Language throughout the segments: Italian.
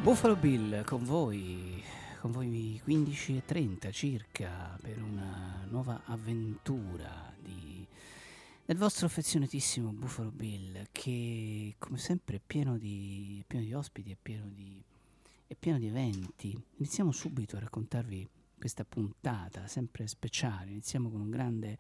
Buffalo Bill con voi 15:30 circa per una nuova avventura del vostro affezionatissimo Buffalo Bill, che come sempre è pieno di ospiti, è pieno di eventi. Iniziamo subito a raccontarvi questa puntata sempre speciale. Iniziamo con un grande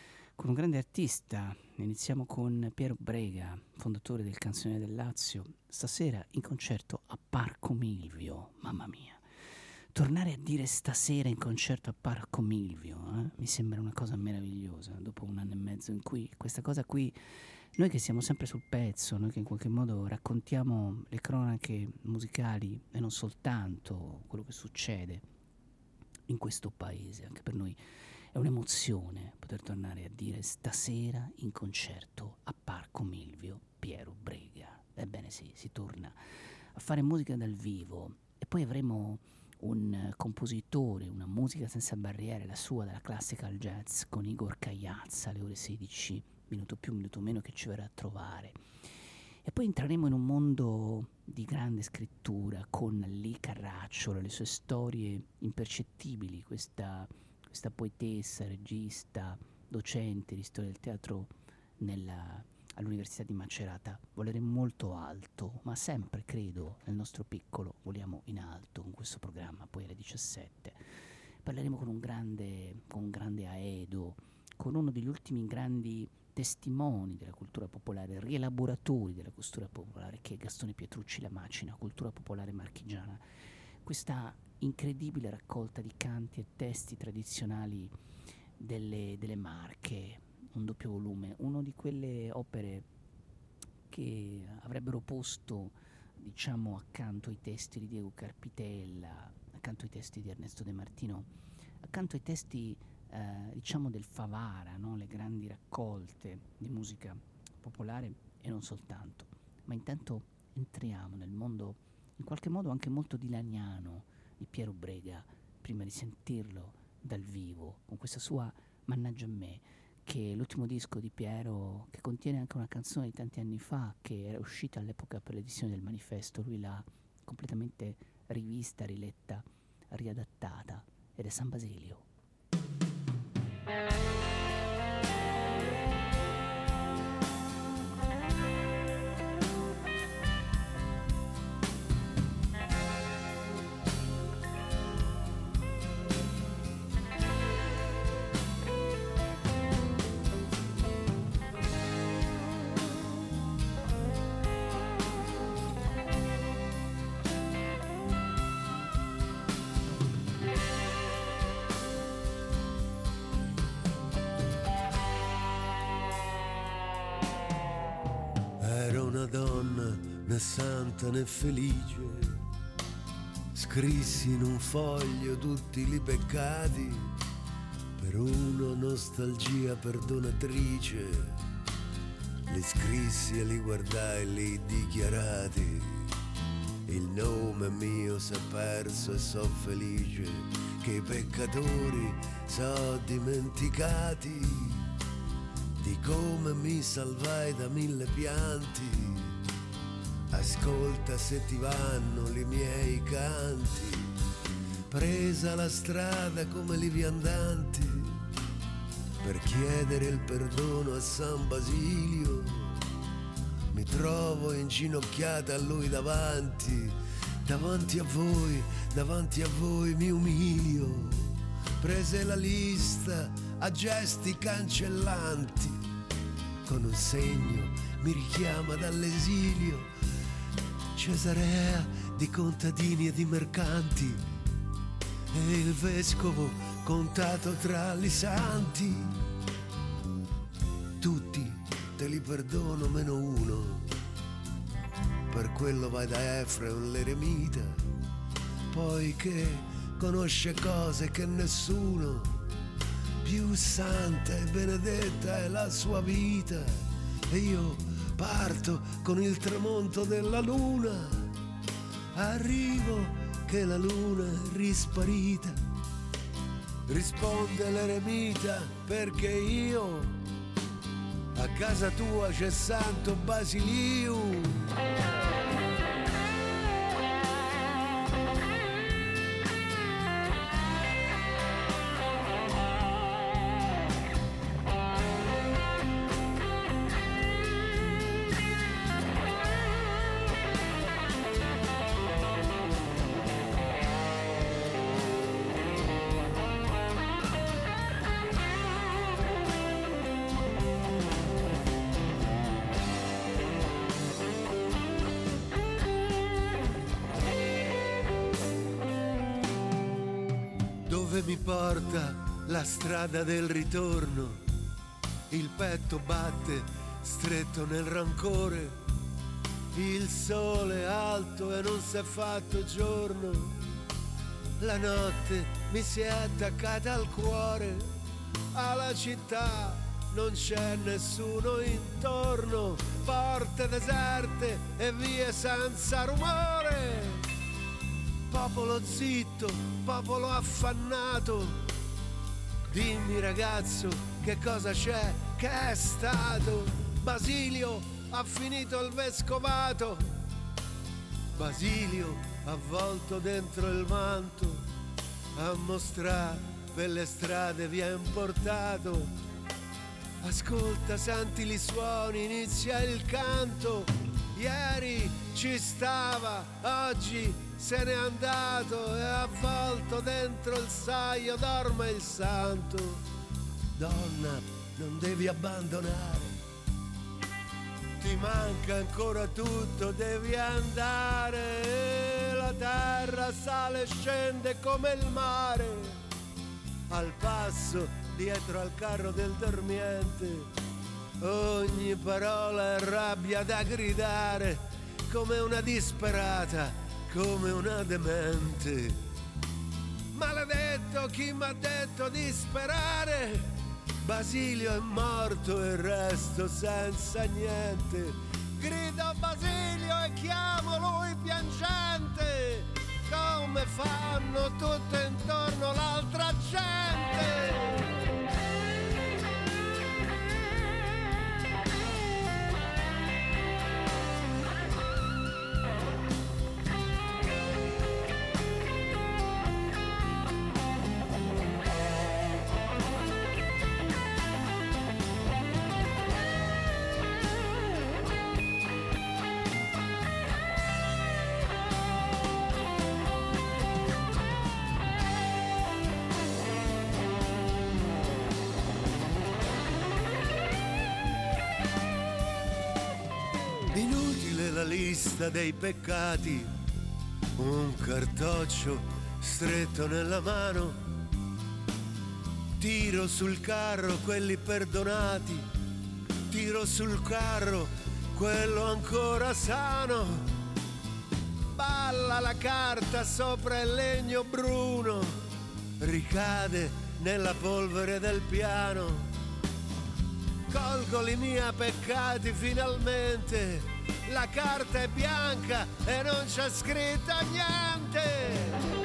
artista, iniziamo con Piero Brega, fondatore del Canzoniere del Lazio, stasera in concerto a Parco Milvio. Mamma mia, tornare a dire stasera in concerto a Parco Milvio, mi sembra una cosa meravigliosa, dopo un anno e mezzo in cui questa cosa qui, noi che siamo sempre sul pezzo, noi che in qualche modo raccontiamo le cronache musicali e non soltanto quello che succede in questo paese, anche per noi è un'emozione poter tornare a dire stasera in concerto a Parco Milvio Piero Brega. Ebbene sì, si torna a fare musica dal vivo e poi avremo un compositore, una musica senza barriere, la sua, dalla classica al jazz, con Igor Cagliazza alle ore 16, minuto più, minuto meno, che ci verrà a trovare. E poi entreremo in un mondo di grande scrittura con Lee Carracciolo, le sue storie impercettibili, questa poetessa, regista, docente di storia del teatro all'Università di Macerata. Voleremo molto alto, ma sempre, credo, nel nostro piccolo voliamo in alto con questo programma. Poi alle 17 parleremo con un grande aedo, con uno degli ultimi grandi testimoni della cultura popolare, rielaboratori della cultura popolare, che è Gastone Pietrucci La Macina, cultura popolare marchigiana. Questa incredibile raccolta di canti e testi tradizionali delle Marche, un doppio volume, una di quelle opere che avrebbero posto, diciamo, accanto ai testi di Diego Carpitella, accanto ai testi di Ernesto De Martino, accanto ai testi diciamo del Favara, no? Le grandi raccolte di musica popolare e non soltanto. Ma intanto entriamo nel mondo, in qualche modo anche molto dilaniano, di Piero Brega, prima di sentirlo dal vivo con questa sua Mannaggia a me, che è l'ultimo disco di Piero, che contiene anche una canzone di tanti anni fa che era uscita all'epoca per l'edizione del Manifesto. Lui l'ha completamente rivista, riletta, riadattata, ed è San Basilio. Né santa né felice, scrissi in un foglio tutti i peccati per una nostalgia perdonatrice. Li scrissi e li guardai li dichiarati, il nome mio s'è perso e so felice che i peccatori so dimenticati di come mi salvai da 1000 pianti. Ascolta se ti vanno i miei canti, presa la strada come li viandanti per chiedere il perdono a San Basilio. Mi trovo inginocchiata a lui davanti a voi mi umilio. Prese la lista a gesti cancellanti, con un segno mi richiama dall'esilio. Cesarea di contadini e di mercanti e il vescovo contato tra i santi. Tutti te li perdono meno uno, per quello vai da Efraim l'eremita, poiché conosce cose che nessuno, più santa e benedetta è la sua vita. E io parto con il tramonto della luna, arrivo che la luna è risparita. Risponde l'eremita perché io a casa tua c'è Santo Basilio. dove mi porta la strada del ritorno. Il petto batte stretto nel rancore, il sole è alto e non si è fatto giorno, la notte mi si è attaccata al cuore, alla città non c'è nessuno intorno, porte deserte e vie senza rumore, popolo zitto, popolo affannato. Dimmi ragazzo, che cosa c'è, che è stato? Basilio ha finito il vescovato, Basilio avvolto dentro il manto, a mostrare per le strade vien portato. Ascolta, senti i suoni, inizia il canto. Ieri ci stava, oggi se n'è andato e avvolto dentro il saio dorme il santo. Donna, non devi abbandonare, ti manca ancora tutto, devi andare. La terra sale e scende come il mare, al passo dietro al carro del dormiente. Ogni parola è rabbia da gridare, come una disperata, come una demente. Maledetto chi m'ha detto di sperare, Basilio è morto e resto senza niente. Grido Basilio e chiamo lui piangente, come fanno tutte intorno l'altra gente. Inutile la lista dei peccati, un cartoccio stretto nella mano. Tiro sul carro quelli perdonati, tiro sul carro quello ancora sano. Balla la carta sopra il legno bruno, ricade nella polvere del piano. Colgo i miei peccati finalmente, la carta è bianca e non c'è scritto niente.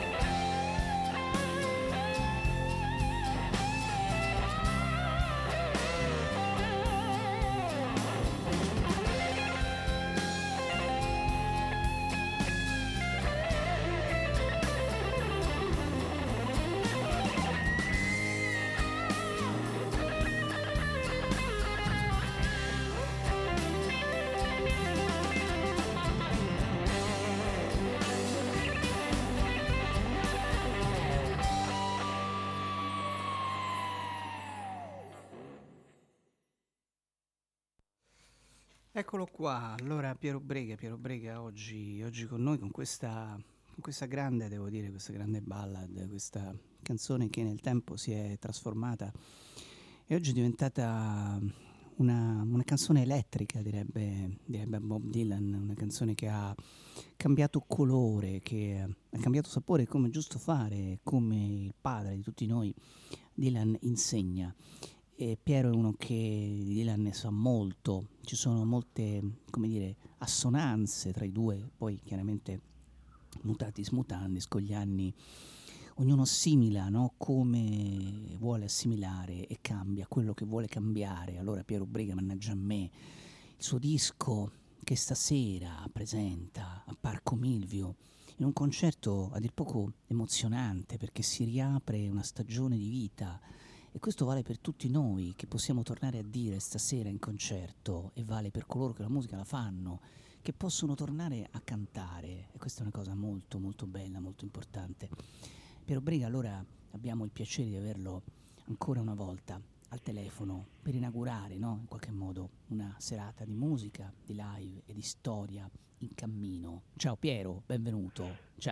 Eccolo qua, allora Piero Brega oggi con noi con questa grande, devo dire, questa grande ballad, questa canzone che nel tempo si è trasformata e oggi è diventata una canzone elettrica, direbbe Bob Dylan, una canzone che ha cambiato colore, che ha cambiato sapore, come è giusto fare, come il padre di tutti noi Dylan insegna. E Piero è uno che di Dylan ne sa molto, ci sono molte, come dire, assonanze tra i due, poi chiaramente mutatis mutandis con gli anni ognuno assimila, no? Come vuole assimilare e cambia quello che vuole cambiare. Allora Piero Brega, mannaggia a me, il suo disco che stasera presenta a Parco Milvio in un concerto a dir poco emozionante, perché si riapre una stagione di vita. E questo vale per tutti noi che possiamo tornare a dire stasera in concerto, e vale per coloro che la musica la fanno, che possono tornare a cantare, e questa è una cosa molto molto bella, molto importante. Piero Brega, allora abbiamo il piacere di averlo ancora una volta al telefono per inaugurare, no, in qualche modo una serata di musica, di live e di storia in cammino. Ciao Piero, benvenuto, ciao.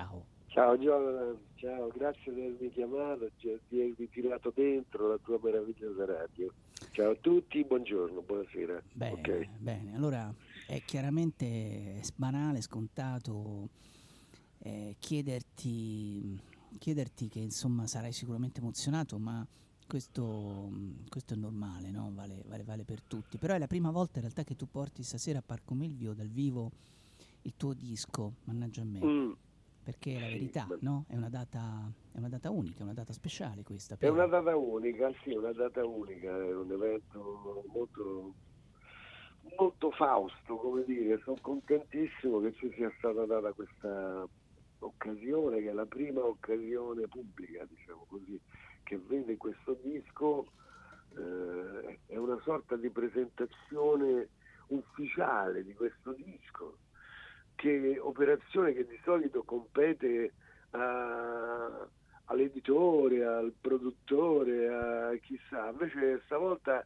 Ciao Jonathan, ciao, grazie di avermi chiamato, di avermi tirato dentro la tua meravigliosa radio. Ciao a tutti, buongiorno, buonasera. Ok. Bene. Allora è chiaramente banale, scontato chiederti che insomma sarai sicuramente emozionato, ma questo è normale, no? Vale per tutti. Però è la prima volta in realtà che tu porti stasera a Parco Milvio dal vivo il tuo disco, mannaggia a me. Mm, Perché la sì, verità, no? È una data unica, è una data speciale questa è una per... data unica, sì, una data unica, è un evento molto, molto fausto, come dire. Sono contentissimo che ci sia stata data questa occasione, che è la prima occasione pubblica, diciamo così, che vede questo disco. È una sorta di presentazione ufficiale di questo disco, operazione che di solito compete all'editore, al produttore, a chissà. Invece stavolta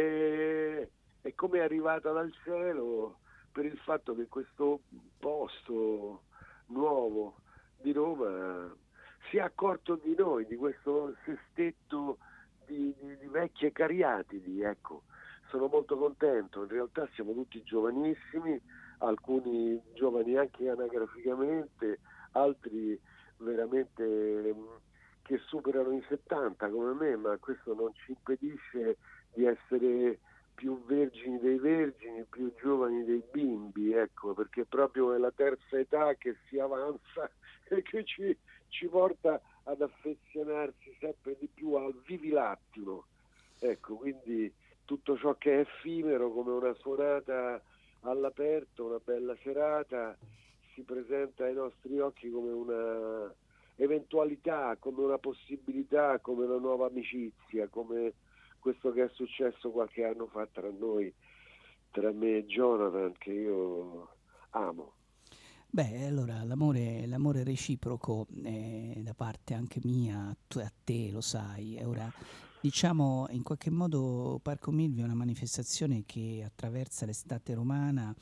è come arrivata dal cielo, per il fatto che questo posto nuovo di Roma si è accorto di noi, di questo sestetto di vecchie cariatidi, ecco. Sono molto contento, in realtà siamo tutti giovanissimi, alcuni giovani anche anagraficamente, altri veramente che superano i 70 come me, ma questo non ci impedisce di essere più vergini dei vergini, più giovani dei bimbi, ecco, perché proprio è la terza età che si avanza e che ci porta ad affezionarsi sempre di più al vivilattimo, ecco, quindi tutto ciò che è effimero, come una suonata all'aperto, una bella serata, si presenta ai nostri occhi come una eventualità, come una possibilità, come una nuova amicizia, come questo che è successo qualche anno fa tra noi, tra me e Jonathan, che io amo. Beh, allora l'amore reciproco da parte anche mia, a te lo sai. Ora, diciamo, in qualche modo Parco Milvio è una manifestazione che attraversa l'estate romana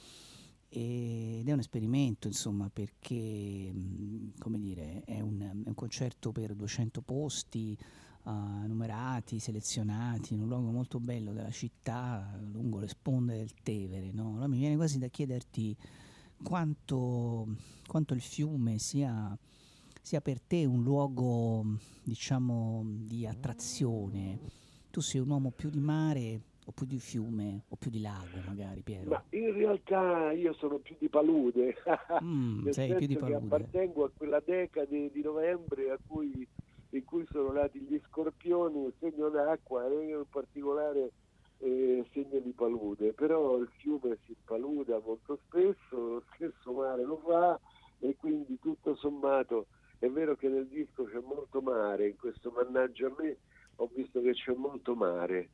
ed è un esperimento, insomma, perché, come dire, è un concerto per 200 posti, numerati, selezionati, in un luogo molto bello della città, lungo le sponde del Tevere, no? Allora mi viene quasi da chiederti quanto, quanto il fiume sia per te un luogo, diciamo, di attrazione. Tu sei un uomo più di mare o più di fiume o più di lago, magari, Ma Piero? in realtà io sono più di palude, nel Sei più di senso che palude. appartengo a quella decade di novembre in cui sono nati gli scorpioni, segno d'acqua, e io in particolare segno di palude, però il fiume si paluda molto spesso, lo stesso mare lo fa, e quindi tutto sommato è vero che nel disco c'è molto mare, in questo mannaggia a me ho visto che c'è molto mare,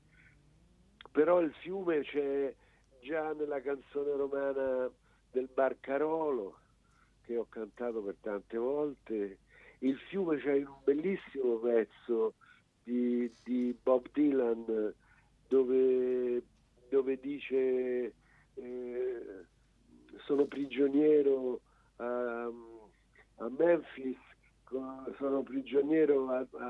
però il fiume c'è già nella canzone romana del Barcarolo, che ho cantato per tante volte. Il fiume c'è in un bellissimo pezzo di Bob Dylan dove dice sono prigioniero a Memphis, sono prigioniero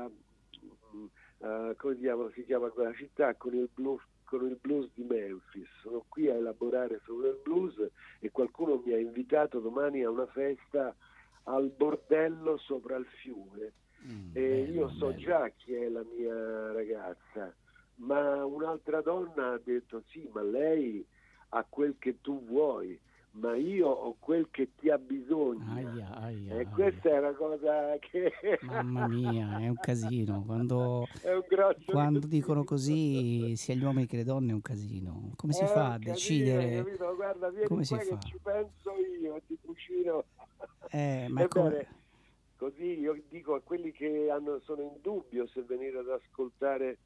come si chiama quella città, con il blues di Memphis. Sono qui a elaborare sobre il blues e qualcuno mi ha invitato domani a una festa al bordello sopra il fiume. E io Bello, so bello. già chi è la mia ragazza, ma un'altra donna ha detto sì, ma lei ha quel che tu vuoi, ma io ho quel che ti ha bisogno. Aia, aia, E aia. questa è una cosa che Mamma mia, è un casino. è un grosso Quando dicono casino. così, sia gli uomini che le donne, è un casino. Come si È fa un a casino, decidere? capito? Guarda, vieni Come si qua che fa? ci penso io, ti cucino. Ma è come... Ebbene, così io dico a quelli che sono in dubbio se venire ad ascoltare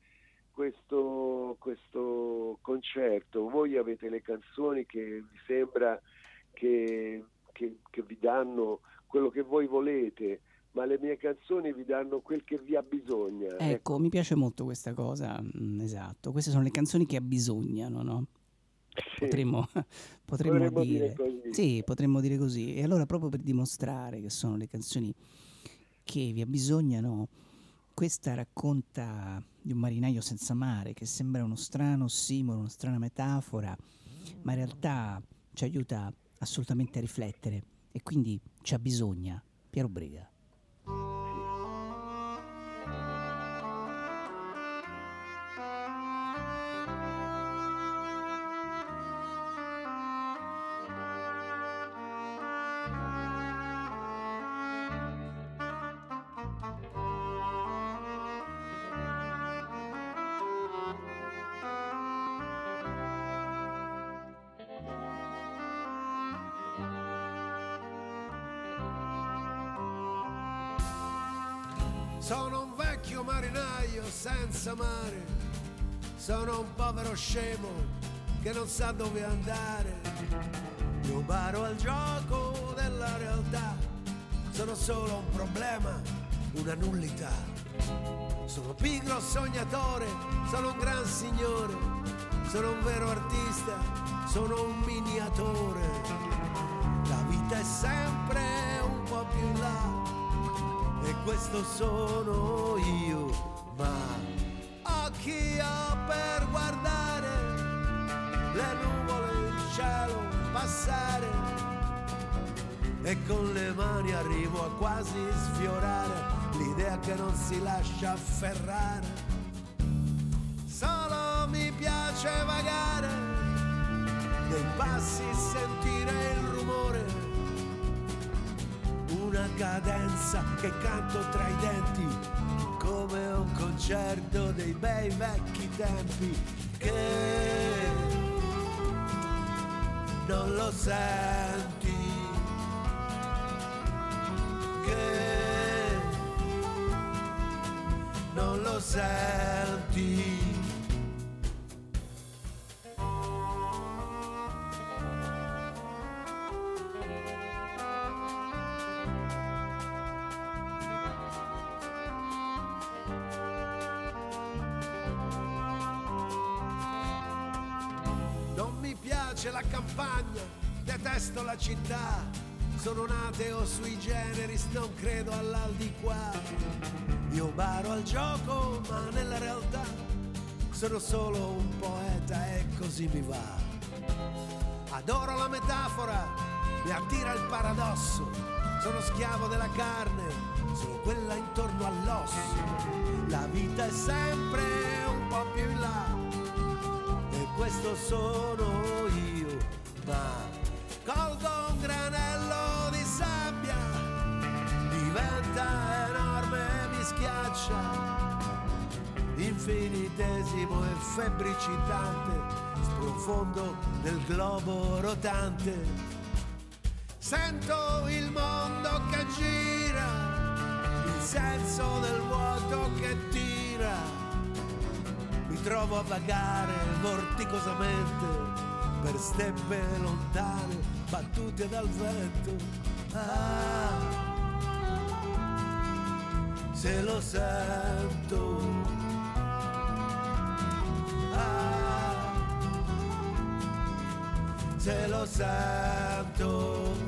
questo concerto, voi avete le canzoni che vi sembra che vi danno quello che voi volete, ma le mie canzoni vi danno quel che vi abbisogna, Ecco, ecco. mi piace molto questa cosa, esatto. Queste sono le canzoni che abbisognano, no? Sì, potremmo potremmo dire dire. così. Sì, potremmo dire così. E allora proprio per dimostrare che sono le canzoni che vi abbisognano, questa racconta di un marinaio senza mare che sembra uno strano ossimoro, una strana metafora, ma in realtà ci aiuta assolutamente a riflettere e quindi ci abbisogna. Piero Brega. Sono un vecchio marinaio senza mare, sono un povero scemo che non sa dove andare. Io baro al gioco della realtà, sono solo un problema, una nullità. Sono pigro sognatore, sono un gran signore, sono un vero artista, sono un miniatore. La vita è sempre un po' più in là, e questo sono io, ma occhi ho per guardare le nuvole, il cielo passare, e con le mani arrivo a quasi sfiorare l'idea che non si lascia afferrare. Solo mi piace vagare, nei passi sentire il rumore, una cadenza che canto tra i denti, come un concerto dei bei vecchi tempi, che non lo senti, che non lo senti. La campagna, detesto la città, sono un ateo sui generis, non credo all'aldilà. Io baro al gioco, ma nella realtà sono solo un poeta e così mi va. Adoro la metafora, mi attira il paradosso, sono schiavo della carne, sono quella intorno all'osso. La vita è sempre un po' più in là, e questo sono io, ma colgo un granello di sabbia, diventa enorme e mi schiaccia, infinitesimo e febbricitante, sprofondo nel globo rotante. Sento il mondo che gira, il senso del vuoto che tira, mi trovo a vagare vorticosamente per steppe lontane battute dal vento. Ah, se lo sento, ah, se lo sento.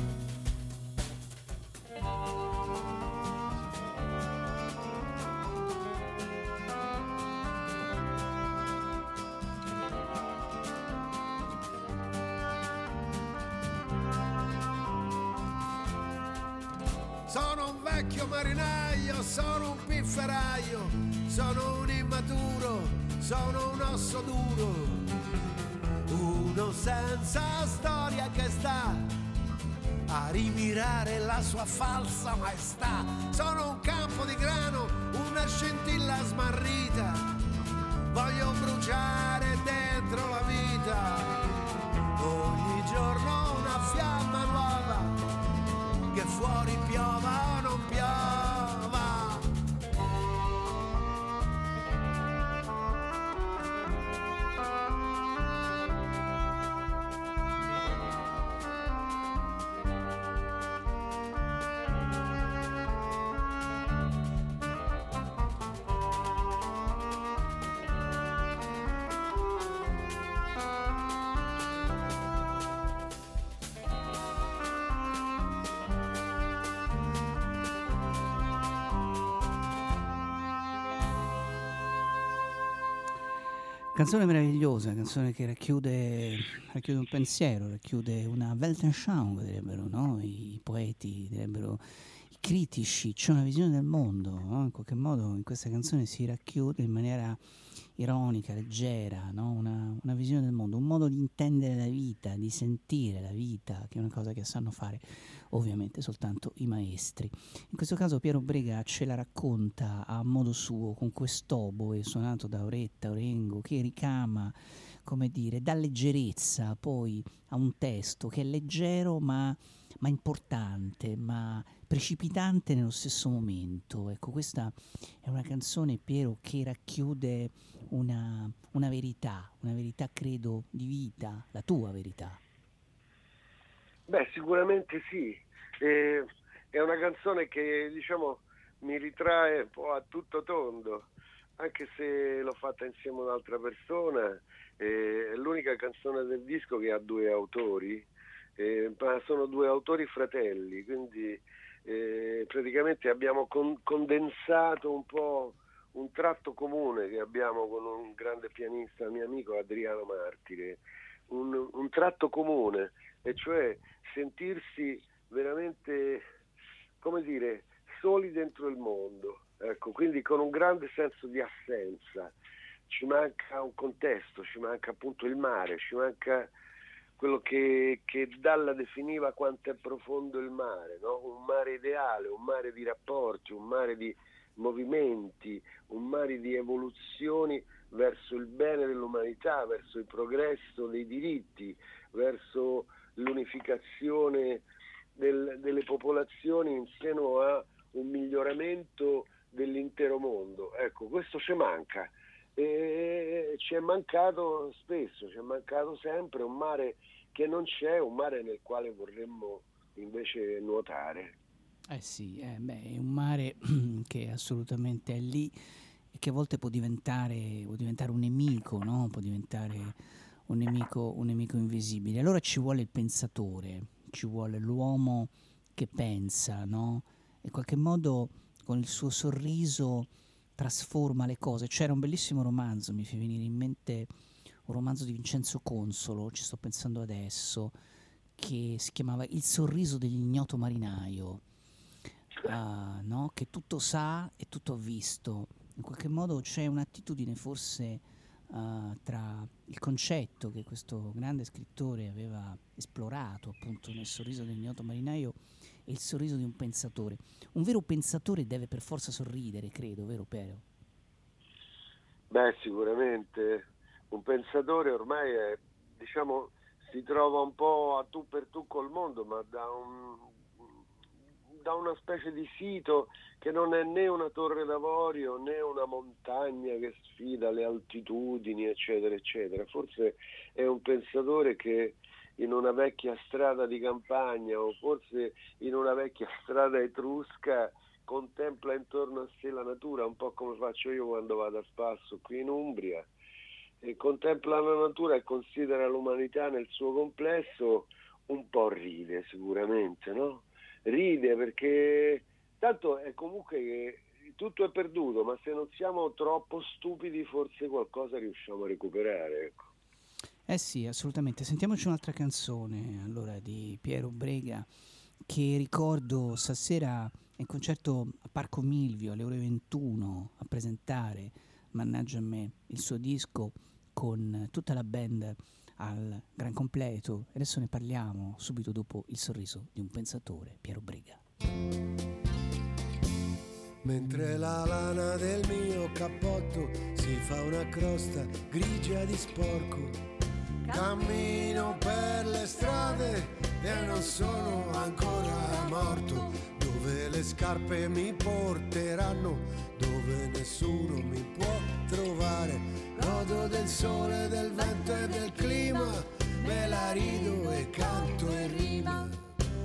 Sono un vecchio marinaio, sono un pifferaio, sono un immaturo, sono un osso duro, uno senza storia che sta a rimirare la sua falsa maestà. Sono un campo di grano, una scintilla smarrita, voglio bruciare dentro la vita, ogni giorno una fiamma nuova, che fuori piova o non piova. Canzone meravigliosa, canzone che racchiude un pensiero, racchiude una Weltanschauung, direbbero, no? I poeti, direbbero i critici, c'è una visione del mondo, no? In qualche modo in questa canzone si racchiude in maniera ironica, leggera, no? Una visione del mondo, un modo di intendere la vita, di sentire la vita, che è una cosa che sanno fare ovviamente soltanto i maestri. In questo caso Piero Brega ce la racconta a modo suo, con quest'oboe suonato da Auretta Orengo, che ricama, come dire, dà leggerezza poi a un testo che è leggero ma importante, ma precipitante nello stesso momento. Ecco, questa è una canzone, Piero, che racchiude una verità credo di vita, la tua verità. Beh, sicuramente sì. È una canzone che, diciamo, mi ritrae un po' a tutto tondo, anche se l'ho fatta insieme a un'altra persona. È l'unica canzone del disco che ha due autori, ma sono due autori fratelli, quindi praticamente abbiamo condensato un po' un tratto comune che abbiamo con un grande pianista, mio amico Adriano Martire, un tratto comune, e cioè sentirsi veramente, come dire, soli dentro il mondo, ecco, quindi con un grande senso di assenza. Ci manca un contesto, ci manca appunto il mare, ci manca quello che Dalla definiva quanto è profondo il mare, no? Un mare ideale, un mare di rapporti, un mare di movimenti, un mare di evoluzioni verso il bene dell'umanità, verso il progresso dei diritti, verso l'unificazione delle popolazioni in seno a un miglioramento dell'intero mondo. Ecco, questo ci manca. E ci è mancato spesso, ci è mancato sempre un mare che non c'è, un mare nel quale vorremmo invece nuotare. Sì, è un mare che assolutamente è lì e che a volte può diventare un nemico, no? Può diventare un nemico invisibile. Allora ci vuole il pensatore, ci vuole l'uomo che pensa, no? E in qualche modo con il suo sorriso trasforma le cose. C'era un bellissimo romanzo, mi fa venire in mente un romanzo di Vincenzo Consolo, ci sto pensando adesso, che si chiamava Il sorriso dell'ignoto marinaio, no? Che tutto sa e tutto ha visto. In qualche modo c'è un'attitudine forse tra il concetto che questo grande scrittore aveva esplorato appunto nel sorriso dell'ignoto marinaio e il sorriso di un pensatore. Un vero pensatore deve per forza sorridere, credo, vero Piero? Beh, sicuramente un pensatore ormai è, diciamo, si trova un po' a tu per tu col mondo, ma da una specie di sito che non è né una torre d'avorio né una montagna che sfida le altitudini, eccetera, eccetera. Forse è un pensatore che in una vecchia strada di campagna o forse in una vecchia strada etrusca contempla intorno a sé la natura, un po' come faccio io quando vado a spasso qui in Umbria, e contempla la natura e considera l'umanità nel suo complesso. Un po' ride sicuramente, no? Ride perché tanto è comunque che tutto è perduto, ma se non siamo troppo stupidi forse qualcosa riusciamo a recuperare, ecco. Sì, assolutamente. Sentiamoci un'altra canzone allora di Piero Brega, che ricordo stasera in concerto a Parco Milvio alle ore 21 a presentare, mannaggia a me, il suo disco con tutta la band al gran completo. E adesso ne parliamo subito dopo Il sorriso di un pensatore, Piero Brega. Mentre la lana del mio cappotto si fa una crosta grigia di sporco, cammino per le strade e non sono ancora morto, dove le scarpe mi porteranno, dove nessuno mi può trovare. Godo del sole, del vento e del clima, me la rido e canto e rima.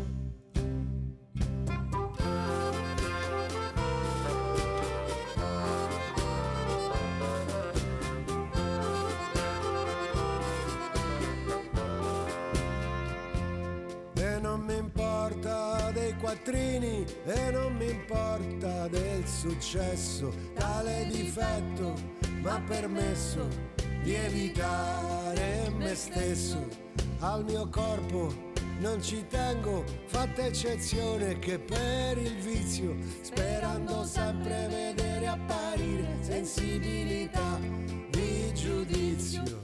Quattrini e non mi importa del successo, tale difetto m'ha permesso di evitare me stesso. Al mio corpo non ci tengo, fatta eccezione che per il vizio, sperando sempre vedere apparire sensibilità di giudizio.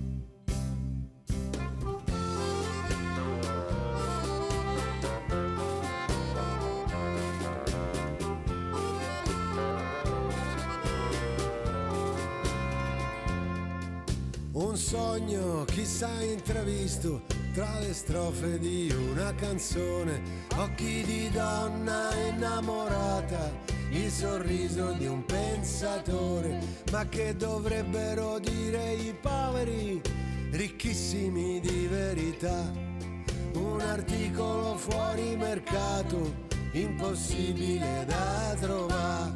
Un sogno, chissà intravisto, tra le strofe di una canzone, occhi di donna innamorata, il sorriso di un pensatore, ma che dovrebbero dire i poveri, ricchissimi di verità? Un articolo fuori mercato, impossibile da trovare.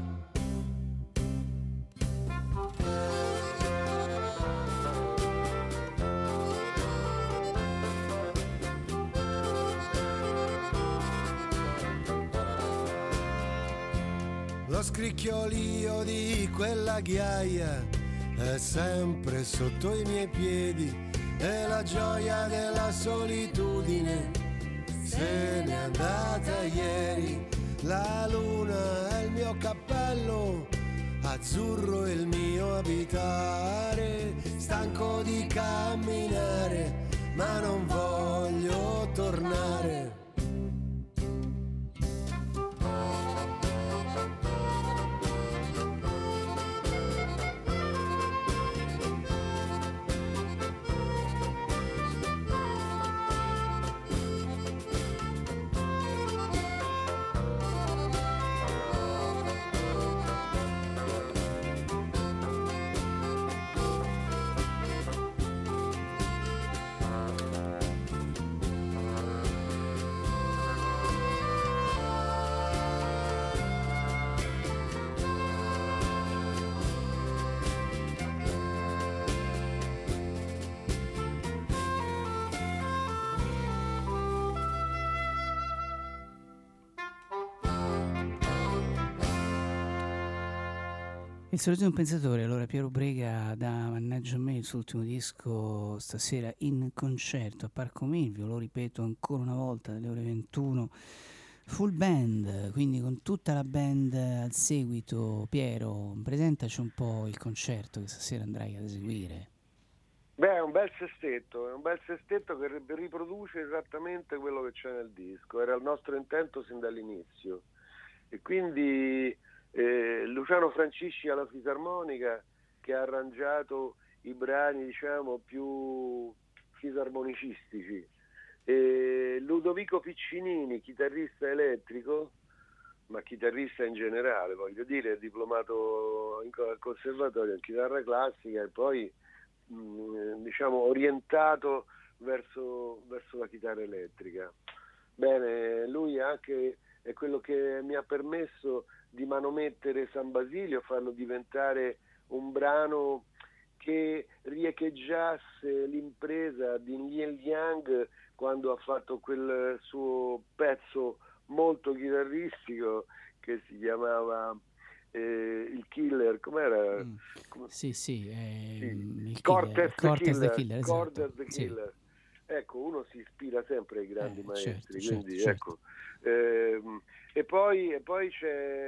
Lo scricchiolio di quella ghiaia è sempre sotto i miei piedi e la gioia della solitudine se n'è andata ieri. La luna è il mio cappello, azzurro è il mio abitare, stanco di camminare ma non voglio tornare. Il sorriso di un pensatore, allora Piero Brega da Mannaggia a me, il suo ultimo disco stasera in concerto a Parco Milvio, lo ripeto ancora una volta, dalle ore 21, full band, quindi con tutta la band al seguito. Piero, presentaci un po' il concerto che stasera andrai ad eseguire. Beh, è un bel sestetto che riproduce esattamente quello che c'è nel disco, era il nostro intento sin dall'inizio, e quindi Luciano Francisci alla fisarmonica, che ha arrangiato i brani diciamo più fisarmonicistici, e Ludovico Piccinini, chitarrista elettrico, ma chitarrista in generale, voglio dire, è diplomato al conservatorio in chitarra classica e poi diciamo orientato verso la chitarra elettrica. Bene, lui anche è quello che mi ha permesso di manomettere San Basilio, farlo diventare un brano che riecheggiasse l'impresa di Neil Young quando ha fatto quel suo pezzo molto chitarristico che si chiamava il Killer, com'era? Sì, il Cortez the Killer, esatto. Cortez the Killer. Sì. Ecco, uno si ispira sempre ai grandi maestri, certo, quindi certo. ecco. E poi c'è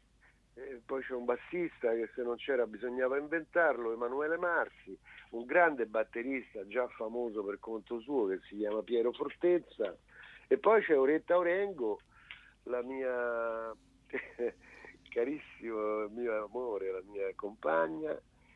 un bassista che se non c'era bisognava inventarlo, Emanuele Marsi, un grande batterista già famoso per conto suo che si chiama Piero Fortezza, e poi c'è Oretta Orengo, la mia carissimo mio amore, la mia compagna,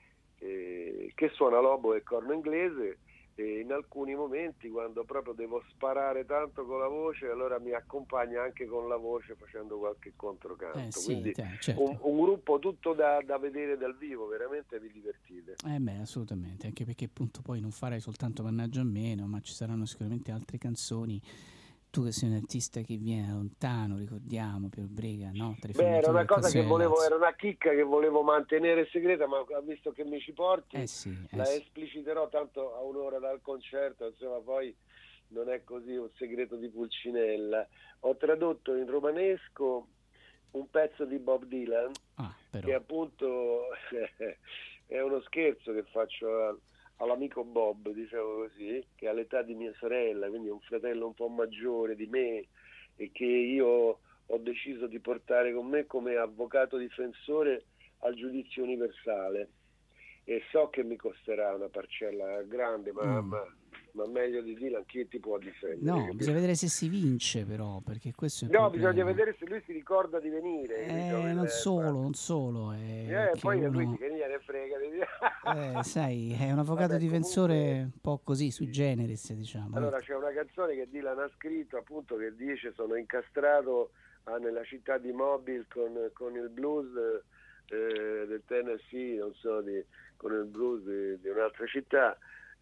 che suona l'oboe e corno inglese, e in alcuni momenti quando proprio devo sparare tanto con la voce allora mi accompagna anche con la voce facendo qualche controcanto, quindi certo. un gruppo tutto da vedere dal vivo, veramente vi divertite. Assolutamente, anche perché appunto poi non farai soltanto Mannaggia a me, no, ma ci saranno sicuramente altre canzoni. Tu che sei un artista che viene da lontano, ricordiamo, Piero Brega, no? Era una cosa che volevo, era una chicca che volevo mantenere segreta, ma visto che mi ci porti, la espliciterò, tanto a un'ora dal concerto, insomma, poi non è così un segreto di Pulcinella. Ho tradotto in romanesco un pezzo di Bob Dylan, che appunto è uno scherzo che faccio all'amico Bob, diciamo così, che ha l'età di mia sorella, quindi è un fratello un po' maggiore di me e che io ho deciso di portare con me come avvocato difensore al giudizio universale, e so che mi costerà una parcella grande, ma meglio di Dylan chi ti può difendere? No, bisogna vedere se si vince però, perché questo è il No, problema. bisogna vedere se lui si ricorda di venire. Non solo. Poi che lui uno... che gliene frega. sai, è un avvocato Vabbè, difensore comunque, un po' così, sui generis, diciamo. Allora c'è una canzone che Dylan ha scritto, appunto, che dice: sono incastrato nella città di Mobile con il blues del Tennessee, non so, con il blues di un'altra città.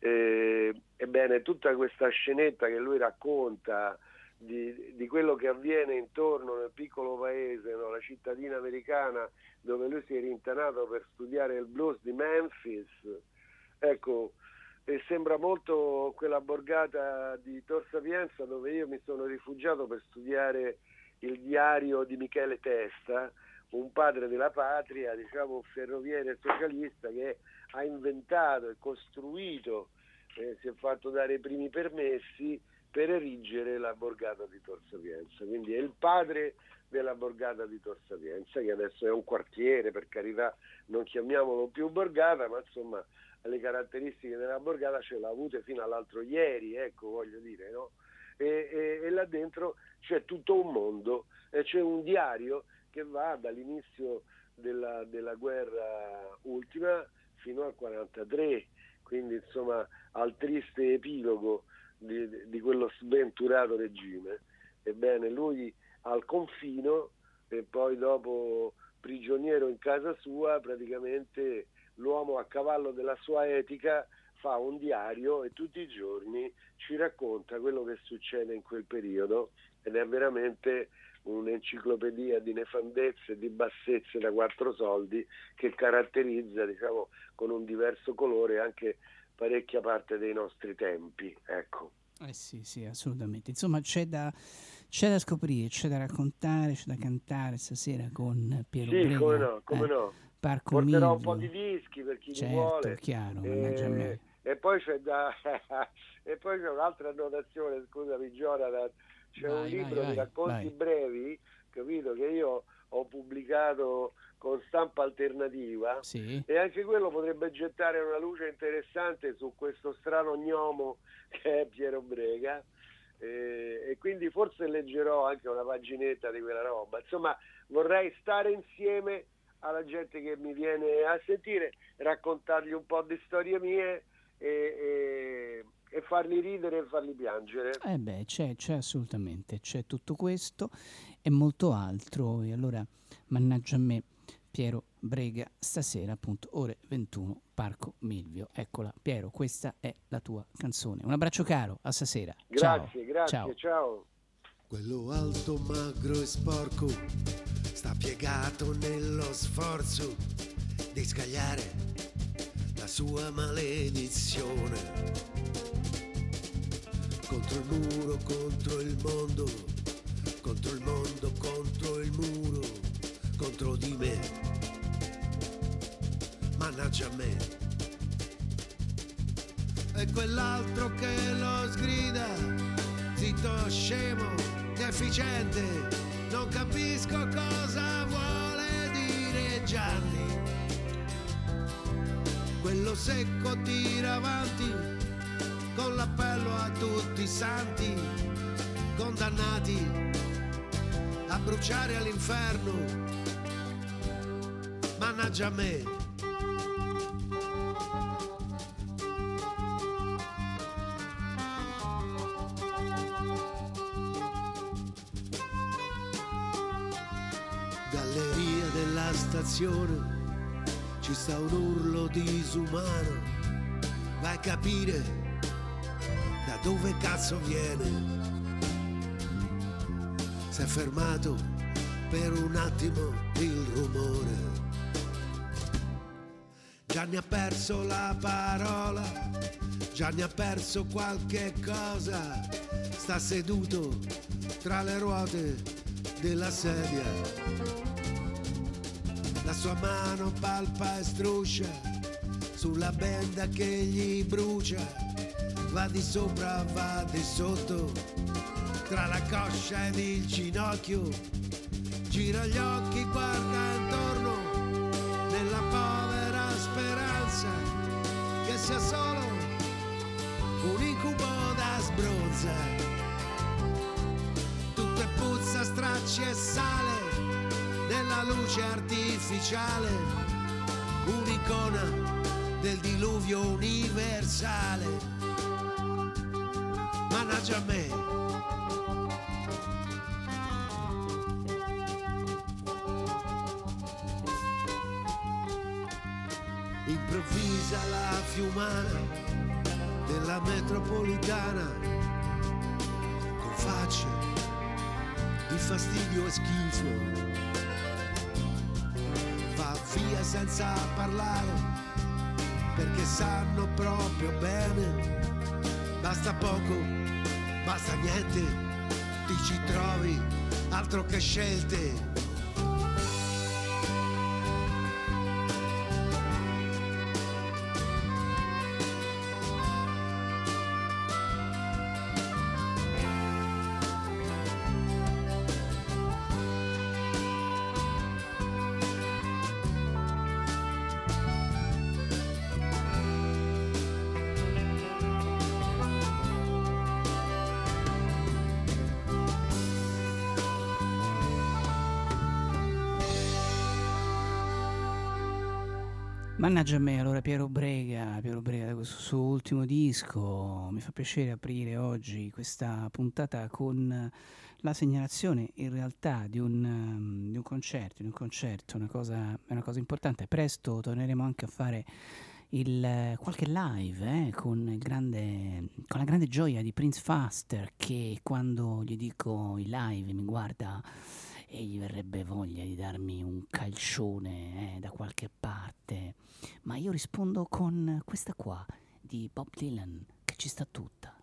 Ebbene, tutta questa scenetta che lui racconta di quello che avviene intorno nel piccolo paese, no? La cittadina americana dove lui si è rintanato per studiare il blues di Memphis, ecco, e sembra molto quella borgata di Tor Sapienza dove io mi sono rifugiato per studiare il diario di Michele Testa, un padre della patria, diciamo un ferroviere socialista che ha inventato e costruito, si è fatto dare i primi permessi per erigere la borgata di Tor Sapienza, quindi è il padre della borgata di Tor Sapienza, che adesso è un quartiere, per carità, non chiamiamolo più borgata, ma insomma le caratteristiche della borgata ce l'ha avute fino all'altro ieri, ecco, voglio dire, no? E là dentro c'è tutto un mondo, c'è un diario che va dall'inizio della guerra ultima fino al 43, quindi insomma al triste epilogo di quello sventurato regime. Ebbene, lui al confino e poi dopo prigioniero in casa sua, praticamente l'uomo a cavallo della sua etica fa un diario e tutti i giorni ci racconta quello che succede in quel periodo, ed è veramente un'enciclopedia di nefandezze e di bassezze da quattro soldi che caratterizza, diciamo, con un diverso colore anche parecchia parte dei nostri tempi, ecco. Sì, assolutamente. Insomma, c'è da scoprire, c'è da raccontare, c'è da cantare stasera con Piero Brega. Sì, come no. Parco Porterò Milvio. un po' di dischi per chi li Certo, vuole. chiaro, mannaggia me. E poi c'è un'altra annotazione, scusami Jonathan, c'è un libro di racconti brevi, capito, che io ho pubblicato con stampa alternativa, sì. E anche quello potrebbe gettare una luce interessante su questo strano gnomo che è Piero Brega, e quindi forse leggerò anche una paginetta di quella roba. Insomma, vorrei stare insieme alla gente che mi viene a sentire, raccontargli un po' di storie mie e farli ridere e farli piangere. C'è assolutamente, c'è tutto questo e molto altro. E allora, mannaggia a me, Piero Brega, stasera appunto ore 21, Parco Milvio. Eccola, Piero, questa è la tua canzone. Un abbraccio caro, a stasera. Grazie, ciao. Quello alto, magro e sporco sta piegato nello sforzo di scagliare la sua maledizione contro il muro, contro il mondo, contro il mondo, contro il muro, contro di me, mannaggia a me. E quell'altro che lo sgrida, zitto, scemo, deficiente, non capisco cosa vuole dire Gianni. Quello secco tira avanti con l'appello a tutti i santi condannati a bruciare all'inferno, mannaggia a me. Galleria della stazione ci sta un urlo disumano, vai a capire da dove cazzo viene. S'è fermato per un attimo il rumore, Gianni ha perso la parola, Gianni ha perso qualche cosa, sta seduto tra le ruote della sedia, la sua mano palpa e struscia sulla benda che gli brucia, va di sopra, va di sotto, tra la coscia ed il ginocchio, gira gli occhi, guarda intorno, nella povera speranza che sia solo un incubo da sbronza. Tutto è puzza, stracci e sale nella luce artificiale, un'icona del diluvio universale. Mannaggia a me. Improvvisa la fiumana della metropolitana, con facce di fastidio e schifo, va via senza parlare, perché sanno proprio bene, basta poco, basta niente, ti ci trovi, altro che scelte. Mannaggia a me, allora Piero Brega da questo suo ultimo disco. Mi fa piacere aprire oggi questa puntata con la segnalazione in realtà di un concerto, è una cosa importante. Presto torneremo anche a fare qualche live con la grande gioia di Prince Faster, che quando gli dico i live mi guarda e gli verrebbe voglia di darmi un calcione da qualche parte, ma io rispondo con questa qua di Bob Dylan, che ci sta tutta.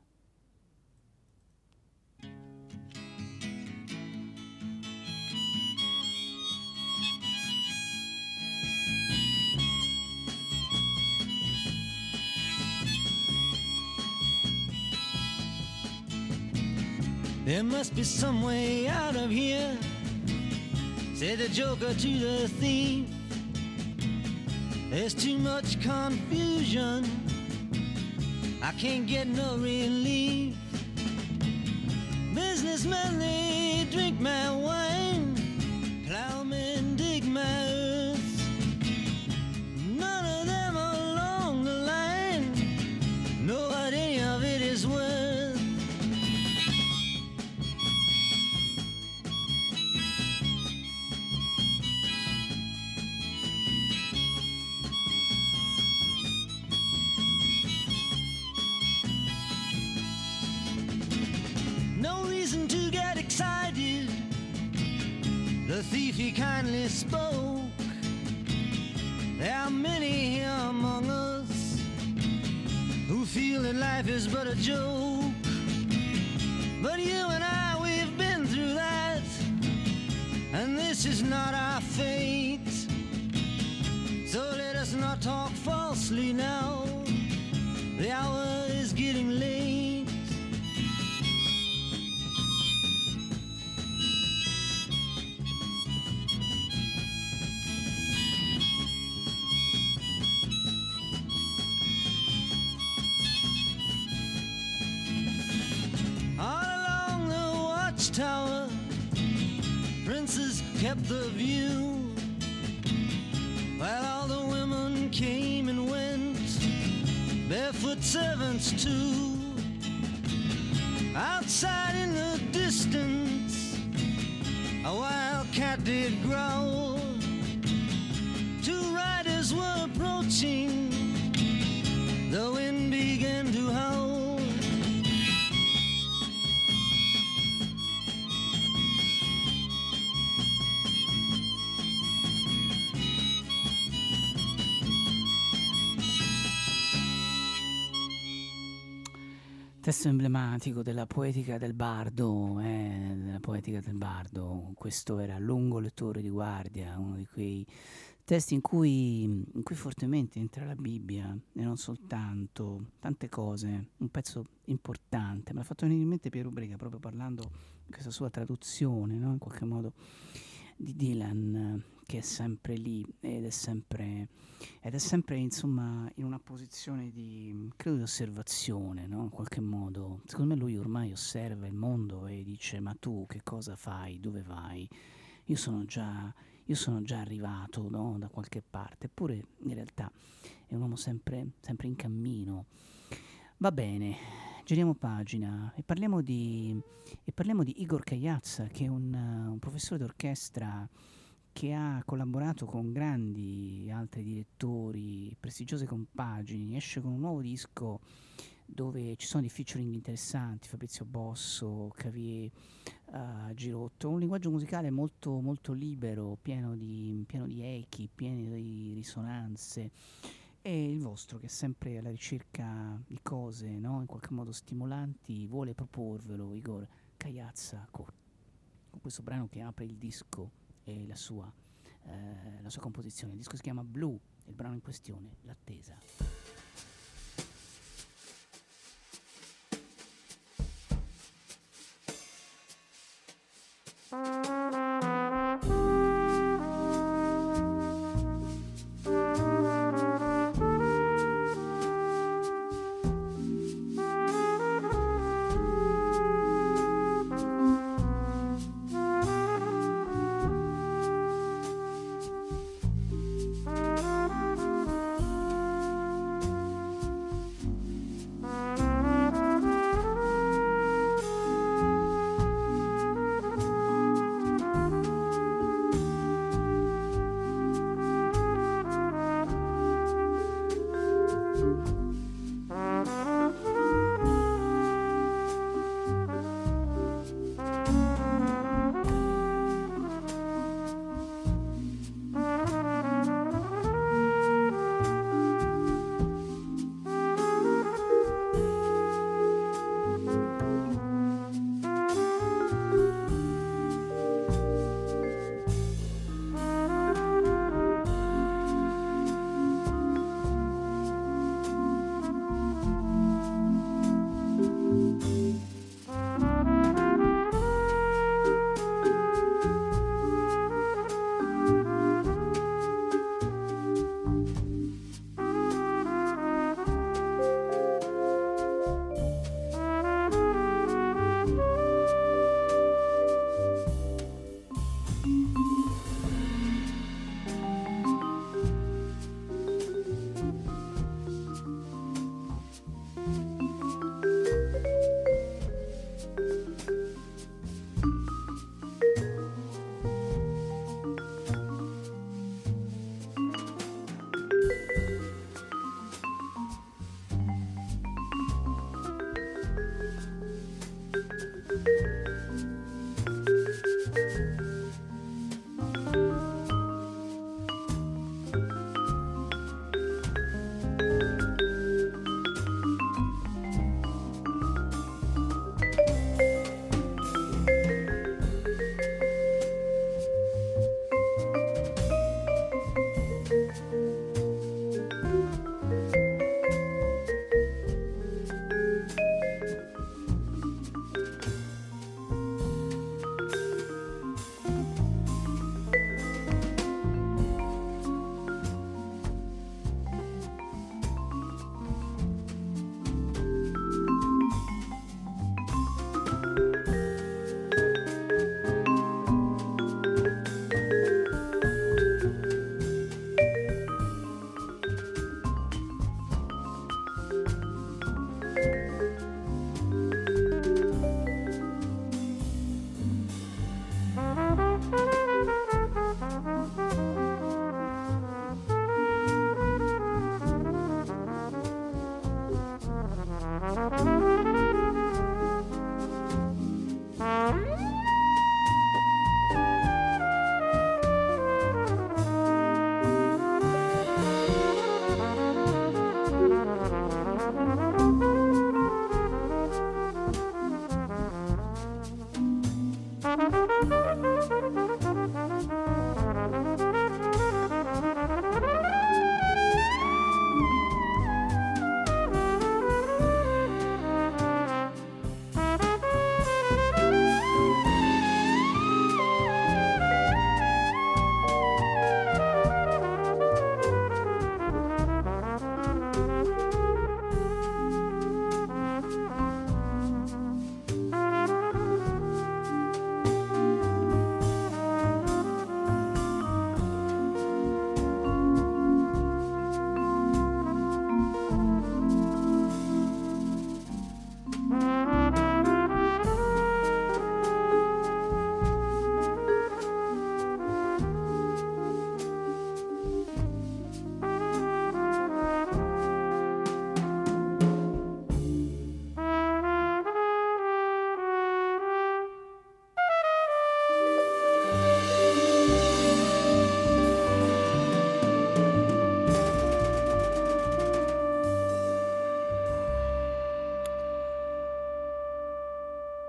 There must be some way out of here, said the joker to the thief. There's too much confusion, I can't get no relief. Businessmen, they drink my wine, plowmen dig my earth. None of them along the line know what any of it is worth. The thief, he kindly spoke. There are many here among us who feel that life is but a joke. But you and I, we've been through that, and this is not our fate. So let us not talk falsely now, the hour is getting late. Tower, princes kept the view, while all the women came and went, barefoot servants too. Outside in the distance, a wild cat did growl. Two riders were approaching, the wind began to howl. Testo emblematico della poetica del bardo, questo era Lungo lettore di guardia, uno di quei testi in cui fortemente entra la Bibbia e non soltanto, tante cose, un pezzo importante. Me l'ha fatto venire in mente Piero Brega proprio parlando di questa sua traduzione, no? In qualche modo di Dylan, che è sempre lì ed è sempre insomma in una posizione di, credo, di osservazione, no? In qualche modo secondo me lui ormai osserva il mondo e dice: ma tu che cosa fai, dove vai? io sono già arrivato, no? Da qualche parte, eppure in realtà è un uomo sempre in cammino. Va bene, giriamo pagina e parliamo di Igor Cagliazza, che è un professore d'orchestra che ha collaborato con grandi altri direttori, prestigiose compagini. Esce con un nuovo disco dove ci sono dei featuring interessanti: Fabrizio Bosso, Cavier, Girotto. Un linguaggio musicale molto, molto libero, pieno di echi, pieno di risonanze. E il vostro, che è sempre alla ricerca di cose, no? In qualche modo stimolanti, vuole proporvelo, Igor Cagliazza, con questo brano che apre il disco e la sua composizione. Il disco si chiama Blue, il brano in questione, L'attesa.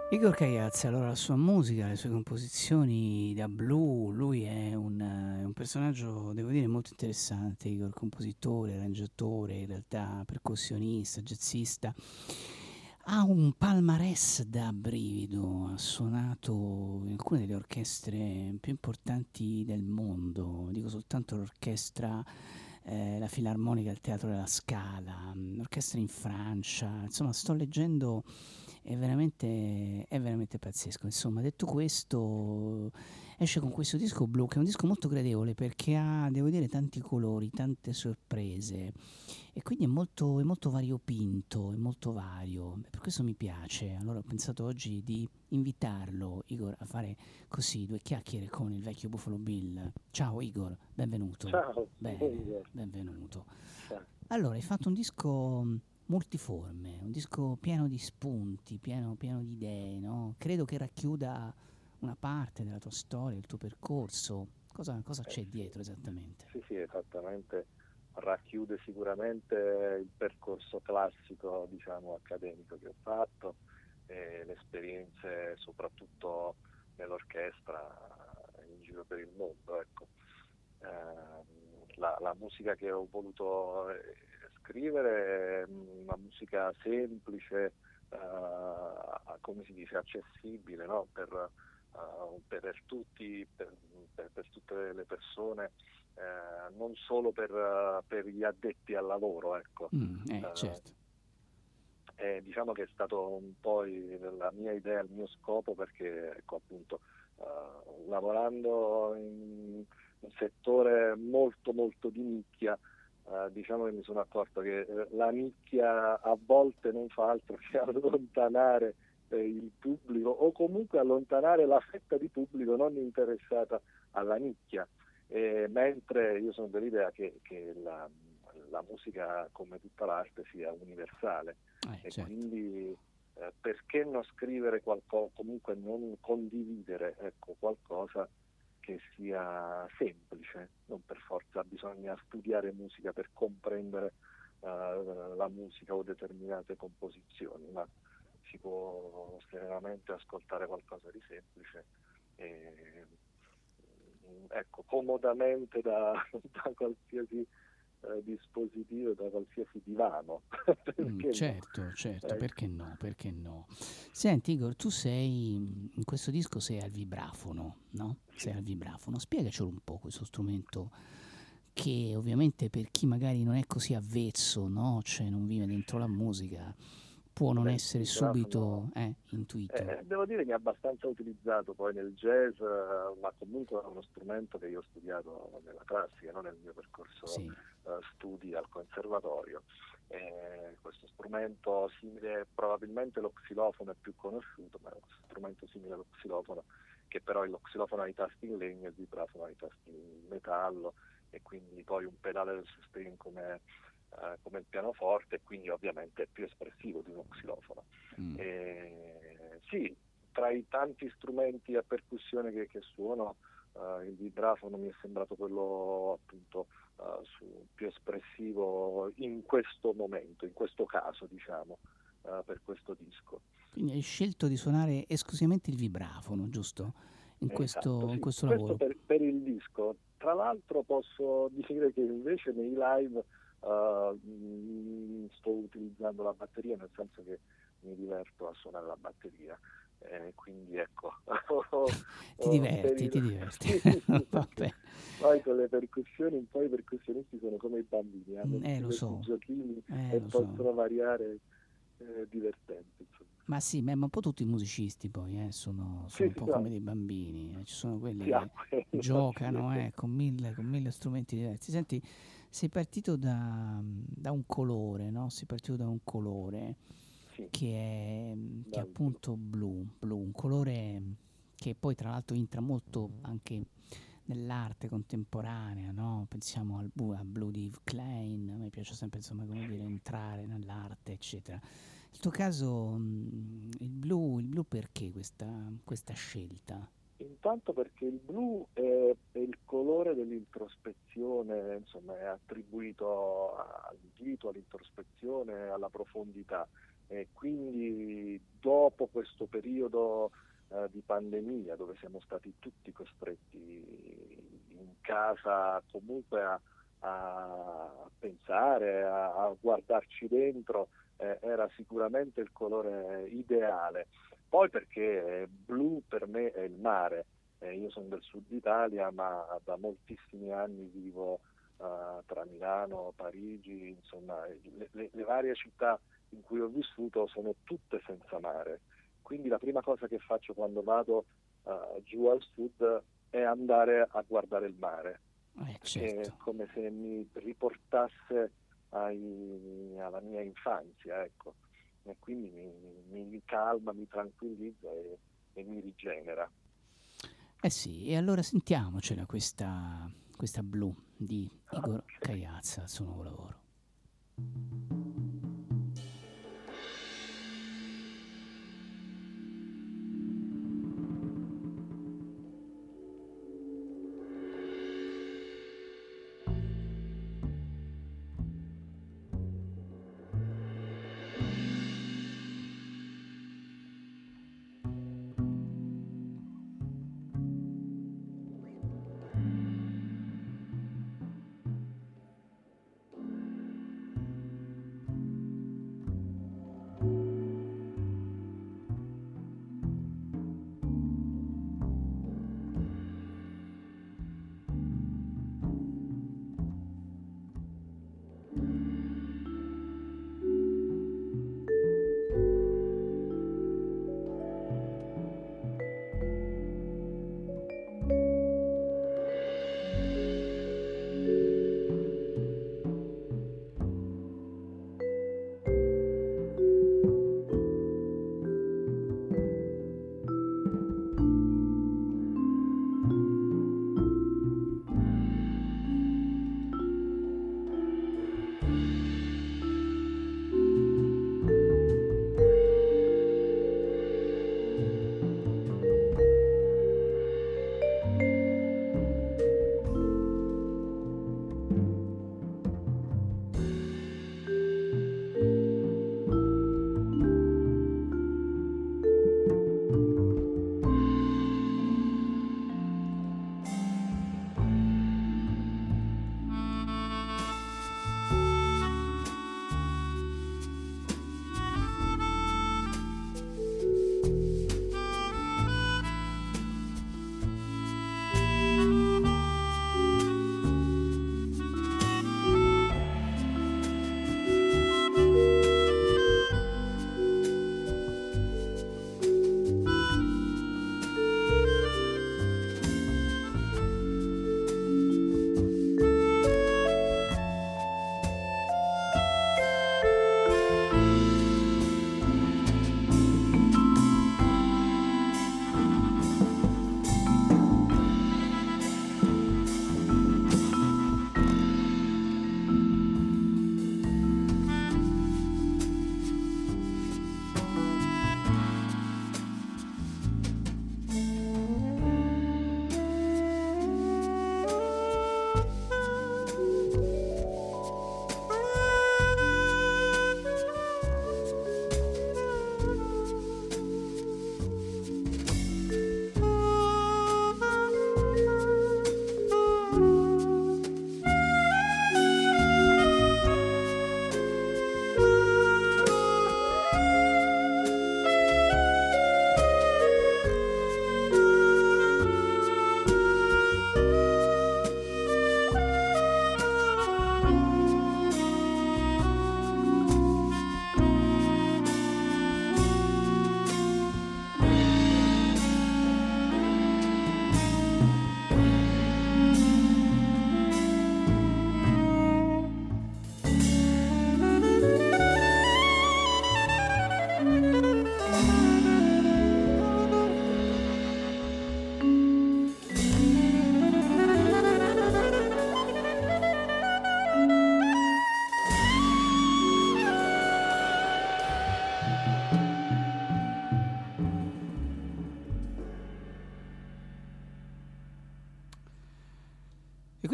Igor Cagliazza, allora la sua musica, le sue composizioni da blu, lui è un personaggio, devo dire, molto interessante, Igor, compositore, arrangiatore, in realtà percussionista, jazzista. Ha un palmarès da brivido, ha suonato in alcune delle orchestre più importanti del mondo, dico soltanto l'orchestra, la Filarmonica al Teatro della Scala, l'orchestra in Francia, insomma sto leggendo, è veramente pazzesco. Insomma, detto questo, esce con questo disco blu, che è un disco molto gradevole perché ha, devo dire, tanti colori, tante sorprese e quindi è molto variopinto, è molto vario. E per questo mi piace. Allora ho pensato oggi di invitarlo, Igor, a fare così due chiacchiere con il vecchio Buffalo Bill. Ciao Igor, benvenuto. Ciao, Bene, benvenuto. ciao. Allora, hai fatto un disco multiforme, un disco pieno di spunti, pieno di idee, no? Credo che racchiuda una parte della tua storia, il tuo percorso. Cosa c'è dietro esattamente? Sì, esattamente, racchiude sicuramente il percorso classico, diciamo, accademico che ho fatto e le esperienze soprattutto nell'orchestra in giro per il mondo, ecco. La musica che ho voluto scrivere è una musica semplice, come si dice, accessibile, no? Per tutti, per tutte le persone, non solo per gli addetti al lavoro, ecco. Certo. Diciamo che è stato un po' la mia idea, il mio scopo, perché ecco, appunto, lavorando in un settore molto molto di nicchia, diciamo che mi sono accorto che la nicchia a volte non fa altro che allontanare il pubblico, o comunque allontanare la fetta di pubblico non interessata alla nicchia, mentre io sono dell'idea che la musica, come tutta l'arte, sia universale, e Certo. quindi perché non scrivere qualcosa, comunque non condividere, ecco, qualcosa che sia semplice. Non per forza bisogna studiare musica per comprendere la musica o determinate composizioni, ma si può serenamente ascoltare qualcosa di semplice e, ecco, comodamente da qualsiasi dispositivo, da qualsiasi divano. Perché Certo, no? certo, Ecco. perché no? Senti Igor, tu sei, in questo disco sei al vibrafono, no? Sei Sì. al vibrafono, spiegacelo un po' questo strumento che ovviamente per chi magari non è così avvezzo, no? Cioè non vive dentro la musica, può non Beh, il essere vibrafono, subito intuito. devo dire che è abbastanza utilizzato poi nel jazz, ma comunque è uno strumento che io ho studiato nella classica, non nel mio percorso Sì. studi al conservatorio. Questo strumento simile, probabilmente lo xilofono è più conosciuto, ma è uno strumento simile allo xilofono, che però lo xilofono ha i tasti in legno e il vibrafono ha i tasti in metallo, e quindi poi un pedale del sustain come il pianoforte, e quindi ovviamente è più espressivo di uno xilofono. Sì, tra i tanti strumenti a percussione che suono, il vibrafono mi è sembrato quello appunto più espressivo in questo momento, in questo caso, diciamo, per questo disco. Quindi hai scelto di suonare esclusivamente il vibrafono, giusto? Esatto, In sì. questo Questo lavoro. per il disco. Tra l'altro posso dire che invece nei live sto utilizzando la batteria, nel senso che mi diverto a suonare la batteria. Quindi ecco, Ti diverti, ti diverti. Sì, perché Vabbè. poi con le percussioni, un po' i percussionisti sono come i bambini, hanno tutti Lo questi so, giochini e lo so. possono variare, divertenti, insomma. Ma sì, ma un po' tutti i musicisti poi sono un Sì, po' come no, dei bambini, ci sono quelli sì, che quello giocano sì. con mille strumenti diversi. Senti, sei partito da un colore, no? Sei partito da un colore Sì, che è dal blu. appunto blu, un colore che poi tra l'altro entra molto anche nell'arte contemporanea, no? Pensiamo al blu di Yves Klein, a me piace sempre, insomma, come dire, entrare nell'arte, eccetera. Nel tuo caso, il blu perché questa scelta? Intanto perché il blu è il colore dell'introspezione, insomma, è attribuito all'intuito, all'introspezione, alla profondità, e quindi dopo questo periodo di pandemia, dove siamo stati tutti costretti in casa comunque a pensare, a guardarci dentro, era sicuramente il colore ideale. Poi perché blu per me è il mare. Io sono del sud Italia, ma da moltissimi anni vivo tra Milano, Parigi, insomma, le varie città in cui ho vissuto sono tutte senza mare. Quindi la prima cosa che faccio quando vado giù al sud è andare a guardare il mare, perché è Certo. come se mi riportasse alla mia infanzia, ecco. E quindi mi calma, mi tranquillizza e mi rigenera. Eh sì, e allora sentiamocela questa blu di Igor Cagliazza, al suo nuovo lavoro.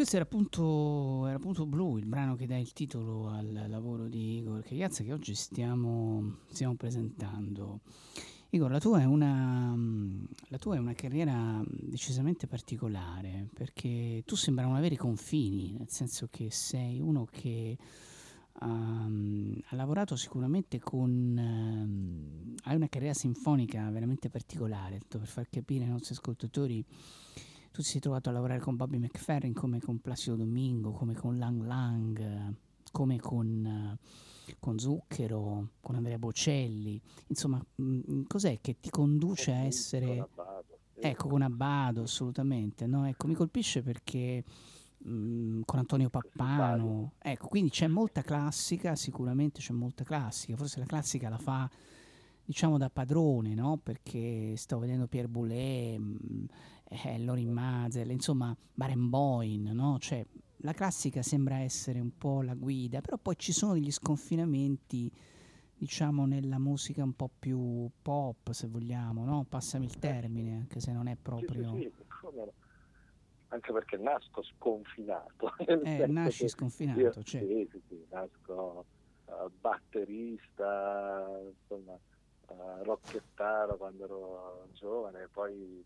questo era appunto Blue, il brano che dà il titolo al lavoro di Igor Chiazza che oggi stiamo presentando. Igor, la tua è una carriera decisamente particolare, perché tu sembra non avere confini, nel senso che sei uno che ha lavorato sicuramente hai una carriera sinfonica veramente particolare, tanto per far capire ai nostri ascoltatori. Tu ti sei trovato a lavorare con Bobby McFerrin, come con Placido Domingo, come con Lang Lang, come con Zucchero, con Andrea Bocelli. Insomma, cos'è che ti conduce a essere... Ecco, con Abbado, assolutamente. No? Ecco, mi colpisce perché con Antonio Pappano, ecco, quindi c'è molta classica, sicuramente c'è molta classica. Forse la classica la fa, diciamo, da padrone, no? Perché sto vedendo Pierre Boulez, Lorin Maazel, insomma, Barenboim, no? Cioè, la classica sembra essere un po' la guida, però poi ci sono degli sconfinamenti, diciamo, nella musica un po' più pop, se vogliamo, no? Passami il termine, anche se non è proprio... Sì, come no. Anche perché nasco sconfinato. Nasci sconfinato, certo. Sì, nasco batterista, insomma, rockettaro quando ero giovane, poi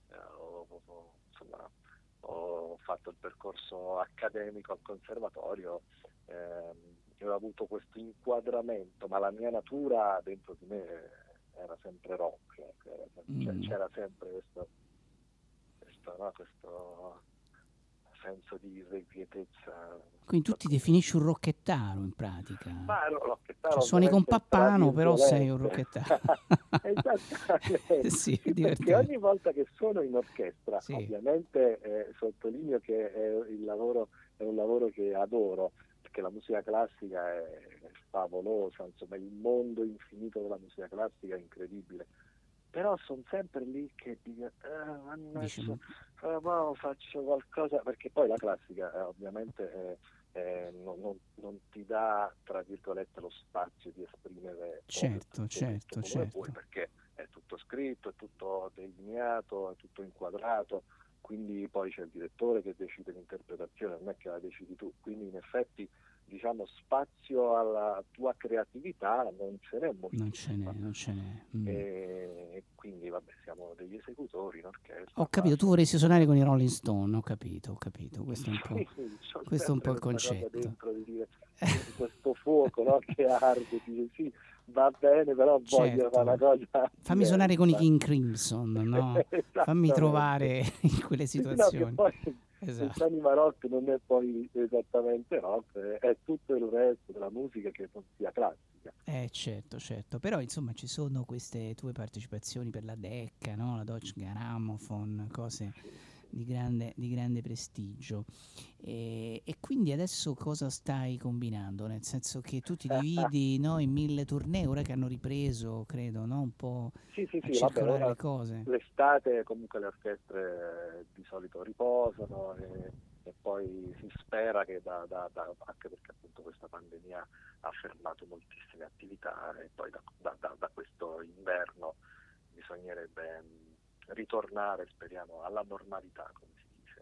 ho fatto il percorso accademico al conservatorio, ho avuto questo inquadramento, ma la mia natura dentro di me era sempre rock, c'era sempre questo senso di irrequietezza. Quindi tu ti definisci un rocchettaro in pratica. Ma rocchettaro, cioè, suoni con Pappano, però sei un rocchettaro. Esattamente. Sì, perché ogni volta che sono in orchestra, sì. Ovviamente sottolineo che è un lavoro che adoro, perché la musica classica è favolosa, insomma il mondo infinito della musica classica è incredibile. Però sono sempre lì che dico, faccio qualcosa, perché poi la classica ovviamente non ti dà, tra virgolette, lo spazio di esprimere certo. vuoi, perché è tutto scritto, è tutto delineato, è tutto inquadrato, quindi poi c'è il direttore che decide l'interpretazione, non è che la decidi tu, quindi in effetti, diciamo, spazio alla tua creatività non ce n'è molto. Non ce n'è. E quindi vabbè, siamo degli esecutori in orchestra. Ho capito, tu vorresti suonare con i Rolling Stone, ho capito. Questo è un po', questo è un po' il concetto. Dentro di dire, questo fuoco, no, che arde, dice sì, va bene, però voglio fare una cosa. Fammi suonare con i King Crimson, no? Fammi trovare in quelle situazioni. No, esatto. L'anima rock non è poi esattamente rock, è tutto il resto della musica che non sia classica. Certo, però insomma ci sono queste tue partecipazioni per la Decca, no? La Deutsche Grammophon, cose di grande prestigio. E quindi adesso cosa stai combinando? Nel senso che tu ti dividi, no, in 1000 tournée, ora che hanno ripreso, credo, no? Un po' a circolare le cose. L'estate comunque le orchestre di solito riposano e poi si spera che anche perché appunto questa pandemia ha fermato moltissime attività e poi da questo inverno bisognerebbe ritornare, speriamo, alla normalità, come si dice.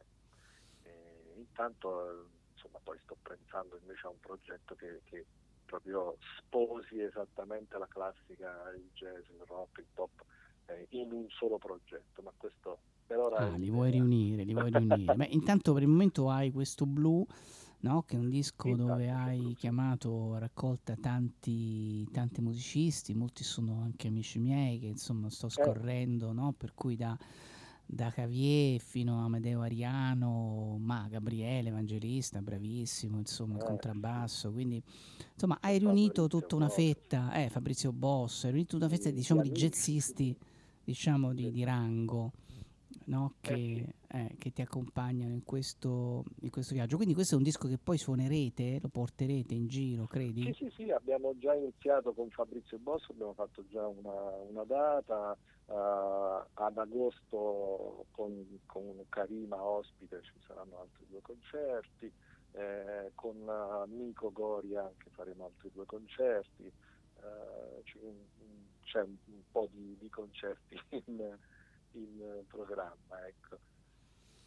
Intanto insomma poi sto pensando invece a un progetto che proprio sposi esattamente la classica, il jazz, il rock, il pop in un solo progetto, ma questo per ora li vuoi riunire. Beh, intanto per il momento hai questo Blue, no? Che è un disco dove hai chiamato a raccolta tanti musicisti, molti sono anche amici miei che insomma sto scorrendo, no? Per cui da Javier fino a Amedeo Ariano, ma Gabriele Evangelista, bravissimo, insomma, il contrabbasso, quindi insomma hai riunito tutta una fetta, Fabrizio Bosso, hai riunito una fetta, diciamo, di jazzisti, diciamo, di rango, no? Che ti accompagnano in questo viaggio. Quindi questo è un disco che poi suonerete, lo porterete in giro, credi? Sì, abbiamo già iniziato con Fabrizio Bosso, abbiamo fatto già una data, ad agosto con Karima ospite ci saranno altri 2 concerti, con Nico Goria anche faremo altri 2 concerti, c'è un po' di concerti in programma, ecco.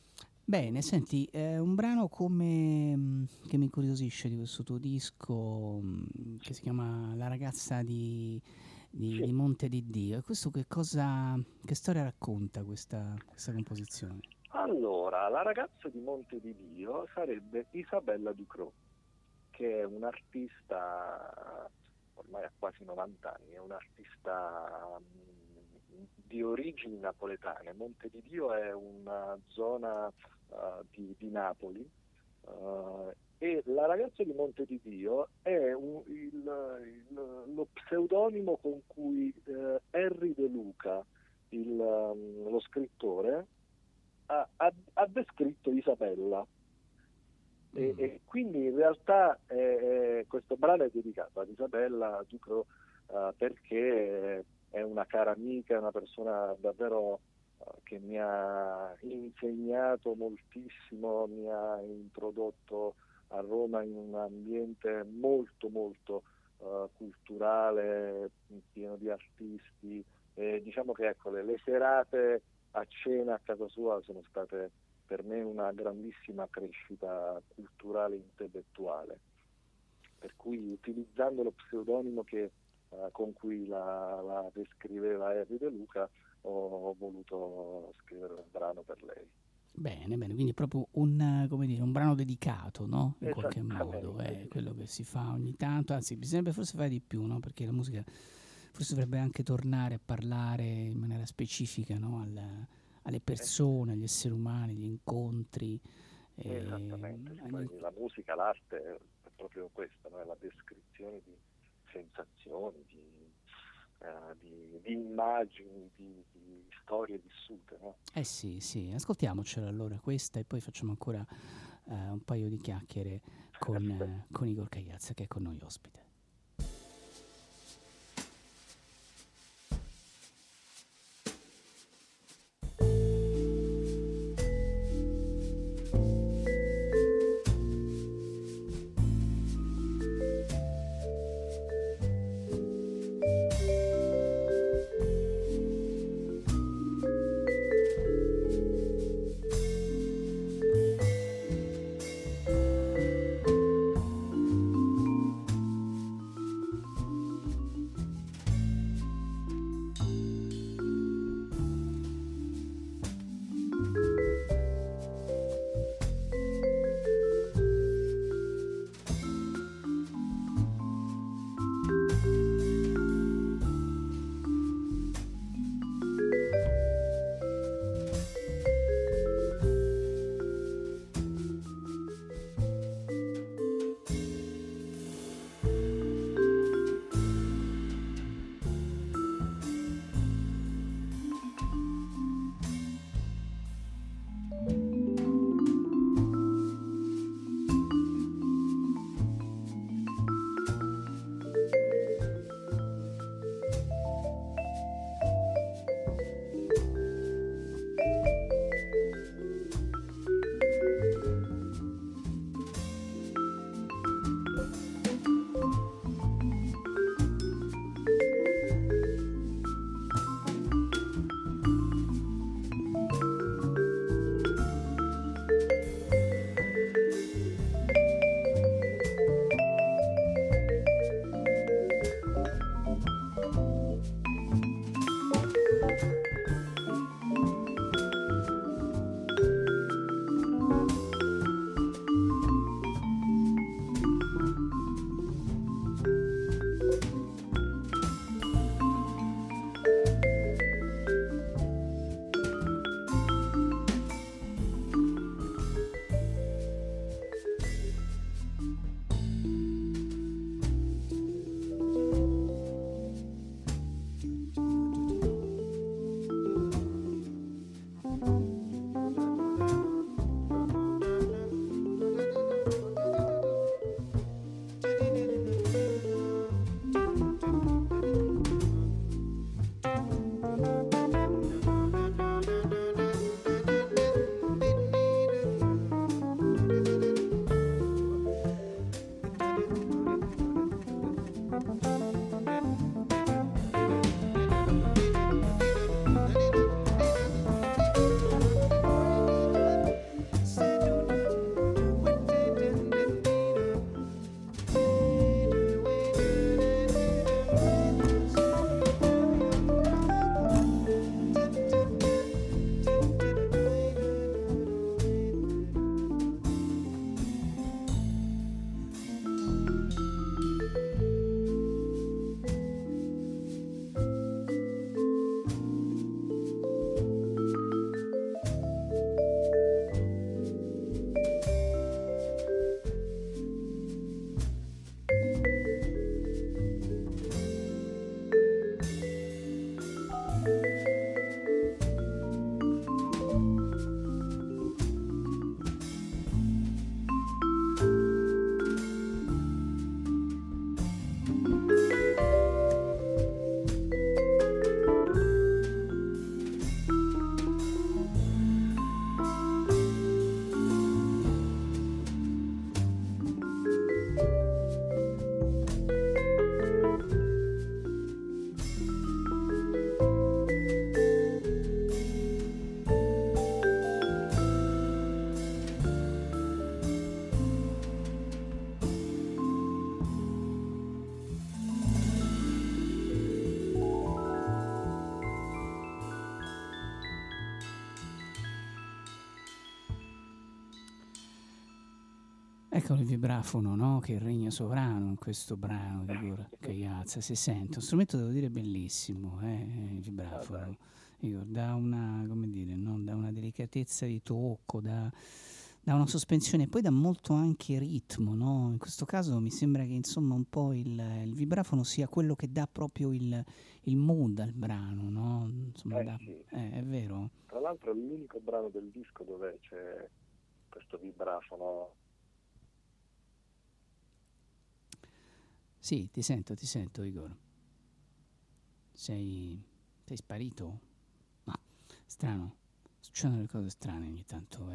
Bene, senti, un brano che mi incuriosisce di questo tuo disco, che si chiama La ragazza di Sì. Monte di Dio. E questo che storia racconta questa composizione? Allora, la ragazza di Monte di Dio sarebbe Isabella Ducrot, che è un'artista, ormai ha quasi 90 anni, è un'artista di origini napoletane. Monte di Dio è una zona di Napoli, e la ragazza di Monte di Dio è lo pseudonimo con cui Henry De Luca, lo scrittore, ha descritto Isabella. E quindi in realtà questo brano è dedicato ad Isabella Ducrot, perché è una cara amica, è una persona davvero che mi ha insegnato moltissimo, mi ha introdotto a Roma in un ambiente molto molto culturale, pieno di artisti. Diciamo che ecco, le serate a cena a casa sua sono state per me una grandissima crescita culturale e intellettuale, per cui utilizzando lo pseudonimo con cui la descriveva Henry De Luca ho voluto scrivere un brano per lei. Bene, bene, quindi proprio come dire, un brano dedicato, no? In qualche modo, è Sì. quello che si fa ogni tanto, anzi bisognerebbe forse fare di più, no? Perché la musica forse dovrebbe anche tornare a parlare in maniera specifica, no? Alle persone, agli esseri umani, agli incontri. Esattamente, sì, poi la musica, l'arte è proprio questa, no? È la descrizione di sensazioni, di immagini, di storie vissute, no? Sì, sì, ascoltiamocela allora questa e poi facciamo ancora un paio di chiacchiere con Igor Cagliazza che è con noi ospite. Eccolo il vibrafono, no? Che regna sovrano in questo brano di Igor Cagliazza. Si sente, un strumento devo dire bellissimo, il vibrafono. Igor, dà una, come dire, no? Dà una delicatezza di tocco, dà una sospensione, e poi dà molto anche ritmo, no? In questo caso mi sembra che insomma un po' il vibrafono sia quello che dà proprio il mood al brano, no? Insomma, Sì. è vero. Tra l'altro è l'unico brano del disco dove c'è questo vibrafono. Sì, ti sento Igor. Sei sparito? Ma strano, succedono le cose strane ogni tanto,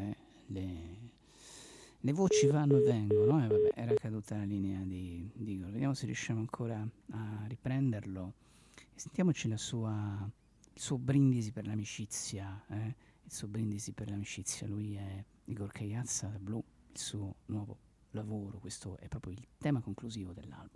le voci vanno e vengono, e vabbè, era caduta la linea di Igor. Vediamo se riusciamo ancora a riprenderlo e sentiamoci il suo brindisi per l'amicizia, il suo brindisi per l'amicizia. Lui è Igor Cagliazza da Blue, il suo nuovo lavoro, questo è proprio il tema conclusivo dell'album.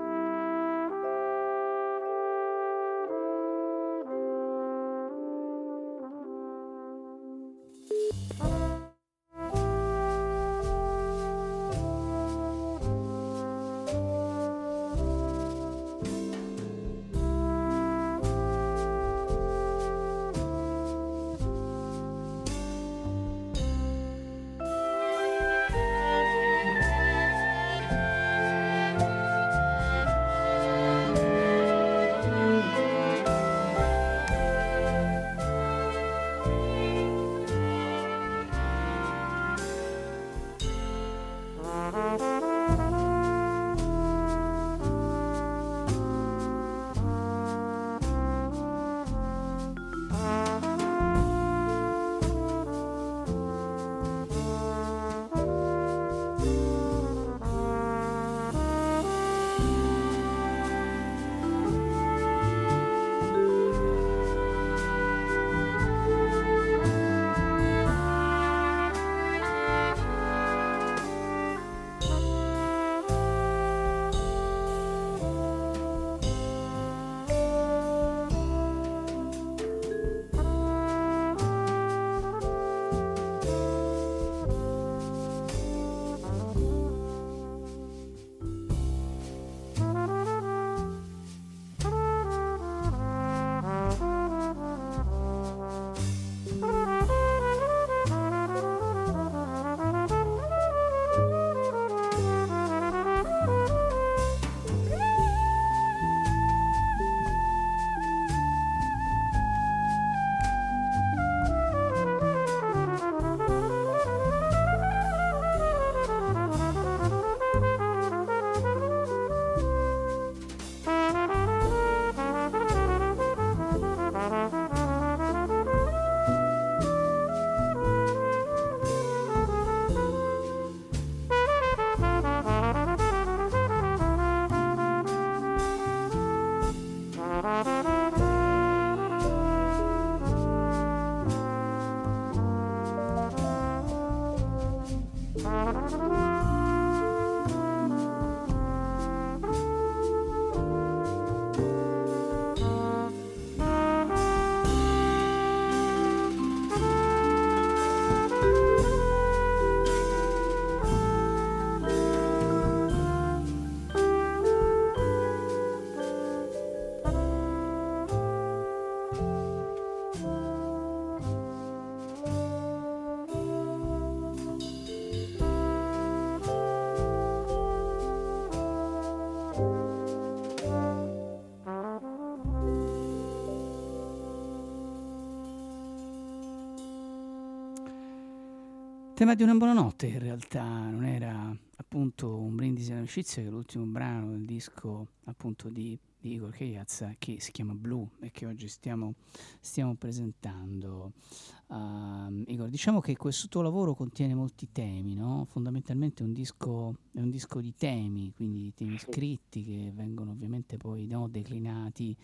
Tema di una buonanotte, in realtà non era appunto un brindisi all'amicizia, che è l'ultimo brano del disco appunto di Igor Cagliazza, che si chiama Blue e che oggi stiamo presentando. Igor, diciamo che questo tuo lavoro contiene molti temi, no? Fondamentalmente è un disco di temi, quindi di temi scritti che vengono ovviamente poi, no, declinati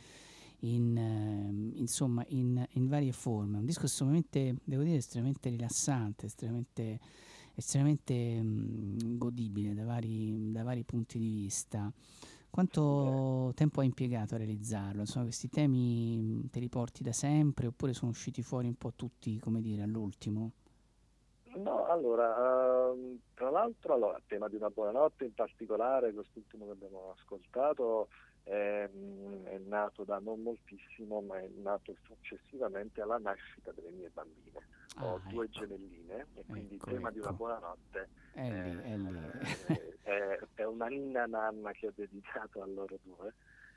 insomma in varie forme. Un disco estremamente, devo dire, estremamente rilassante, estremamente godibile da vari punti di vista. Quanto tempo hai impiegato a realizzarlo? Insomma, questi temi te li porti da sempre oppure sono usciti fuori un po' tutti, come dire, all'ultimo? No, allora, tra l'altro, il tema di Una buonanotte in particolare, quest'ultimo che abbiamo ascoltato, è nato da non moltissimo, ma è nato successivamente alla nascita delle mie bambine. Ho due gemelline e quindi il tema di Una buonanotte è lì. è una ninna nanna che ho dedicato a loro due.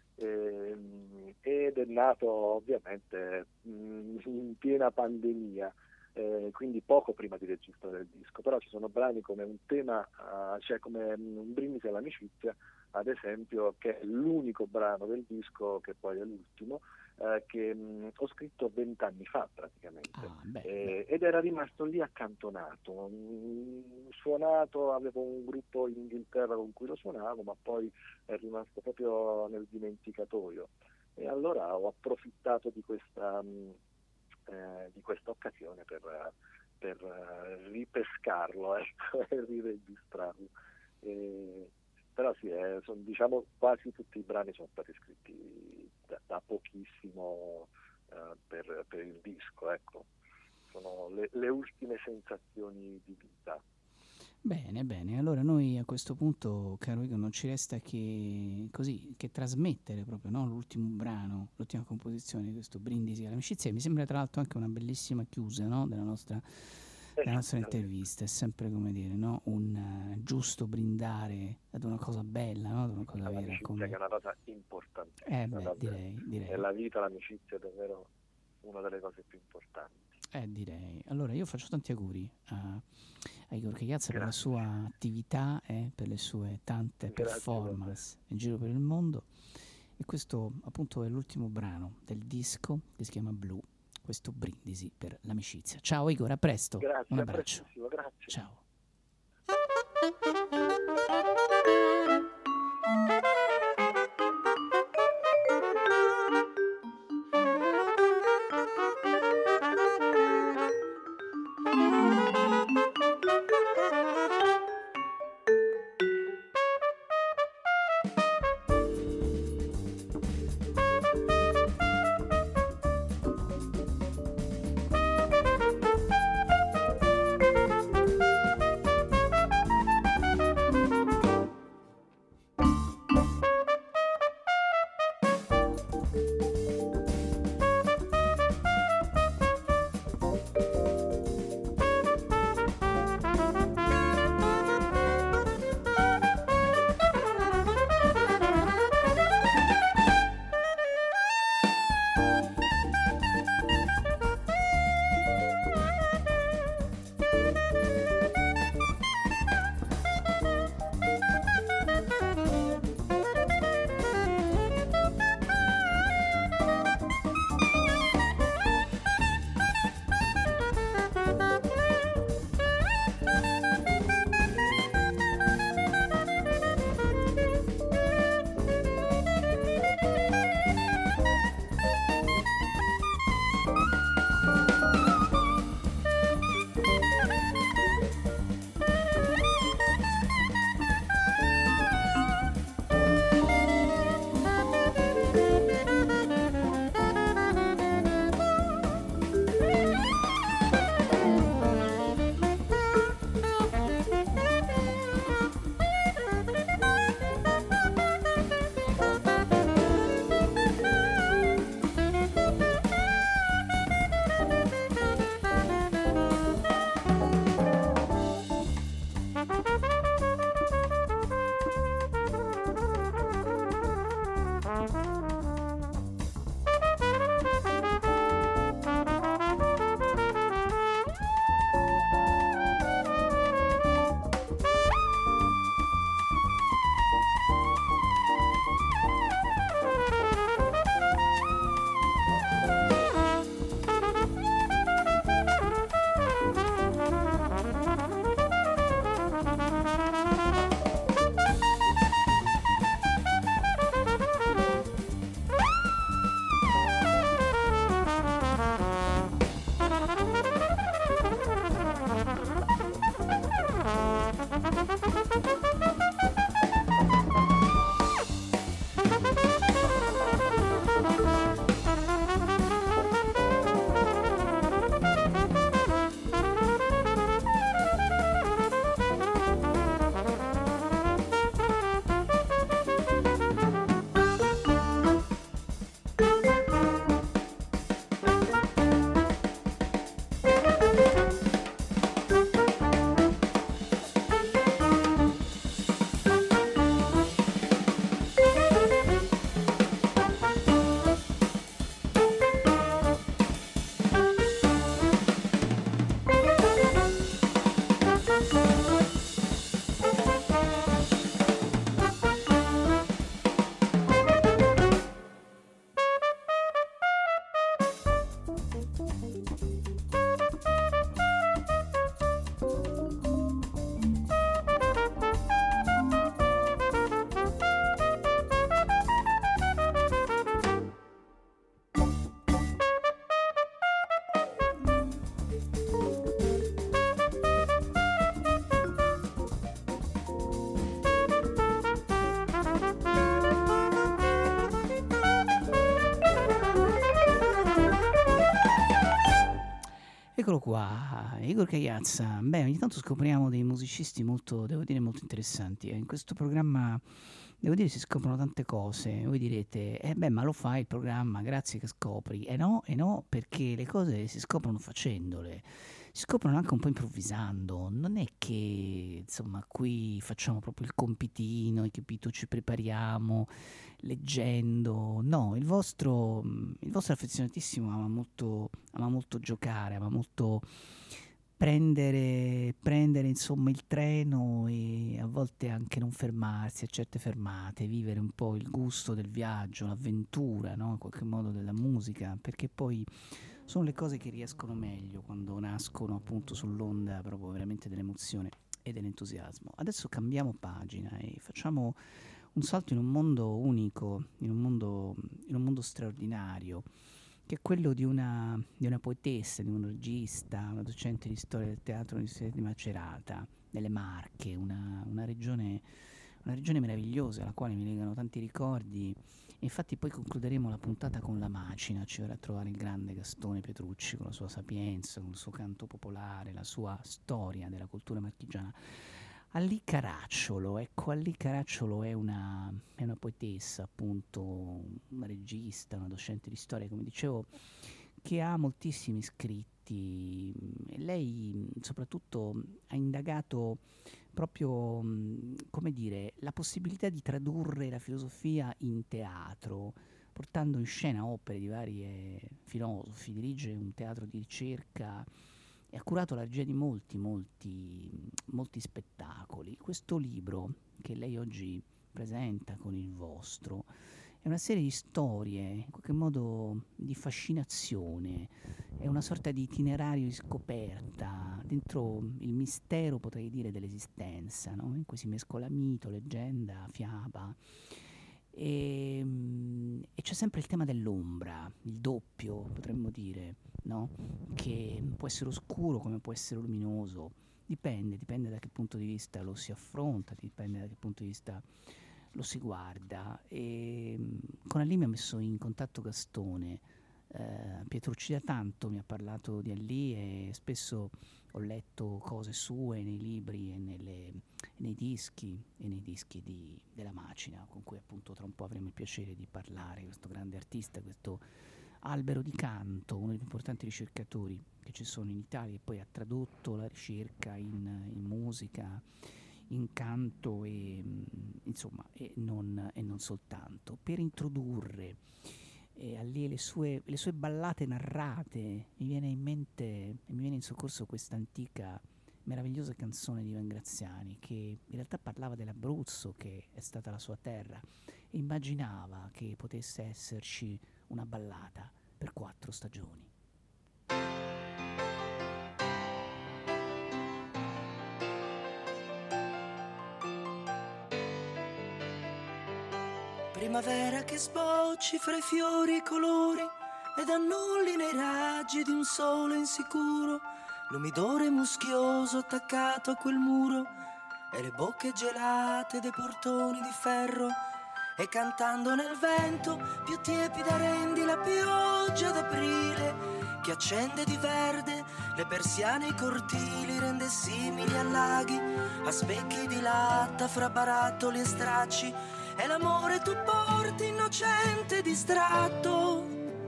Ed è nato ovviamente in piena pandemia, quindi poco prima di registrare il disco, però ci sono brani come un tema, cioè come un brindisi all'amicizia, ad esempio, che è l'unico brano del disco, che poi è l'ultimo, che ho scritto 20 anni fa praticamente, ed era rimasto lì accantonato, suonato, avevo un gruppo in Inghilterra con cui lo suonavo, ma poi è rimasto proprio nel dimenticatoio, e allora ho approfittato di questa occasione per ripescarlo, ecco, e riregistrarlo. Però sì, diciamo quasi tutti i brani sono stati scritti da pochissimo per il disco, ecco. Sono le ultime sensazioni di vita. Bene, bene. Allora noi a questo punto, caro Igor, non ci resta che trasmettere proprio, no? L'ultimo brano, l'ultima composizione di questo brindisi all'amicizia, e mi sembra tra l'altro anche una bellissima chiusa, no? della nostra intervista. È sempre, come dire, no? Un giusto brindare ad una cosa bella, no? Ad una cosa vera, che è una cosa importantissima. Direi. Nella vita l'amicizia è davvero una delle cose più importanti. Direi. Allora io faccio tanti auguri a Igor Cagliazza per la sua attività e per le sue tante performance in giro per il mondo, e questo appunto è l'ultimo brano del disco che si chiama Blue, questo brindisi per l'amicizia. Ciao Igor, a presto. Grazie, un abbraccio. Grazie. Ciao. Eccolo qua, Igor Cagliazza. Beh, ogni tanto scopriamo dei musicisti molto, devo dire, molto interessanti. In questo programma, devo dire, si scoprono tante cose. Voi direte, beh, ma lo fai il programma, grazie che scopri. E no, perché le cose si scoprono facendole. Si scoprono anche un po' improvvisando. Non è che, insomma, qui facciamo proprio il compitino, capito, ci prepariamo leggendo. No, il vostro affezionatissimo ama molto giocare, ama molto prendere insomma il treno e a volte anche non fermarsi a certe fermate, vivere un po' il gusto del viaggio, l'avventura, no? In qualche modo della musica, perché poi sono le cose che riescono meglio quando nascono appunto sull'onda proprio veramente dell'emozione e dell'entusiasmo. Adesso cambiamo pagina e facciamo un salto in un mondo unico, in un mondo straordinario, che è quello di una poetessa, di un regista, una docente di storia del teatro all'Università di Macerata, nelle Marche, una regione meravigliosa alla quale mi legano tanti ricordi. Infatti poi concluderemo la puntata con La Macina, ci verrà a trovare il grande Gastone Petrucci con la sua sapienza, con il suo canto popolare, la sua storia della cultura marchigiana. Allì Caracciolo è una poetessa, appunto, una regista, una docente di storia, come dicevo, che ha moltissimi scritti. Lei soprattutto ha indagato proprio, come dire, la possibilità di tradurre la filosofia in teatro, portando in scena opere di vari filosofi, dirige un teatro di ricerca e ha curato la regia di molti spettacoli. Questo libro che lei oggi presenta con il vostro è una serie di storie, in qualche modo di fascinazione, è una sorta di itinerario di scoperta dentro il mistero, potrei dire, dell'esistenza, no? In cui si mescola mito, leggenda, fiaba. E c'è sempre il tema dell'ombra, il doppio, potremmo dire, no? Che può essere oscuro come può essere luminoso, dipende da che punto di vista lo si affronta, dipende da che punto di vista lo si guarda. E con Allì mi ha messo in contatto Gastone. Petrucci da tanto mi ha parlato di Allì e spesso ho letto cose sue nei libri e nei dischi della Macina, con cui appunto tra un po' avremo il piacere di parlare. Questo grande artista, questo albero di canto, uno dei più importanti ricercatori che ci sono in Italia, e poi ha tradotto la ricerca in musica, in canto e insomma e non soltanto. Per introdurre Allì le sue ballate narrate mi viene in soccorso questa antica meravigliosa canzone di Ivan Graziani, che in realtà parlava dell'Abruzzo, che è stata la sua terra, e immaginava che potesse esserci una ballata per 4 stagioni. Primavera che sbocci fra i fiori e i colori ed annulli nei raggi di un sole insicuro l'umidore muschioso attaccato a quel muro e le bocche gelate dei portoni di ferro, e cantando nel vento più tiepida rendi la pioggia d'aprile che accende di verde le persiane e i cortili, rende simili a laghi, a specchi di latta fra barattoli e stracci. E l'amore tu porti innocente e distratto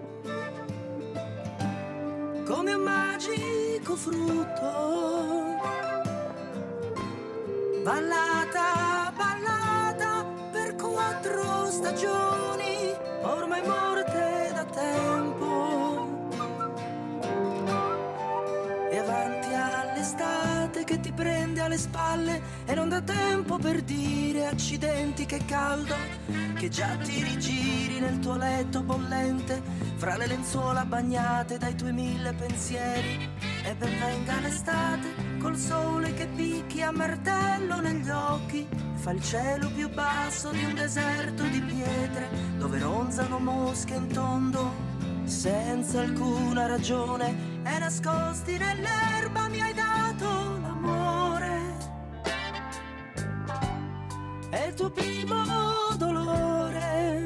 come un magico frutto. Ballata, ballata per 4 stagioni, ormai morte da tempo. E avanti all'estate che ti prende alle spalle e non dà tempo per dire accidenti che caldo, che già ti rigiri nel tuo letto bollente fra le lenzuola bagnate dai tuoi 1000 pensieri. E ben venga l'estate col sole che picchia a martello negli occhi, fa il cielo più basso di un deserto di pietre dove ronzano mosche in tondo senza alcuna ragione, e nascosti nell'erba mi hai dato l'amore. È il tuo primo dolore.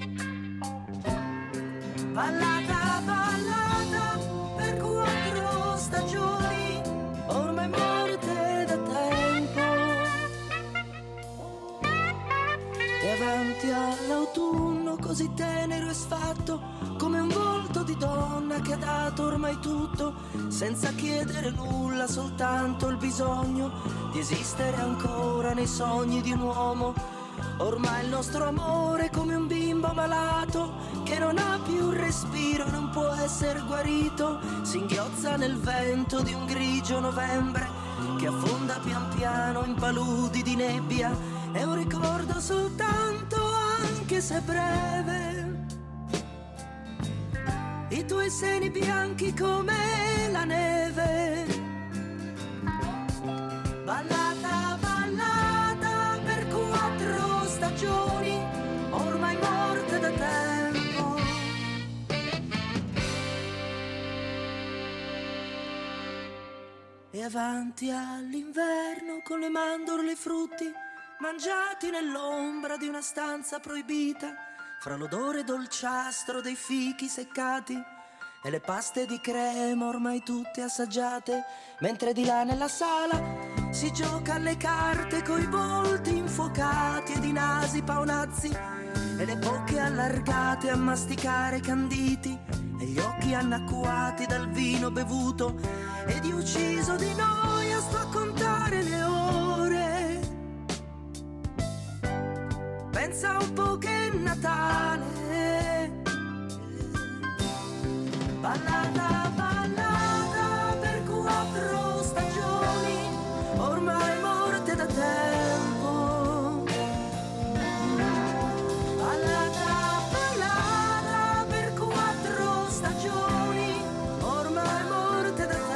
Ballata, ballata per 4 avanti all'autunno così tenero e sfatto, come un volto di donna che ha dato ormai tutto, senza chiedere nulla, soltanto il bisogno di esistere ancora nei sogni di un uomo. Ormai il nostro amore è come un bimbo malato che non ha più respiro, non può essere guarito, si inghiozza nel vento di un grigio novembre che affonda pian piano in paludi di nebbia. È un ricordo soltanto, anche se breve, i tuoi seni bianchi come la neve. Ballata, ballata per 4 stagioni, ormai morte da tempo. E avanti all'inverno con le mandorle e i frutti mangiati nell'ombra di una stanza proibita, fra l'odore dolciastro dei fichi seccati e le paste di crema ormai tutte assaggiate, mentre di là nella sala si gioca alle carte coi volti infuocati ed i nasi paonazzi e le bocche allargate a masticare canditi e gli occhi annacquati dal vino bevuto, ed io ucciso di noia sto a contare le ore. Pensa un po' che è Natale, ballata, ballata per 4 stagioni, ormai morte da tempo. Ballata, ballata per 4 stagioni, ormai morte da tempo.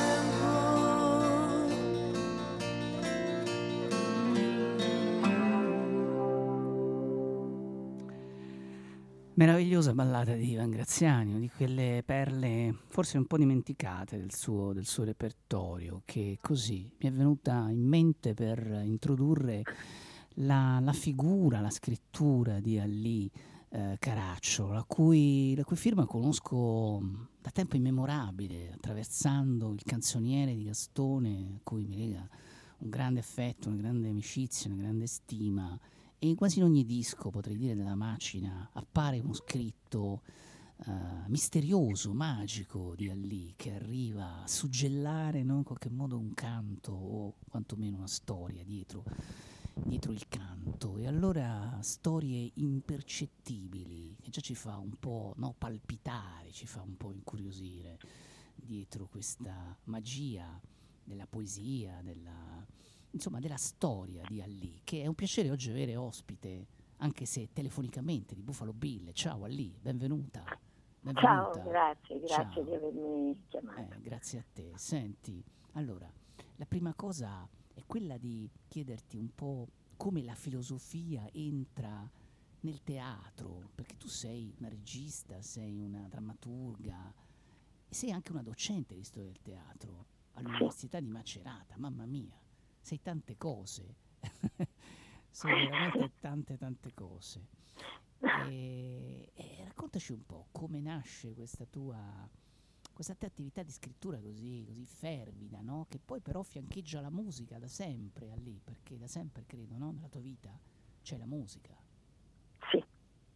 Meravigliosa ballata di Ivan Graziani, una di quelle perle forse un po' dimenticate del suo repertorio, che così mi è venuta in mente per introdurre la figura, la scrittura di Alì Caracciolo, la cui firma conosco da tempo immemorabile, attraversando il canzoniere di Gastone, a cui mi lega un grande affetto, una grande amicizia, una grande stima. E quasi in ogni disco, potrei dire, della Macina appare uno scritto misterioso, magico di Alì, che arriva a suggellare, no, in qualche modo un canto o quantomeno una storia dietro il canto. E allora storie impercettibili, che già ci fa un po', no, palpitare, ci fa un po' incuriosire dietro questa magia della poesia, insomma della storia di Alì, che è un piacere oggi avere ospite, anche se telefonicamente, di Buffalo Bill. Ciao Alì, benvenuta. Ciao, grazie Ciao. Di avermi chiamato. Grazie a te. Senti, allora, la prima cosa è quella di chiederti un po' come la filosofia entra nel teatro, perché tu sei una regista, sei una drammaturga e sei anche una docente di storia del teatro all'Università di Macerata, mamma mia. Sei tante cose, sei veramente tante cose. E raccontaci un po' come nasce questa tua attività di scrittura così fervida, no? Che poi però fiancheggia la musica da sempre Alì, perché da sempre credo, no? Nella tua vita c'è la musica. Sì,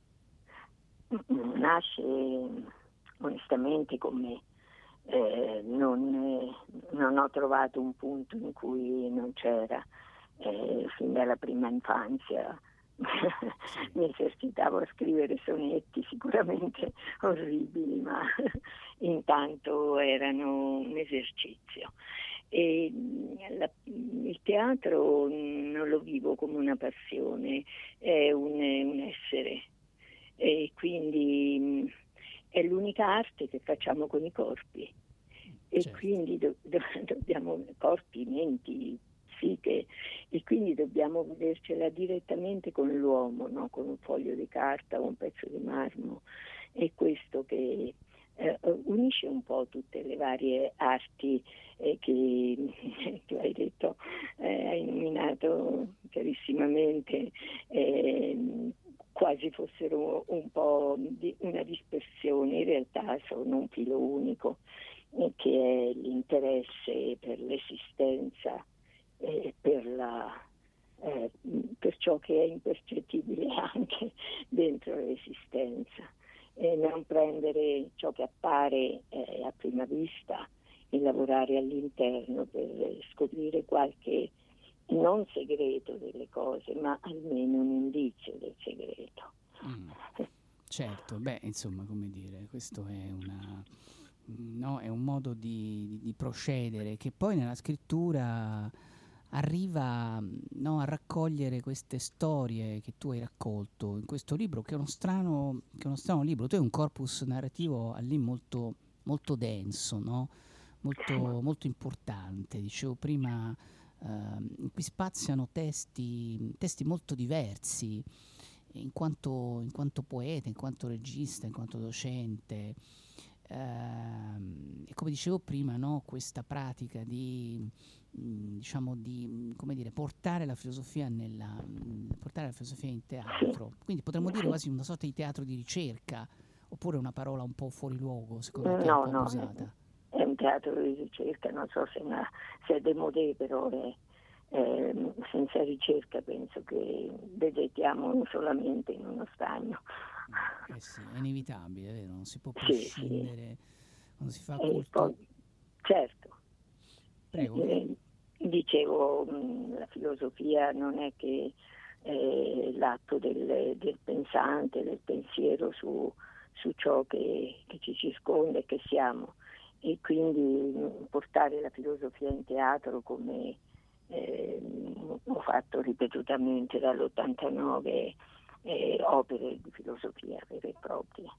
nasce onestamente come non ho trovato un punto in cui non c'era, fin dalla prima infanzia mi esercitavo a scrivere sonetti sicuramente orribili, ma intanto erano un esercizio. E il teatro non lo vivo come una passione, è un essere, e quindi è l'unica arte che facciamo con i corpi. E certo. Quindi dobbiamo, corpi, menti, psiche, e quindi dobbiamo vedercela direttamente con l'uomo, no? Con un foglio di carta o un pezzo di marmo. È questo che unisce un po' tutte le varie arti che tu hai detto, hai nominato chiarissimamente, quasi fossero un po' di una dispersione. In realtà sono un filo unico, che è l'interesse per l'esistenza, per la per ciò che è impercettibile anche dentro l'esistenza, e non prendere ciò che appare a prima vista e lavorare all'interno per scoprire qualche non segreto delle cose, ma almeno un indizio del segreto. Certo, beh, insomma, come dire, questo è è un modo di procedere che poi nella scrittura arriva, no, a raccogliere queste storie che tu hai raccolto in questo libro, che è uno strano libro. Tu hai un corpus narrativo lì molto, molto denso, no? Molto importante. Dicevo prima, in cui spaziano testi molto diversi, in quanto poeta, in quanto regista, in quanto docente. E come dicevo prima, no, questa pratica di come dire, portare la filosofia in teatro, quindi potremmo dire quasi una sorta di teatro di ricerca, oppure una parola un po' fuori luogo, secondo te, un po' abusata? È un teatro di ricerca, non so se è démodé, però senza ricerca penso che vegetiamo solamente in uno stagno. Sì, è inevitabile, vero? Non si può prescindere quando si fa culto. Poi, certo. Prego. Dicevo, la filosofia non è che l'atto del pensante, del pensiero su ciò che ci circonda e che siamo, e quindi portare la filosofia in teatro, come ho fatto ripetutamente dall'89, opere di filosofia vere e proprie,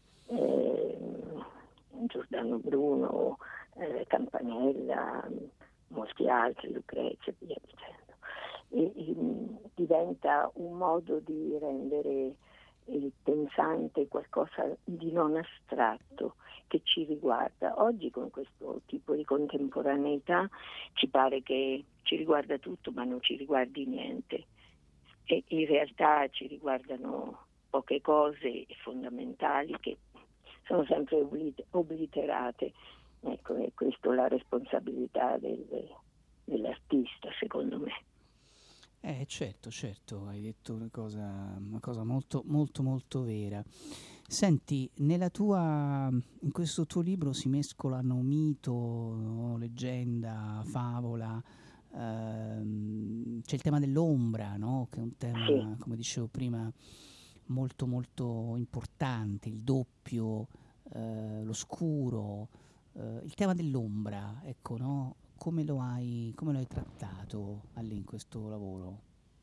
Giordano Bruno, Campanella, molti altri, Lucrezia e via dicendo. Diventa un modo di rendere il pensante qualcosa di non astratto che ci riguarda. Oggi, con questo tipo di contemporaneità, ci pare che ci riguarda tutto ma non ci riguardi niente, e in realtà ci riguardano poche cose fondamentali che sono sempre obliterate. Ecco, è questa la responsabilità dell'artista, secondo me. Certo, hai detto una cosa molto, molto, molto vera. Senti, in questo tuo libro si mescolano mito, no, leggenda, favola, c'è il tema dell'ombra, no? Che è un tema, come dicevo prima, molto, molto importante, il doppio, l'oscuro, il tema dell'ombra, ecco, no? Come lo hai trattato lì in questo lavoro?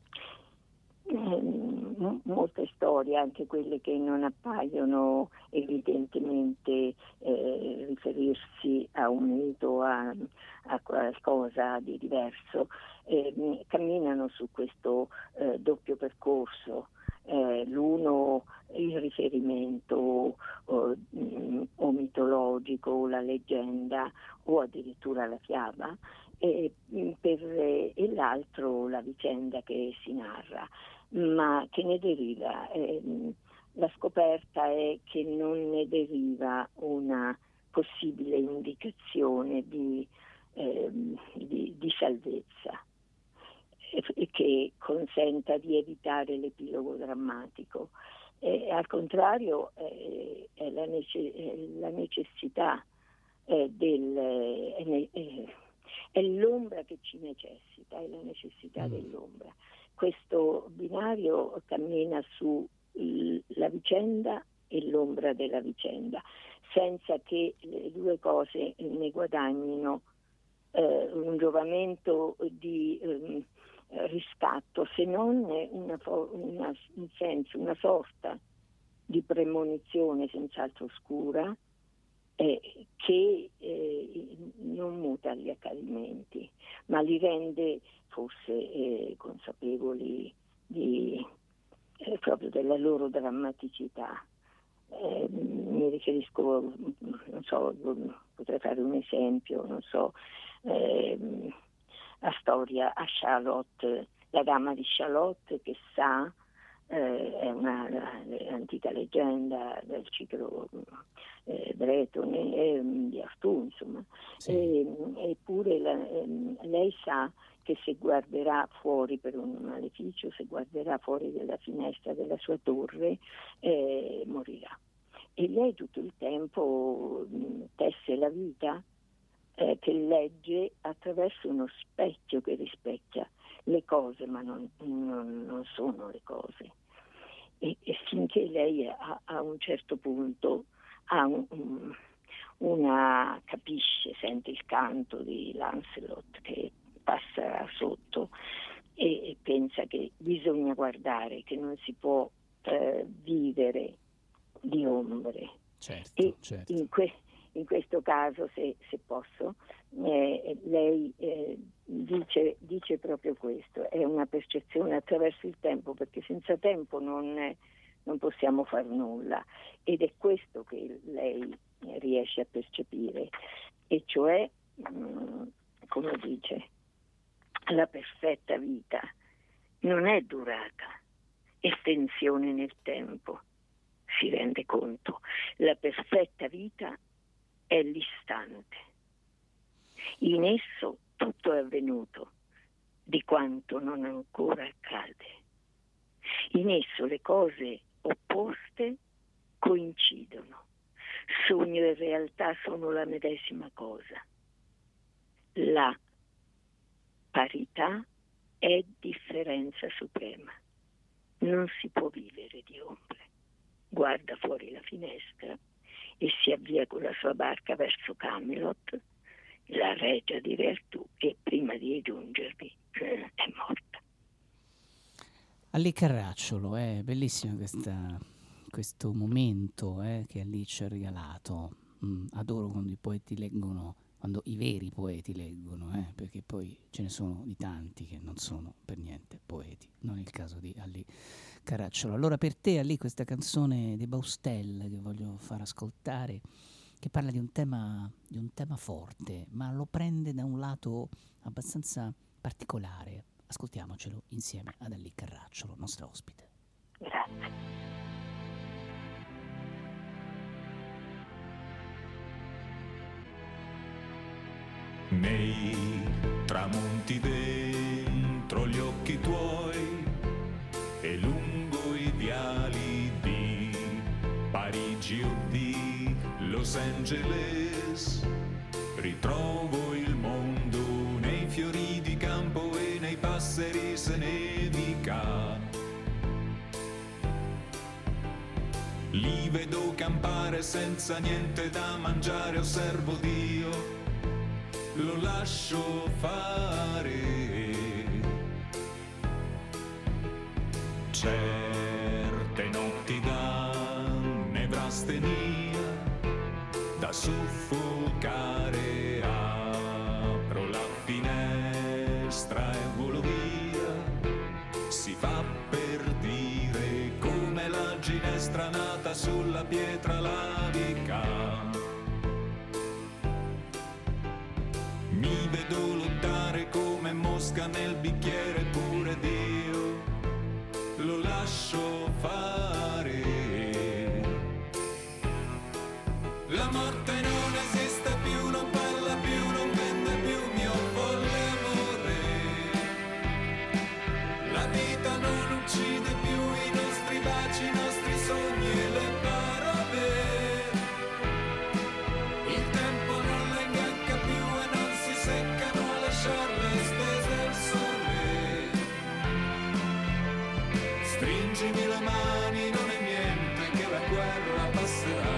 Molte storie, anche quelle che non appaiono evidentemente riferirsi a un mito, a qualcosa di diverso, camminano su questo doppio percorso. L'uno il riferimento o mitologico, o la leggenda, o addirittura la fiaba, e l'altro la vicenda che si narra, ma che ne deriva. La scoperta è che non ne deriva una possibile indicazione di salvezza, che consenta di evitare l'epilogo drammatico. Al contrario, è la necessità è l'ombra che ci necessita, è la necessità dell'ombra. Questo binario cammina su la vicenda e l'ombra della vicenda, senza che le due cose ne guadagnino un giovamento di riscatto, se non una sorta di premonizione senz'altro oscura, che non muta gli accadimenti, ma li rende forse consapevoli proprio della loro drammaticità. Mi riferisco, non so, potrei fare un esempio, non so, la storia a Charlotte, la dama di Charlotte, che sa è un'antica leggenda del ciclo bretone di Artù, insomma. Sì. Eppure lei sa che se guarderà fuori per un maleficio, se guarderà fuori dalla finestra della sua torre, morirà. E lei tutto il tempo tesse la vita che legge attraverso uno specchio che rispecchia le cose, ma non sono le cose. E finché lei a un certo punto capisce, sente il canto di Lancelot che passa sotto e pensa che bisogna guardare, che non si può vivere di ombre. Certo. In questo caso, se posso, lei dice proprio questo, è una percezione attraverso il tempo, perché senza tempo non possiamo far nulla, ed è questo che lei riesce a percepire, e cioè, come dice, la perfetta vita non è durata, estensione nel tempo, si rende conto, la perfetta vita è l'istante. In esso tutto è avvenuto di quanto non ancora accade. In esso le cose opposte coincidono. Sogno e realtà sono la medesima cosa. La parità è differenza suprema. Non si può vivere di ombre. Guarda fuori la finestra e si avvia con la sua barca verso Camelot, la regia di Re Artù, e prima di giungervi è morta. Allì Carracciolo, è bellissimo questo momento che Allì ci ha regalato. Adoro quando i poeti leggono, quando i veri poeti leggono, perché poi ce ne sono di tanti che non sono per niente poeti, non è il caso di Allì Carracciolo. Allora per te, Allì, questa canzone di Baustelle che voglio far ascoltare, che parla di un tema forte, ma lo prende da un lato abbastanza particolare. Ascoltiamocelo insieme ad Allì Carracciolo, nostra ospite. Grazie. Nei tramonti dentro gli occhi tuoi e lungo i viali di Parigi o di Los Angeles ritrovo il mondo nei fiori di campo e nei passeri se nevica. Li vedo campare senza niente da mangiare, osservo Dio, lo lascio fare. Certe notti da nevrastenia, da soffocare, apro la finestra e volo via. Si fa per dire come la ginestra nata sulla pietra lavica. Mi vedo lottare come mosca nel bicchiere, pure Dio lo lascio fare. La morte non esiste più, non parla più, non vende più mio folle amore. La vita non uccide più i nostri baci, i nostri sogni e le parole. Il tempo non le ingagga più e non si seccano a lasciarle stese al sole. Stringimi le mani, non è niente che la guerra passerà.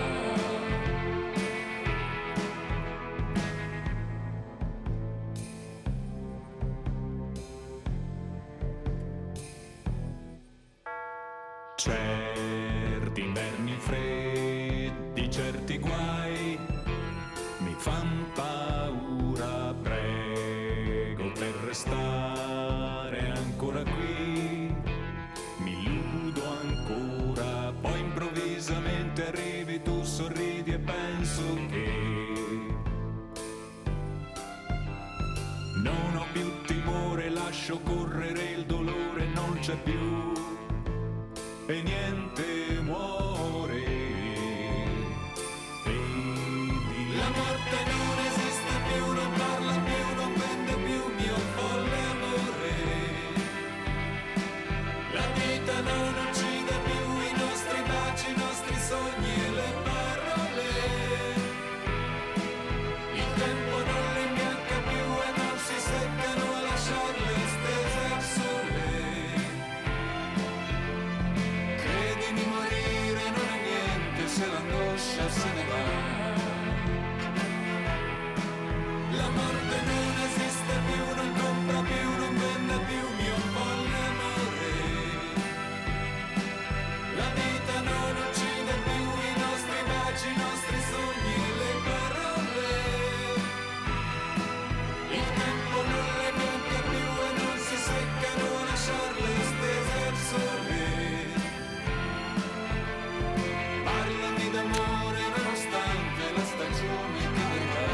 Certi inverni freddi, certi guai mi fan paura, prego per restare ancora qui. Mi illudo ancora, poi improvvisamente arrivi tu, sorridi e penso che non ho più timore, lascio correre il dolore, non c'è più e niente muore. Vedi, la morte non esiste più, non parla più, non vende più mio folle amore. La vita non uccide più i nostri baci, i nostri sogni e le parole. Il tempo non le imbianca più e non si seccano a lasciarle stese al sole. Credi di morire, non è niente se l'angoscia se ne va. La morte non esiste più, non compra più, non vende più mio folle amore. La vita non uccide più i nostri baci, i nostri sogni e le parole. Il tempo non le manca più e non si seccano a lasciarle stese al sole. Parlami d'amore nonostante la stagione che verrà.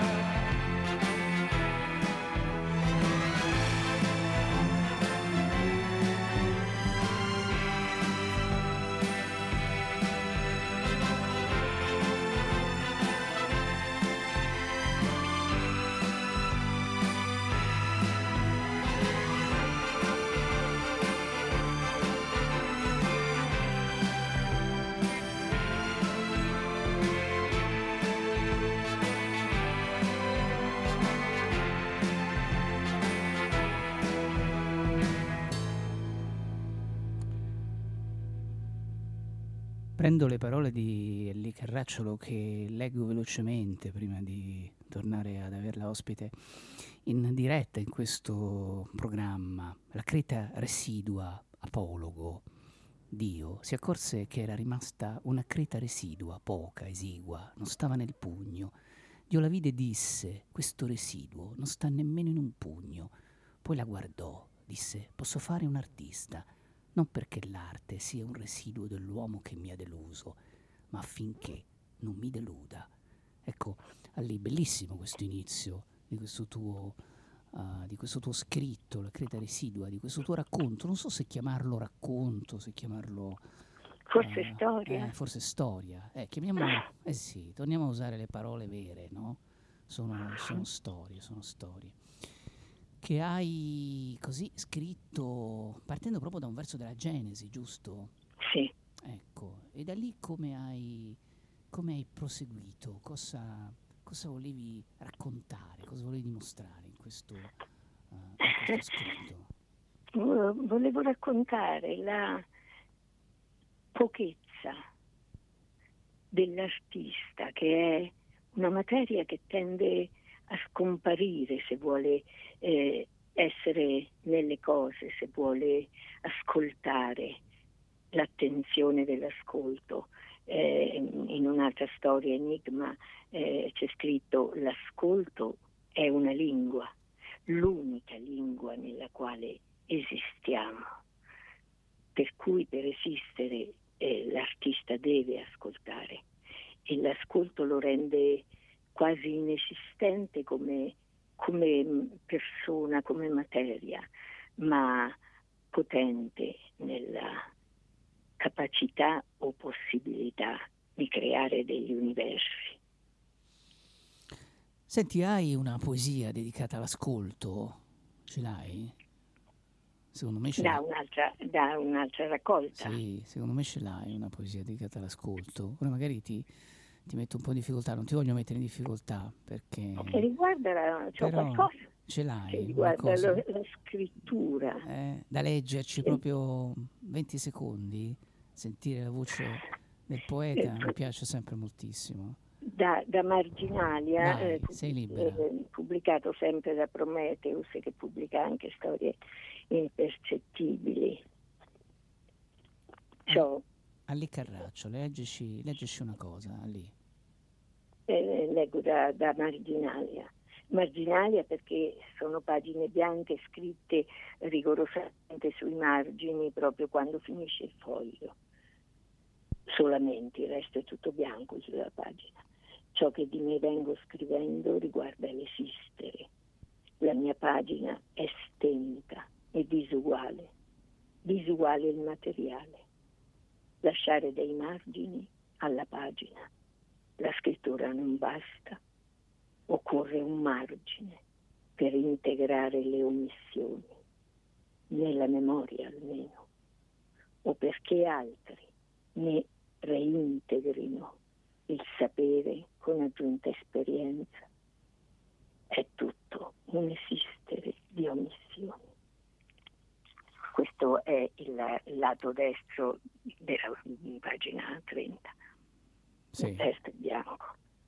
Prendo le parole di Elly Carracciolo che leggo velocemente prima di tornare ad averla ospite in diretta in questo programma. La creta residua, apologo, Dio, si accorse che era rimasta una creta residua, poca, esigua, non stava nel pugno. Dio la vide e disse, questo residuo non sta nemmeno in un pugno. Poi la guardò, disse, posso fare un artista. Non perché l'arte sia un residuo dell'uomo che mi ha deluso, ma affinché non mi deluda. Ecco, lì bellissimo questo inizio di questo tuo scritto, La creta residua, di questo tuo racconto. Non so se chiamarlo racconto, se chiamarlo... Forse storia. Forse storia. Chiamiamolo... sì, torniamo a usare le parole vere, no? Sono storie, sono storie. Che hai così scritto partendo proprio da un verso della Genesi, giusto? Sì. Ecco, e da lì come hai proseguito? Cosa volevi raccontare? Cosa volevi dimostrare in questo scritto? Volevo raccontare la pochezza dell'artista, che è una materia che tende a scomparire se vuole essere nelle cose, se vuole ascoltare, l'attenzione dell'ascolto. In un'altra storia, Enigma, c'è scritto: l'ascolto è una lingua, l'unica lingua nella quale esistiamo, per cui per esistere l'artista deve ascoltare, e l'ascolto lo rende quasi inesistente come persona, come materia, ma potente nella capacità o possibilità di creare degli universi. Senti, hai una poesia dedicata all'ascolto? Ce l'hai? Secondo me ce l'hai. Da un'altra raccolta. Sì, secondo me ce l'hai una poesia dedicata all'ascolto. Ora magari ti metto un po' in difficoltà, non ti voglio mettere in difficoltà perché... Che riguarda qualcosa. Ce l'hai? Che riguarda la scrittura. Da leggerci proprio 20 secondi, sentire la voce del poeta, mi piace sempre moltissimo. Da Marginalia, Dai, sei libera. Pubblicato sempre da Prometheus, che pubblica anche storie impercettibili. Elly Carracciolo, leggici una cosa, lì. Leggo da Marginalia perché sono pagine bianche scritte rigorosamente sui margini proprio quando finisce il foglio. Solamente, il resto è tutto bianco sulla pagina. Ciò che di me vengo scrivendo riguarda l'esistere. La mia pagina è stenta e disuguale il materiale. lasciare dei margini alla pagina. La scrittura non basta, occorre un margine per integrare le omissioni, nella memoria almeno, o perché altri ne reintegrino il sapere con aggiunta esperienza. È tutto un esistere di omissioni. Questo è il lato destro della pagina 30. Sì. Il testo è bianco.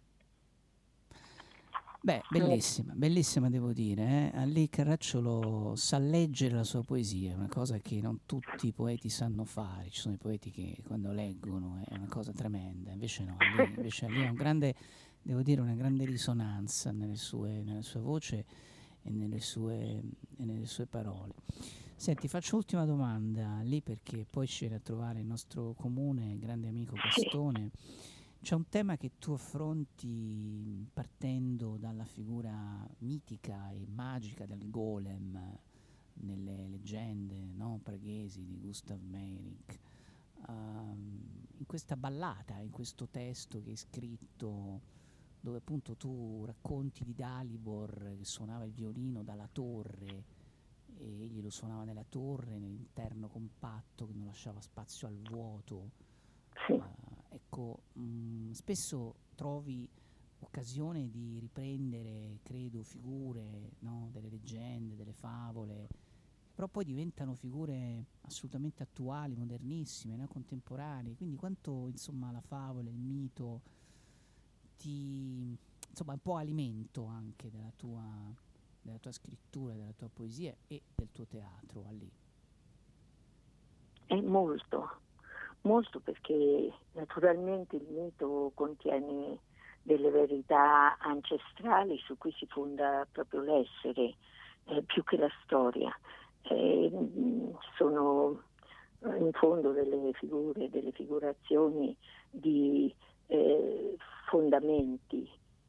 Beh, bellissima devo dire. Lì Caracciolo sa leggere la sua poesia, è una cosa che non tutti i poeti sanno fare. Ci sono i poeti che quando leggono è una cosa tremenda, invece no, lì ha un grande, devo dire, una grande risonanza nella sua voce e nelle sue parole. Senti, faccio l'ultima domanda lì perché poi ci viene a trovare il nostro comune grande amico Gastone. C'è un tema che tu affronti partendo dalla figura mitica e magica del golem nelle leggende, no, praghesi di Gustav Meyrink. In questa ballata, in questo testo che hai scritto, dove appunto tu racconti di Dalibor che suonava il violino dalla torre e egli lo suonava nella torre, nell'interno compatto che non lasciava spazio al vuoto. Ecco, spesso trovi occasione di riprendere, credo, figure, no, delle leggende, delle favole, però poi diventano figure assolutamente attuali, modernissime, no, contemporanee. Quindi quanto insomma la favola, il mito ti insomma è un po' alimento anche della tua scrittura, della tua poesia e del tuo teatro lì. È molto perché naturalmente il mito contiene delle verità ancestrali su cui si fonda proprio l'essere, più che la storia. Sono in fondo delle figure, delle figurazioni di fondamenti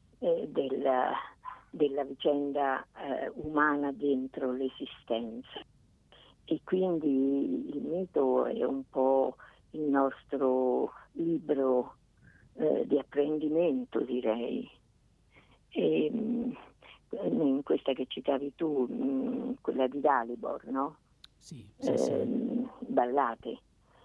della vicenda umana dentro l'esistenza. E quindi il mito è un po' il nostro libro di apprendimento, direi. E, in questa che citavi tu, quella di Dalibor, no? Sì. Ballate.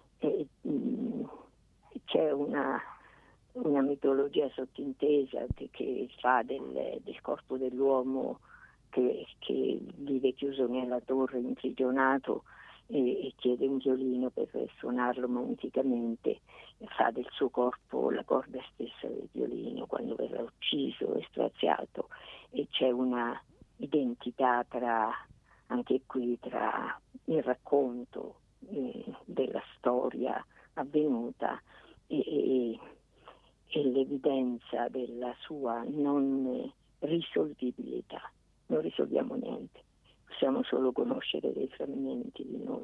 C'è una mitologia sottintesa che fa del corpo dell'uomo che vive chiuso nella torre, imprigionato, e chiede un violino per suonarlo magneticamente, fa del suo corpo la corda stessa del violino quando verrà ucciso e straziato, e c'è una identità anche qui tra il racconto della storia avvenuta e l'evidenza della sua non risolvibilità. Non risolviamo niente, possiamo solo conoscere dei frammenti di noi.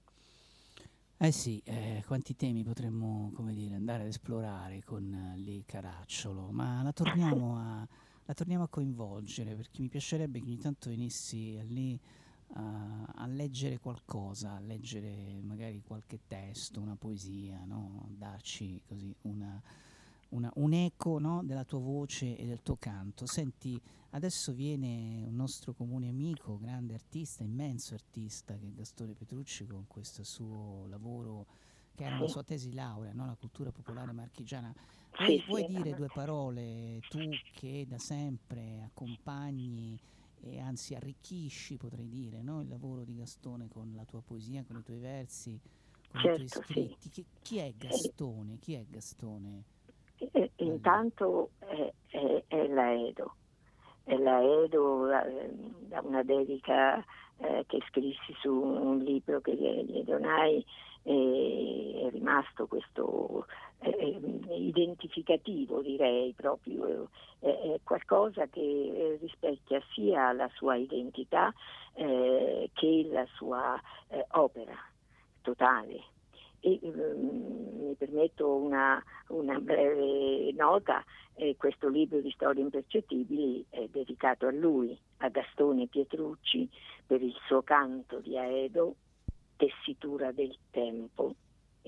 Sì, quanti temi potremmo, come dire, andare ad esplorare con lì Caracciolo, ma la torniamo a coinvolgere, perché mi piacerebbe che ogni tanto venissi lì a leggere qualcosa, a leggere magari qualche testo, una poesia, no? Darci così un eco, no, della tua voce e del tuo canto. Senti, adesso viene un nostro comune amico, grande artista, immenso artista, che è Gastone Petrucci, con questo suo lavoro che era una sua tesi laurea, no? La cultura popolare marchigiana. Vuoi dire due parole, tu che da sempre accompagni e anzi arricchisci, potrei dire, no? Il lavoro di Gastone con la tua poesia, con i tuoi versi, con i tuoi scritti. Sì. Chi è Gastone? Chi è Gastone? Intanto è la Edo. È la Edo da una dedica che scrissi su un libro che gli donai, è rimasto questo identificativo, direi, proprio è qualcosa che rispecchia sia la sua identità che la sua opera totale. E mi permetto una breve nota: questo libro di storie impercettibili è dedicato a lui, a Gastone Petrucci, per il suo canto di Aedo, Tessitura del tempo,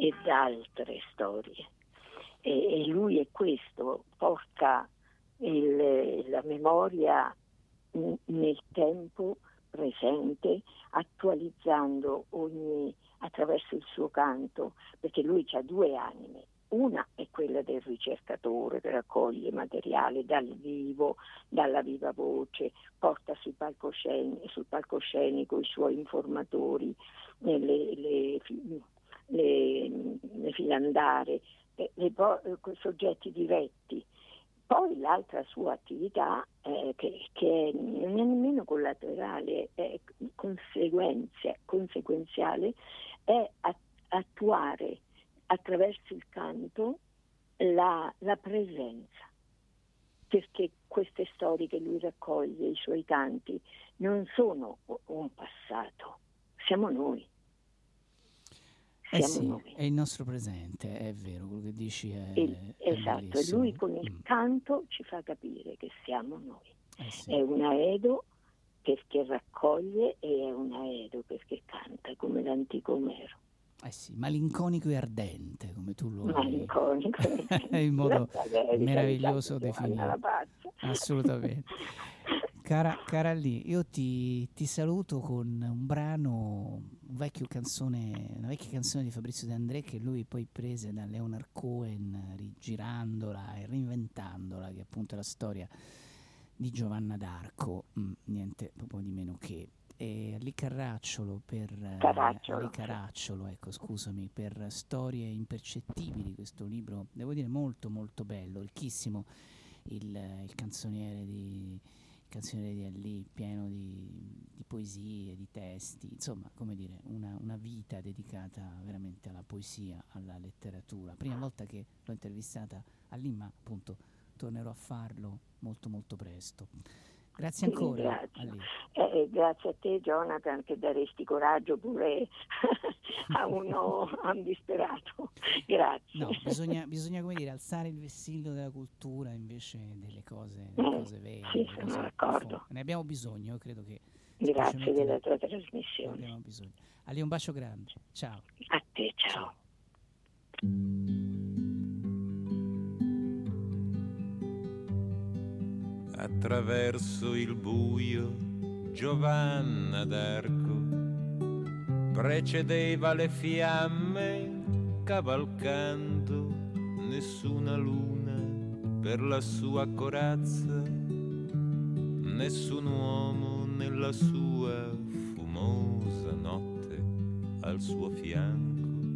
e da altre storie. E lui è questo, porta la memoria nel tempo presente, attualizzando attraverso il suo canto, perché lui ha due anime. Una è quella del ricercatore che raccoglie materiale dal vivo, dalla viva voce, porta sul palcoscenico i suoi informatori, le filandare, soggetti diretti. Poi l'altra sua attività, che non è nemmeno collaterale, è conseguenziale, è attuare attraverso il canto la presenza, perché queste storie che lui raccoglie, i suoi canti, non sono un passato, siamo noi. Sì, noi. È il nostro presente, è vero, quello che dici esatto, e lui con il canto ci fa capire che siamo noi. È un aedo perché raccoglie e è un aedo perché canta, come l'antico Omero. Sì, malinconico e ardente, come tu lo hai in modo meraviglioso definito. Assolutamente. Cara Lì, io ti saluto con un brano, una vecchia canzone di Fabrizio De André che lui poi prese da Leonard Cohen, rigirandola e reinventandola, che appunto è la storia di Giovanna d'Arco, niente proprio di meno che. E Lì Caracciolo per Storie impercettibili, questo libro devo dire molto molto bello, ricchissimo, il canzoniere di Lì, pieno di poesie, di testi, insomma, come dire, una vita dedicata veramente alla poesia, alla letteratura. Prima volta che l'ho intervistata a Lì, ma appunto tornerò a farlo molto molto presto. Grazie ancora. Grazie a te, Jonathan, che daresti coraggio pure a un disperato. Grazie. No, bisogna come dire, alzare il vessillo della cultura invece delle cose vere. Sì, sono d'accordo. Ne abbiamo bisogno, io credo che. Grazie della tua trasmissione. Ne abbiamo bisogno. Ali, un bacio grande. Ciao. A te, ciao. Attraverso il buio Giovanna d'Arco precedeva le fiamme cavalcando, nessuna luna per la sua corazza, nessun uomo nella sua fumosa notte al suo fianco.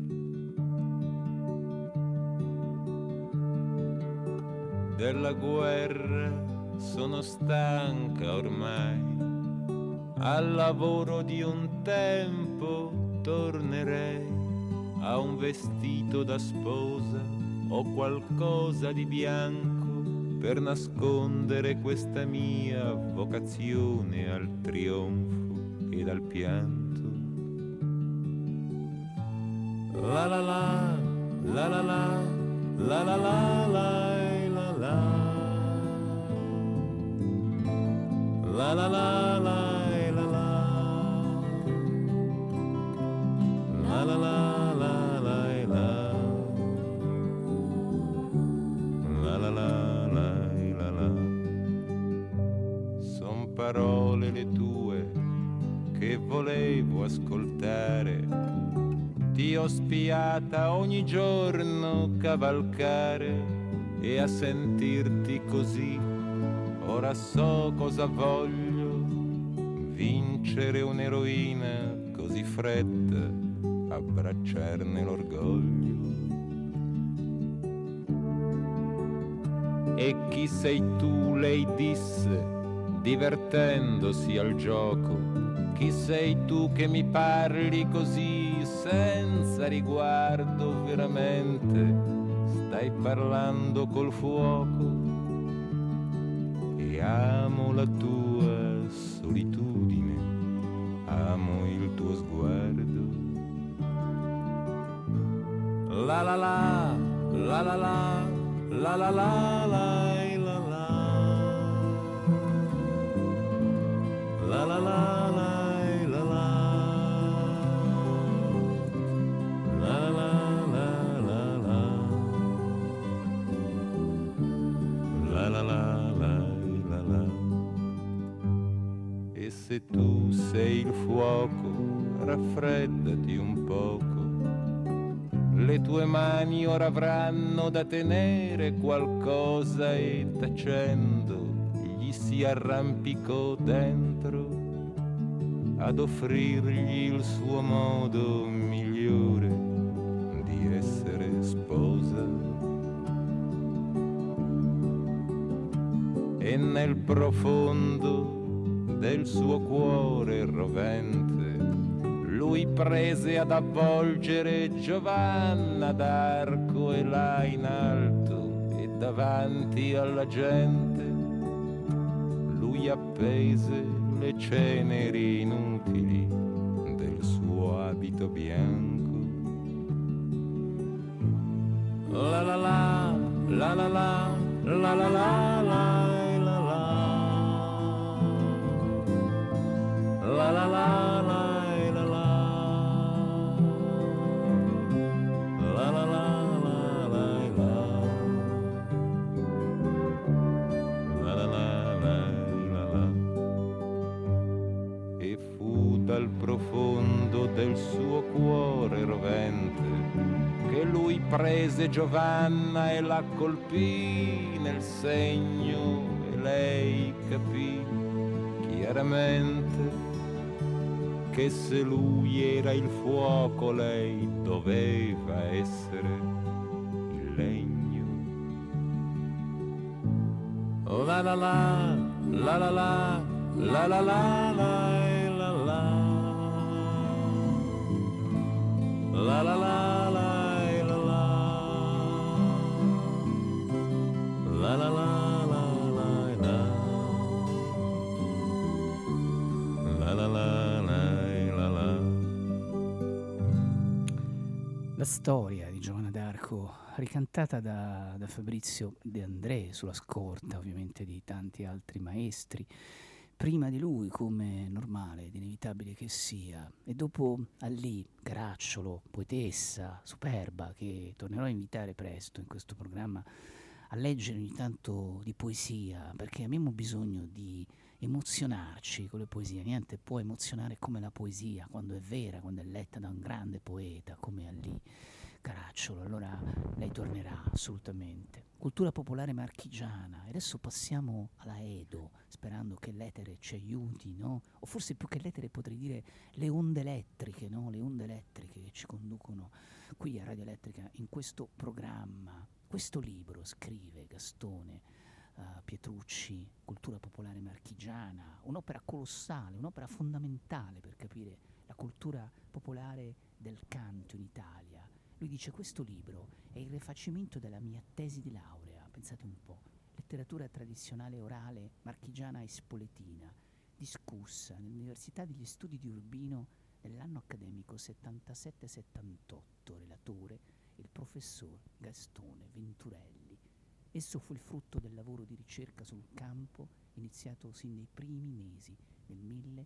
Della guerra sono stanca ormai, al lavoro di un tempo tornerei, a un vestito da sposa o qualcosa di bianco per nascondere questa mia vocazione al trionfo ed al pianto. La la la, la la la, la la la, la la. La la la la la la la la la la la la la la. Son parole le tue che volevo ascoltare, ti ho spiata ogni giorno cavalcare e a sentirti così ora so cosa voglio, vincere un'eroina così fredda, abbracciarne l'orgoglio. E chi sei tu, lei disse, divertendosi al gioco, chi sei tu che mi parli così senza riguardo veramente, stai parlando col fuoco? Amo la tua solitudine, amo il tuo sguardo. La la la, la la la, la la la, la la la, la la la, la la la, la la la. raffreddati un poco. Le tue mani ora avranno da tenere qualcosa e tacendo gli si arrampicò dentro ad offrirgli il suo modo migliore di essere sposa. E nel profondo del suo cuore rovente lui prese ad avvolgere Giovanna d'Arco e là in alto e davanti alla gente lui appese le ceneri inutili del suo abito bianco. La la la, la la la, la la la la. La la la la la la la la la la la. E fu dal profondo del suo cuore rovente che lui prese Giovanna e la colpì nel segno e lei capì chiaramente che se lui era il fuoco lei doveva essere il legno. La la la, la la la, la la la la la la la la la la la la la la. La storia di Giovanna d'Arco, ricantata da Fabrizio De André, sulla scorta ovviamente di tanti altri maestri, prima di lui, come normale ed inevitabile che sia, e dopo Allì, Caracciolo, poetessa superba, che tornerò a invitare presto in questo programma a leggere ogni tanto di poesia, perché abbiamo bisogno di emozionarci con le poesie. Niente può emozionare come la poesia quando è vera, quando è letta da un grande poeta come Allì Caracciolo. Allora lei tornerà assolutamente. Cultura popolare marchigiana. E adesso passiamo alla Edo, sperando che l'etere ci aiuti, no? O forse più che l'etere potrei dire le onde elettriche, no? Le onde elettriche che ci conducono qui a Radio Elettrica in questo programma. Questo libro, scrive Gastone Pietrucci, Cultura popolare marchigiana, un'opera colossale, un'opera fondamentale per capire la cultura popolare del canto in Italia. Lui dice: questo libro è il rifacimento della mia tesi di laurea, pensate un po', letteratura tradizionale orale marchigiana e spoletina, discussa nell'Università degli Studi di Urbino nell'anno accademico 77-78, relatore il professor Gastone Venturelli. Esso fu il frutto del lavoro di ricerca sul campo iniziato sin nei primi mesi del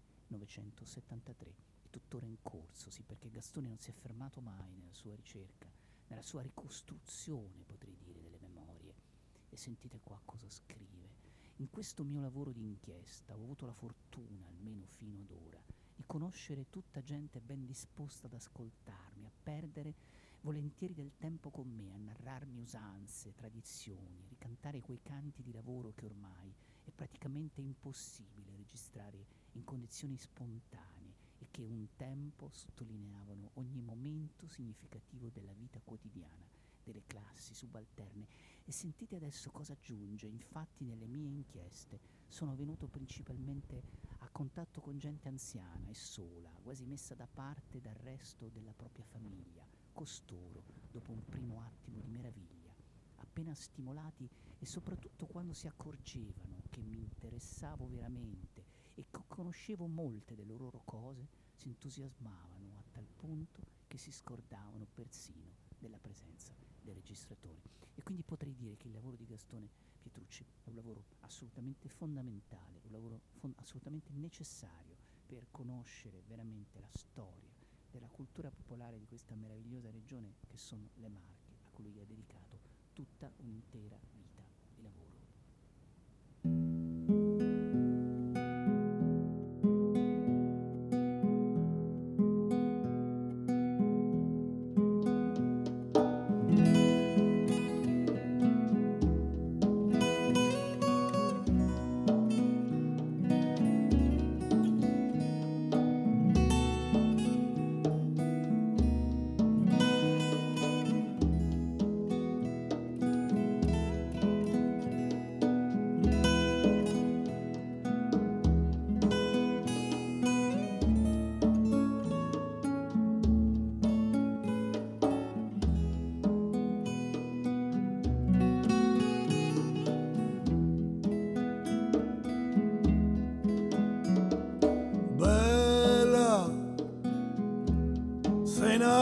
1973 e tuttora in corso, sì, perché Gastone non si è fermato mai nella sua ricerca, nella sua ricostruzione, potrei dire, delle memorie. E sentite qua cosa scrive. In questo mio lavoro di inchiesta ho avuto la fortuna, almeno fino ad ora, di conoscere tutta gente ben disposta ad ascoltarmi, a perdere volentieri del tempo con me, a narrarmi usanze, tradizioni, ricantare quei canti di lavoro che ormai è praticamente impossibile registrare in condizioni spontanee e che un tempo sottolineavano ogni momento significativo della vita quotidiana delle classi subalterne. E sentite adesso cosa aggiunge. Infatti nelle mie inchieste sono venuto principalmente a contatto con gente anziana e sola, quasi messa da parte dal resto della propria famiglia. Costoro, dopo un primo attimo di meraviglia, appena stimolati e soprattutto quando si accorgevano che mi interessavo veramente e che conoscevo molte delle loro cose, si entusiasmavano a tal punto che si scordavano persino della presenza dei registratori. E quindi potrei dire che il lavoro di Gastone Pietrucci è un lavoro assolutamente fondamentale, un lavoro assolutamente necessario per conoscere veramente la storia della cultura popolare di questa meravigliosa regione che sono le Marche, a cui lui ha dedicato tutta un'intera vita di lavoro.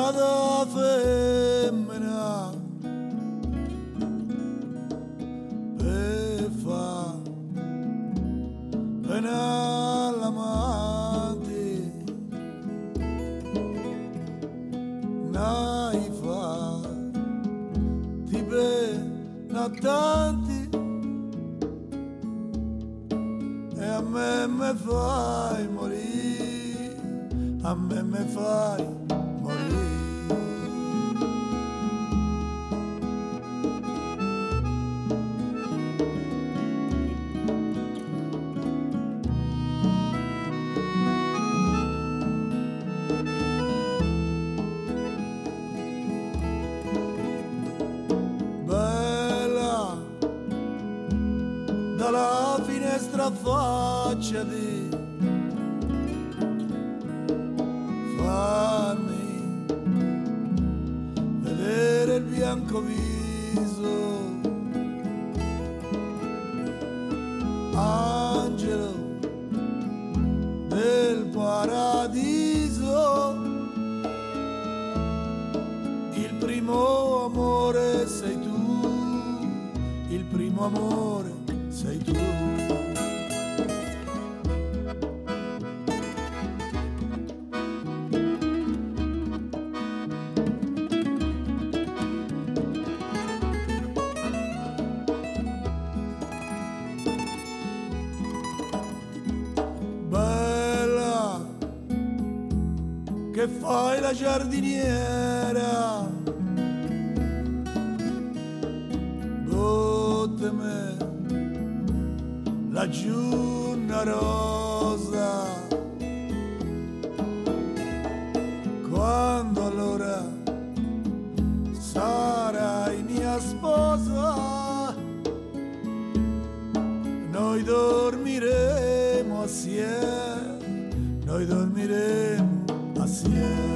nata femmina per fa pena all'amante, nai fa ti pena tanti e a me fai morire, a me fai morire. Bella dalla finestra faccia di farmi vedere il bianco viso, angelo del paradiso, il primo amore sei tu, il primo amore sei tu. Che fai la giardiniera, buttami laggiù una rosa, quando allora sarai mia sposa, noi dormiremo assieme, noi dormiremo assieme.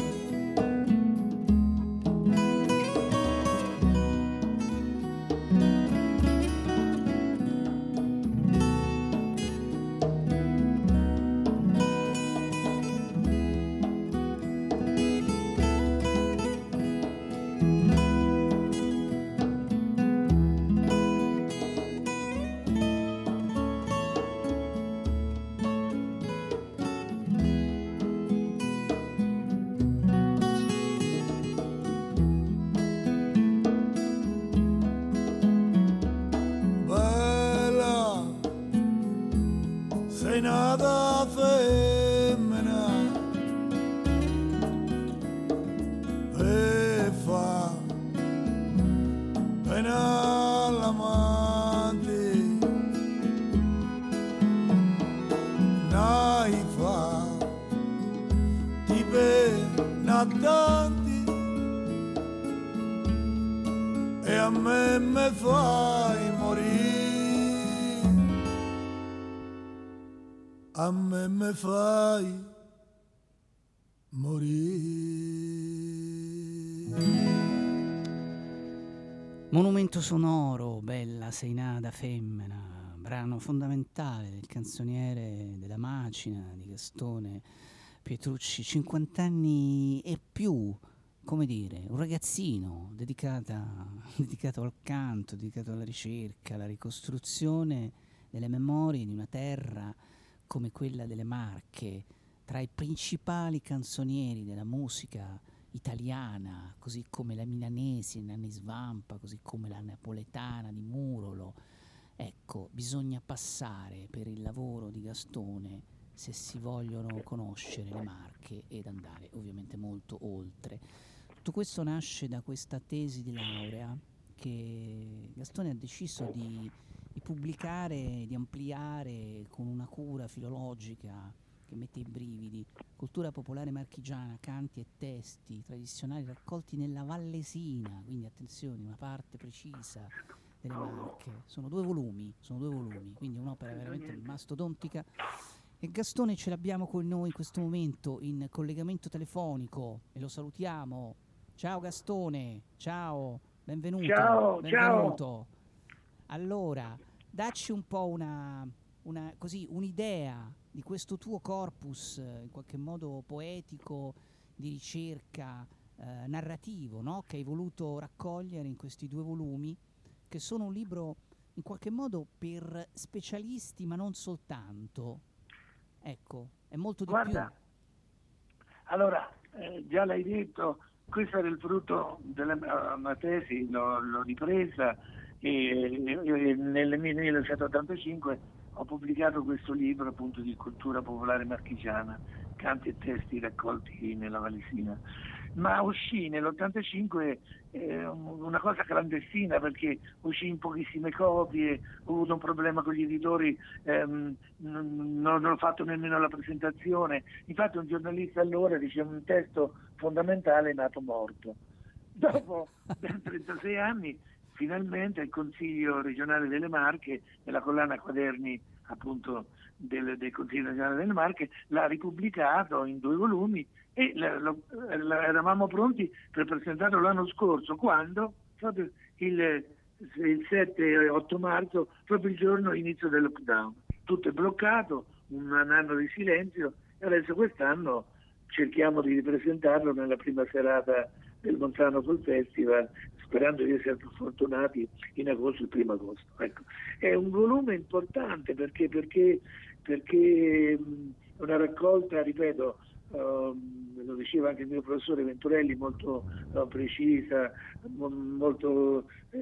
Sei nata femmina e fa pena all'amante, nai fa ti pena tanti e a me fai morire, a me fai morire. Monumento sonoro, Bella sei nata femmina, brano fondamentale del canzoniere della Macina di Gastone Pietrucci, 50 anni e più, come dire, un ragazzino dedicato al canto, dedicato alla ricerca, alla ricostruzione delle memorie di una terra come quella delle Marche, tra i principali canzonieri della musica italiana, così come la milanese Nanni Svampa, così come la napoletana di Murolo. Ecco, bisogna passare per il lavoro di Gastone se si vogliono conoscere le Marche ed andare ovviamente molto oltre. Tutto questo nasce da questa tesi di laurea che Gastone ha deciso di pubblicare, di ampliare con una cura filologica che mette i brividi. Cultura popolare marchigiana, canti e testi tradizionali raccolti nella Vallesina, quindi attenzione, una parte precisa delle Marche. Sono due volumi, quindi un'opera veramente mastodontica. E Gastone ce l'abbiamo con noi in questo momento in collegamento telefonico e lo salutiamo. Ciao Gastone, ciao, benvenuto. Ciao. Allora, dacci un po' un'idea di questo tuo corpus in qualche modo poetico di ricerca narrativo, no? Che hai voluto raccogliere in questi 2 volumi, che sono un libro in qualche modo per specialisti, ma non soltanto. Ecco, è molto di Guarda, allora, già l'hai detto, questo era il frutto della mia tesi, l'ho ripresa e nel 1985 ho pubblicato questo libro appunto di cultura popolare marchigiana, canti e testi raccolti nella Valesina. Ma uscì nell'85 una cosa clandestina, perché uscì in pochissime copie, ho avuto un problema con gli editori, non ho fatto nemmeno la presentazione. Infatti un giornalista allora diceva un testo fondamentale è nato morto. Dopo ben 36 anni finalmente il Consiglio regionale delle Marche, nella collana Quaderni appunto del Consiglio regionale delle Marche, l'ha ripubblicato in 2 volumi e eravamo pronti per presentarlo l'anno scorso, quando proprio il 7-8 marzo, proprio il giorno inizio del lockdown. Tutto è bloccato, un anno di silenzio, e adesso quest'anno cerchiamo di ripresentarlo nella prima serata del Monzano Folk Festival, sperando di essere più fortunati in agosto, il 1° agosto. Ecco. È un volume importante perché è una raccolta, ripeto, lo diceva anche il mio professore Venturelli, molto precisa, molto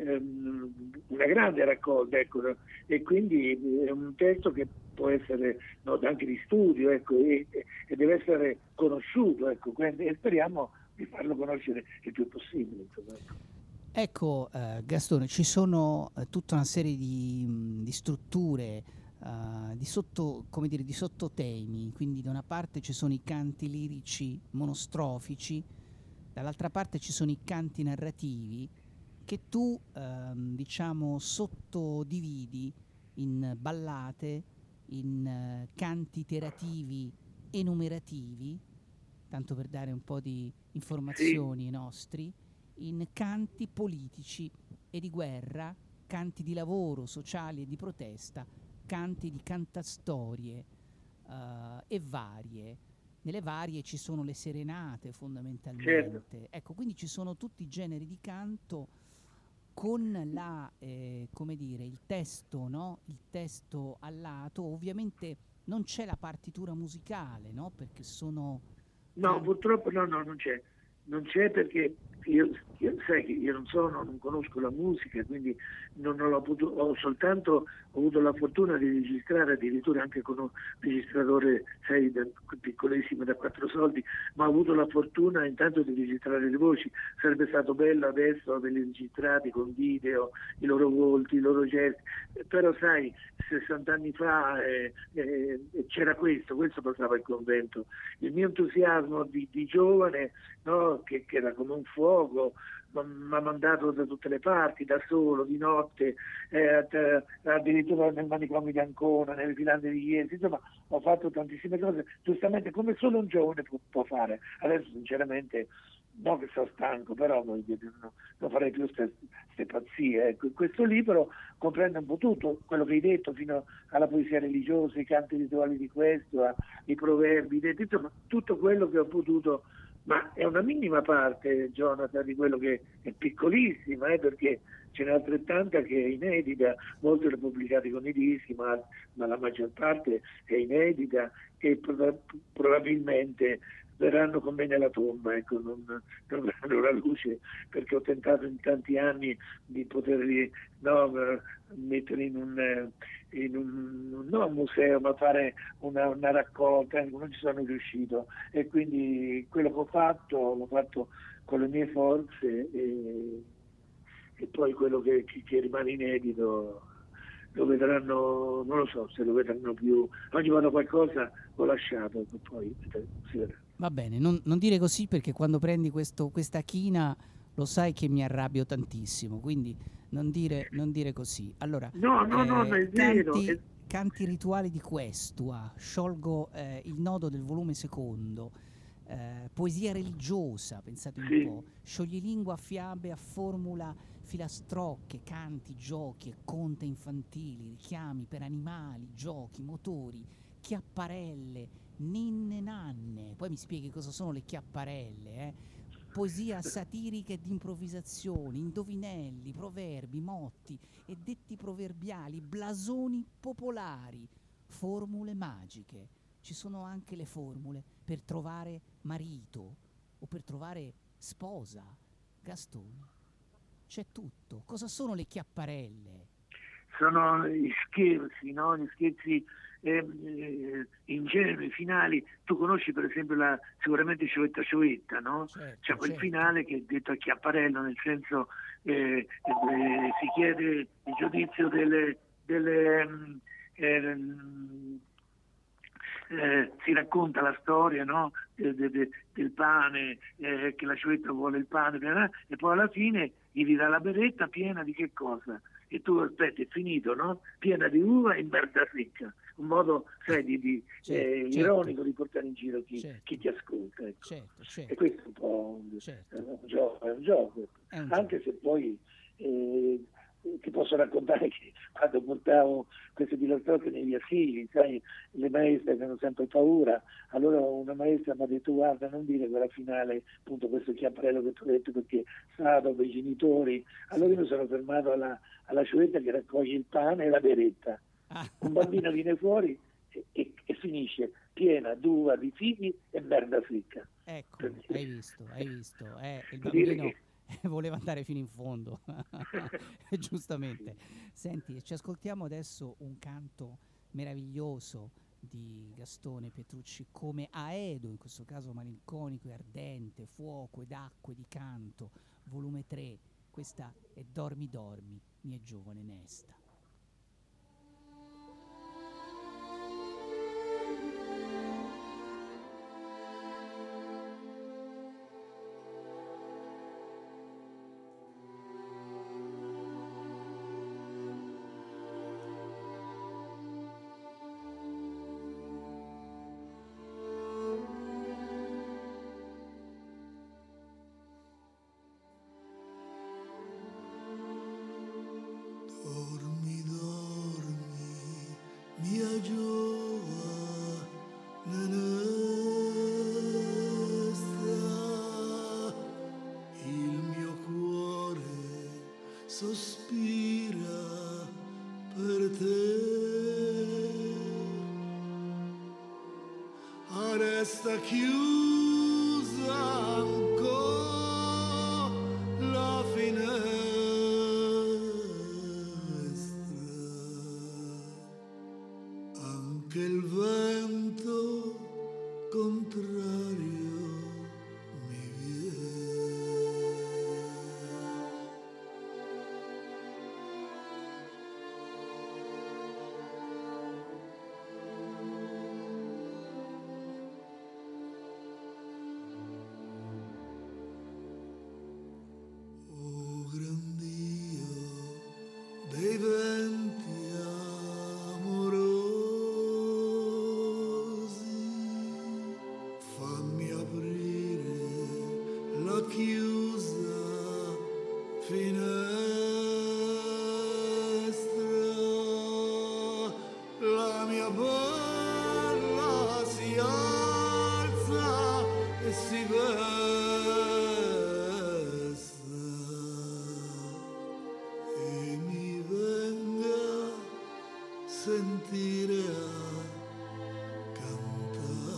una grande raccolta, ecco, e quindi è un testo che può essere anche di studio, ecco, e deve essere conosciuto, ecco, e speriamo di farlo conoscere il più possibile. Insomma. Ecco, Gastone, ci sono tutta una serie di strutture, di sottotemi, quindi da una parte ci sono i canti lirici monostrofici, dall'altra parte ci sono i canti narrativi che tu diciamo sottodividi in ballate, in canti iterativi enumerativi, tanto per dare un po' di informazioni ai nostri, in canti politici e di guerra, canti di lavoro, sociali e di protesta, canti di cantastorie e varie. Nelle varie ci sono le serenate fondamentalmente. Certo. Ecco, quindi ci sono tutti i generi di canto con la, come dire, il testo, no? Il testo al lato. Ovviamente non c'è la partitura musicale, no? Perché sono... No, purtroppo no, non c'è. Non c'è perché io sai che io non conosco la musica, quindi non l'ho potuto, ho soltanto avuto la fortuna di registrare addirittura anche con un registratore, sai, piccolissimo da 4 soldi, ma ho avuto la fortuna intanto di registrare le voci. Sarebbe stato bello adesso averli registrati con video, i loro volti, i loro gesti, però sai, 60 anni fa c'era questo passava il convento. Il mio entusiasmo di giovane, no, che era come un fuoco, mi ha mandato da tutte le parti, da solo, di notte, addirittura nel manicomio di Ancona, nelle filande di Iesi, insomma ho fatto tantissime cose, giustamente come solo un giovane può fare. Adesso sinceramente no, che sono stanco, però non farei più queste pazzie. Ecco, questo libro comprende un po' tutto quello che hai detto, fino alla poesia religiosa, i canti rituali di questo, i proverbi, insomma tutto quello che ho potuto. Ma è una minima parte, Jonathan, di quello che è piccolissima, perché ce n'è altrettanta che è inedita, molte le pubblicate con i dischi, ma la maggior parte è inedita e probabilmente verranno con me nella tomba, ecco, non verranno alla luce, perché ho tentato in tanti anni di poterli mettere in un non museo, ma fare una raccolta, non ci sono riuscito, e quindi quello che l'ho fatto con le mie forze, e poi quello che rimane inedito lo vedranno, non lo so se lo vedranno più, ogni volta qualcosa l'ho lasciato, poi si vedrà. Va bene, non dire così, perché quando prendi questa china lo sai che mi arrabbio tantissimo, quindi non dire così. Allora, no, è vero. Canti rituali di Questua, sciolgo il nodo del volume 2, poesia religiosa, pensate un po', scioglilingua, fiabe a formula, filastrocche, canti, giochi e conte infantili, richiami per animali, giochi, motori, chiapparelle, ninne nanne. Poi mi spieghi cosa sono le chiapparelle, poesia satirica e di improvvisazioni, indovinelli, proverbi, motti e detti proverbiali, blasoni popolari, formule magiche. Ci sono anche le formule per trovare marito o per trovare sposa. Gastone, c'è tutto. Cosa sono le chiapparelle? Sono gli scherzi, no? Gli scherzi ingenui, finali. Tu conosci per esempio sicuramente Cioetta, no? Certo, C'è quel certo. finale che è detto a chiapparello, nel senso si chiede il giudizio si racconta la storia, no? Del pane, che la Cioetta vuole il pane, e poi alla fine gli dà la beretta piena di che cosa? E tu aspetti, è finito, no? Piena di uva e merda secca. Un modo, sai, Certo. ironico di portare in giro chi Certo. ti ascolta. Ecco. Certo. E questo è un po' Certo. un gioco. È un Anche se poi ti posso raccontare che quando portavo queste filosofiche negli asili, sai, le maestre avevano sempre paura, allora una maestra mi ha detto: guarda, non dire quella finale, appunto questo chiapparello che tu hai detto, perché sarà dopo i genitori. Allora io mi sono fermato alla Cioetta che raccoglie il pane e la beretta. Un bambino viene fuori e finisce piena d'uva, di figli e merda secca. Ecco, hai visto. Il bambino voleva andare fino in fondo, giustamente. Senti, ci ascoltiamo adesso un canto meraviglioso di Gastone Petrucci, come Aedo, in questo caso malinconico e ardente, fuoco ed acque di canto, volume 3. Questa è Dormi, mia giovane Nesta. Dormi, mia giovane Nesta, il mio cuore sospira per te. Resta chiusa ancora la finestra, anche il vento contrario mi viene. Oh gran Dio dei venti amorosi, fammi aprire la chiusa finestra, la mia balla si alza e si vesta e mi venga sentire a cantare.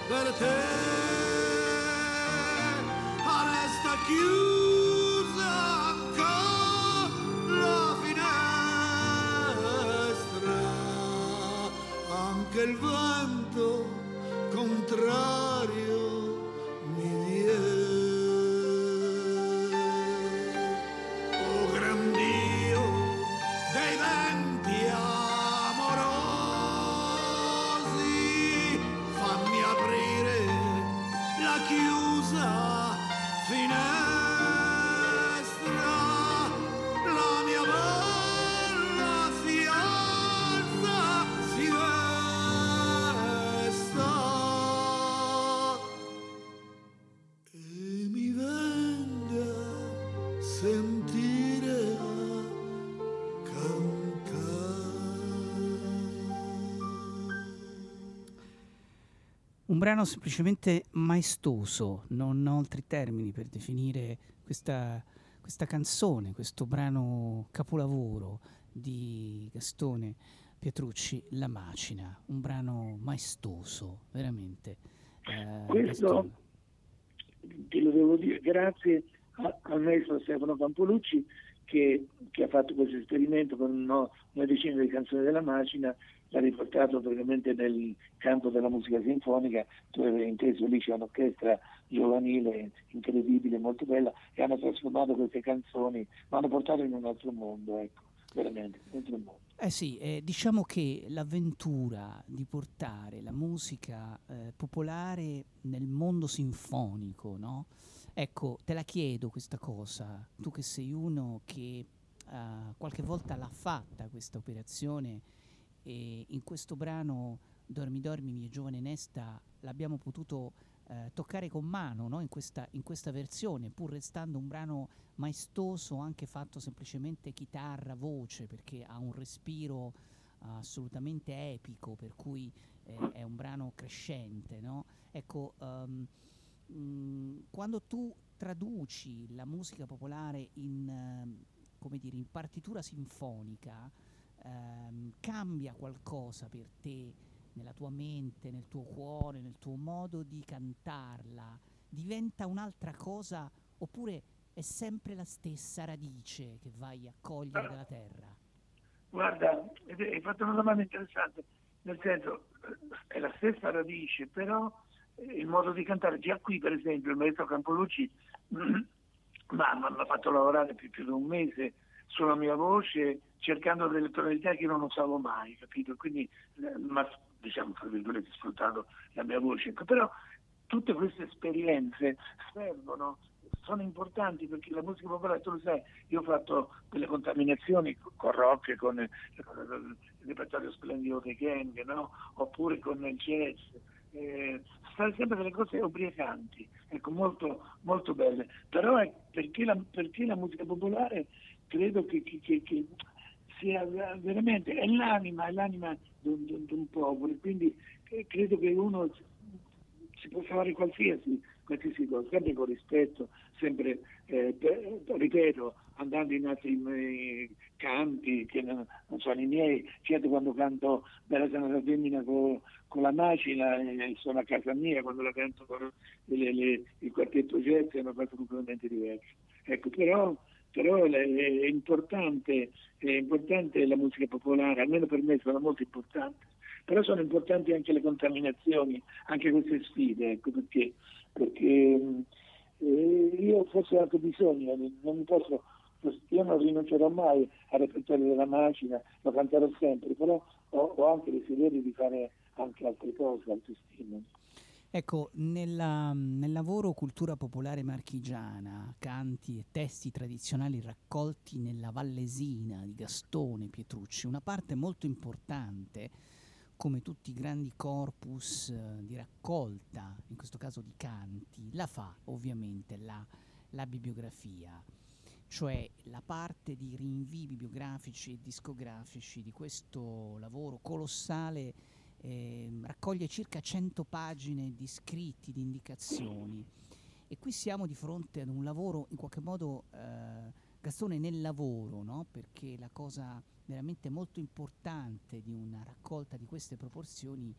per te resta chiusa ancora la finestra, anche il vento contrario mi viene. Oh gran Dio dei venti amorosi, fammi aprire la chiusa finestra, la mia bella si alza, si vesta e mi venga a sentire a Un brano semplicemente maestoso, non ho altri termini per definire questa canzone, questo brano capolavoro di Gastone Pietrucci, La Macina, un brano maestoso, veramente. Questo Gastone. te lo devo dire grazie al maestro Stefano Campolucci che ha fatto questo esperimento con una decina di canzoni della Macina, l'ha riportato praticamente nel campo della musica sinfonica, dove inteso lì c'è un'orchestra giovanile incredibile, molto bella, e hanno trasformato queste canzoni, ma hanno portato in un altro mondo, ecco, veramente, un altro mondo. Sì, diciamo che l'avventura di portare la musica popolare nel mondo sinfonico, no? Ecco, te la chiedo questa cosa, tu che sei uno che qualche volta l'ha fatta questa operazione, e in questo brano Dormi dormi mia giovane Nesta l'abbiamo potuto toccare con mano, no? in questa versione, pur restando un brano maestoso, anche fatto semplicemente chitarra, voce, perché ha un respiro assolutamente epico, per cui è un brano crescente, no? Ecco, quando tu traduci la musica popolare in partitura sinfonica, cambia qualcosa per te nella tua mente, nel tuo cuore, nel tuo modo di cantarla? Diventa un'altra cosa oppure è sempre la stessa radice che vai a cogliere dalla terra? Guarda, hai fatto una domanda interessante, nel senso è la stessa radice, però il modo di cantare, già qui per esempio il maestro Campolucci mi ha fatto lavorare più di un mese sulla mia voce, cercando delle tonalità che non usavo mai, capito? Quindi, diciamo, tra virgolette, sfruttando la mia voce. Però tutte queste esperienze servono, sono importanti, perché la musica popolare, tu lo sai, io ho fatto delle contaminazioni con rock, con il repertorio splendido dei Gang, no? Oppure con il jazz, fare sempre delle cose ubriacanti, ecco, molto, molto belle. Però perché la musica popolare credo che sia veramente, è l'anima di un popolo, quindi credo che uno si possa fare qualsiasi cosa, sempre con rispetto, sempre, ripeto, andando in altri canti che non sono i miei. Certo, quando canto Bella Sanata Femmina con la Macina, sono a casa mia, quando la canto con il quartetto jazz è una cosa completamente diversa. Ecco, però è importante la musica popolare, almeno per me sono molto importanti, però sono importanti anche le contaminazioni, anche queste sfide, ecco, perché io forse ho anche bisogno, io non rinuncerò mai al repertorio della Macina, lo canterò sempre, però ho anche desiderio di fare anche altre cose, altri stimoli. Ecco, nel lavoro Cultura Popolare Marchigiana, canti e testi tradizionali raccolti nella Vallesina di Gastone Pietrucci, una parte molto importante, come tutti i grandi corpus di raccolta, in questo caso di canti, la fa ovviamente la bibliografia, cioè la parte di rinvii bibliografici e discografici di questo lavoro colossale. Raccoglie circa 100 pagine di scritti, di indicazioni, e qui siamo di fronte ad un lavoro in qualche modo, Gastone, nel lavoro, no? Perché la cosa veramente molto importante di una raccolta di queste proporzioni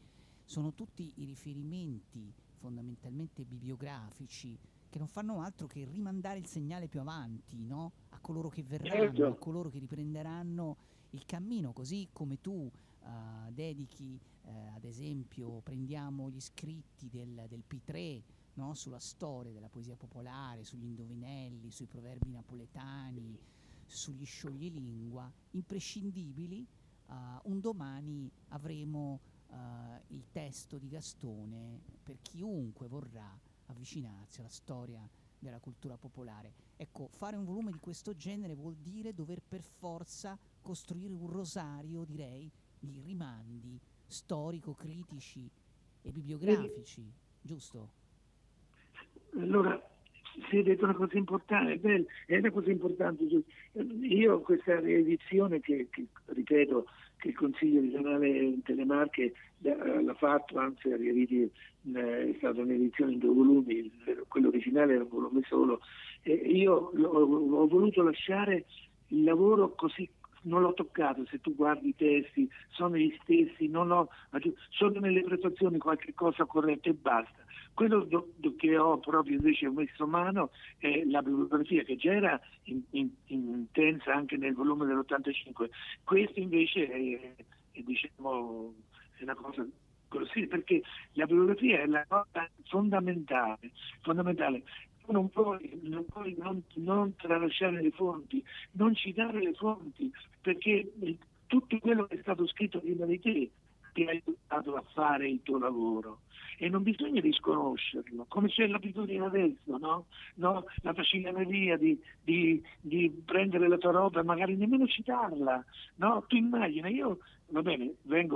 sono tutti i riferimenti fondamentalmente bibliografici che non fanno altro che rimandare il segnale più avanti, no? A coloro che verranno, a coloro che riprenderanno il cammino, così come tu dedichi, ad esempio, prendiamo gli scritti del P3, no? Sulla storia della poesia popolare, sugli indovinelli, sui proverbi napoletani, sugli scioglilingua, imprescindibili. Un domani avremo il testo di Gastone per chiunque vorrà avvicinarsi alla storia della cultura popolare. Ecco, fare un volume di questo genere vuol dire dover per forza costruire un rosario, direi, di rimandi storico-critici e bibliografici, giusto? Allora, si è detto una cosa importante, è una cosa importante. Io questa riedizione che ripeto, che il Consiglio regionale delle Marche l'ha fatto, anzi è stata un'edizione in 2 volumi, quello originale era un volume solo, io ho voluto lasciare il lavoro così, non l'ho toccato. Se tu guardi i testi sono gli stessi, sono nelle prestazioni qualche cosa corretta e basta. Quello che ho proprio invece messo mano è la bibliografia, che già era intensa anche nel volume dell'85. Questo invece è diciamo, è una cosa così, perché la bibliografia è la cosa fondamentale. Non puoi non tralasciare le fonti, non citare le fonti, perché tutto quello che è stato scritto prima di te ti ha aiutato a fare il tuo lavoro e non bisogna disconoscerlo, come c'è l'abitudine adesso, no? La faciloneria di prendere la tua roba e magari nemmeno citarla, no? Tu immagina, io va bene, vengo